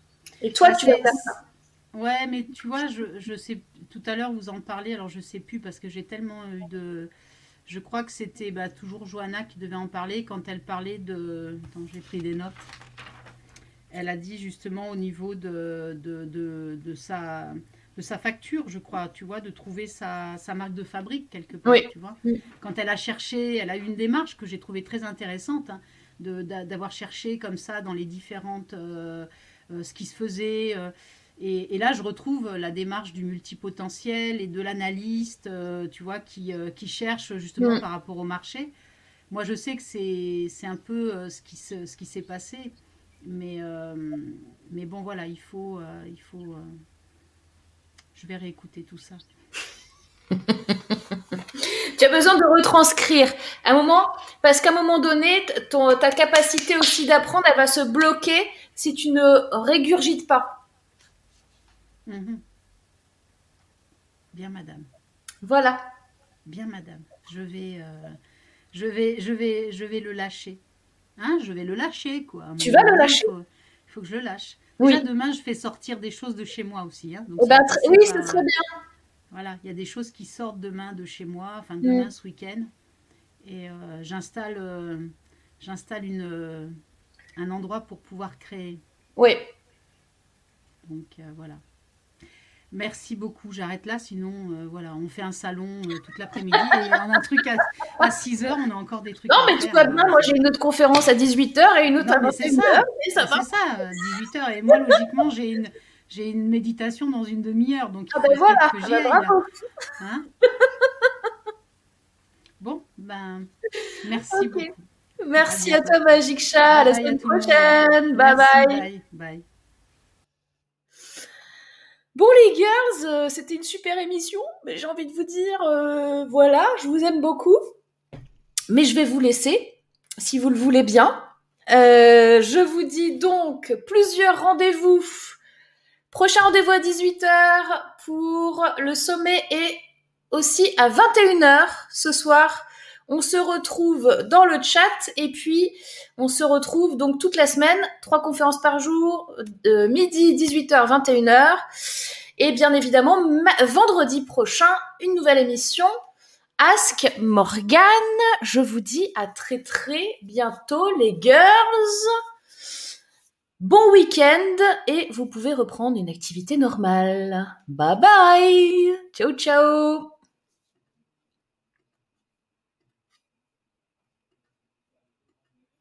Et toi, Bah, tu vas c'est- faire ça. Ouais, mais tu vois, je, je sais, tout à l'heure vous en parliez, alors je sais plus parce que j'ai tellement eu de. Je crois que c'était bah, toujours Johanna qui devait en parler quand elle parlait de. Attends, j'ai pris des notes. Elle a dit justement au niveau de, de, de, de sa, de sa facture, je crois, tu vois, de trouver sa, sa marque de fabrique quelque part, Oui. tu vois. Mm. Quand elle a cherché, elle a eu une démarche que j'ai trouvée très intéressante, hein, de, d'a- d'avoir cherché comme ça dans les différentes, euh, euh, ce qui se faisait. euh, et, et là, je retrouve la démarche du multipotentiel et de l'analyste, euh, tu vois, qui, euh, qui cherche justement Mm. par rapport au marché. Moi, je sais que c'est, c'est un peu euh, ce qui, se, ce qui s'est passé. Mais, euh, mais bon, voilà, il faut. euh, il faut euh, je vais réécouter tout ça. Tu as besoin de retranscrire. À un moment, parce qu'à un moment donné, t- ton, ta capacité aussi d'apprendre, elle va se bloquer si tu ne régurgites pas. Mhm. Bien, madame. Voilà. Bien, madame. Je vais, euh, je vais, je vais, je vais le lâcher. Hein, je vais le lâcher, quoi. À un Tu moment vas le donné, lâcher. Il faut, il faut que je le lâche. Déjà, Oui. demain, je fais sortir des choses de chez moi aussi. Hein, donc, Eh c'est ben, en tr- passant oui, ce par. serait euh, bien. Voilà, il y a des choses qui sortent demain de chez moi, enfin Mm. demain ce week-end. Et euh, j'installe, euh, j'installe une, euh, un endroit pour pouvoir créer. Oui. Donc euh, voilà. Merci beaucoup. J'arrête là, sinon euh, voilà, on fait un salon euh, toute l'après-midi et on a un truc à, à six heures, on a encore des trucs Non, à mais tu faire. vois alors, bien, moi c'est- j'ai une autre conférence à dix-huit heures et une autre Non, à mais c'est vingt et une heures, ça. et ça Mais va. c'est ça, euh, dix-huit heures. Et moi, logiquement, j'ai une, j'ai une méditation dans une demi-heure. Donc, il Ah faut ben voilà, peut-être que ah j'y ben aille. Là. bravo. Hein bon, ben, merci Ok. beaucoup. À Merci à bientôt. toi, Magic Chat. À la Bye bye à semaine tout le monde. prochaine. Bye Merci, bye. bye, bye. Bon les girls, euh, c'était une super émission, mais j'ai envie de vous dire, euh, voilà, je vous aime beaucoup, mais je vais vous laisser, si vous le voulez bien. Euh, je vous dis donc plusieurs rendez-vous. Prochain rendez-vous à dix-huit heures pour le sommet et aussi à vingt et une heures ce soir. On se retrouve dans le chat et puis on se retrouve donc toute la semaine, trois conférences par jour, euh, midi, dix-huit heures, vingt et une heures. Et bien évidemment, ma- vendredi prochain, une nouvelle émission, Ask Morgane. Je vous dis à très très bientôt les girls. Bon week-end et vous pouvez reprendre une activité normale. Bye bye. Ciao ciao.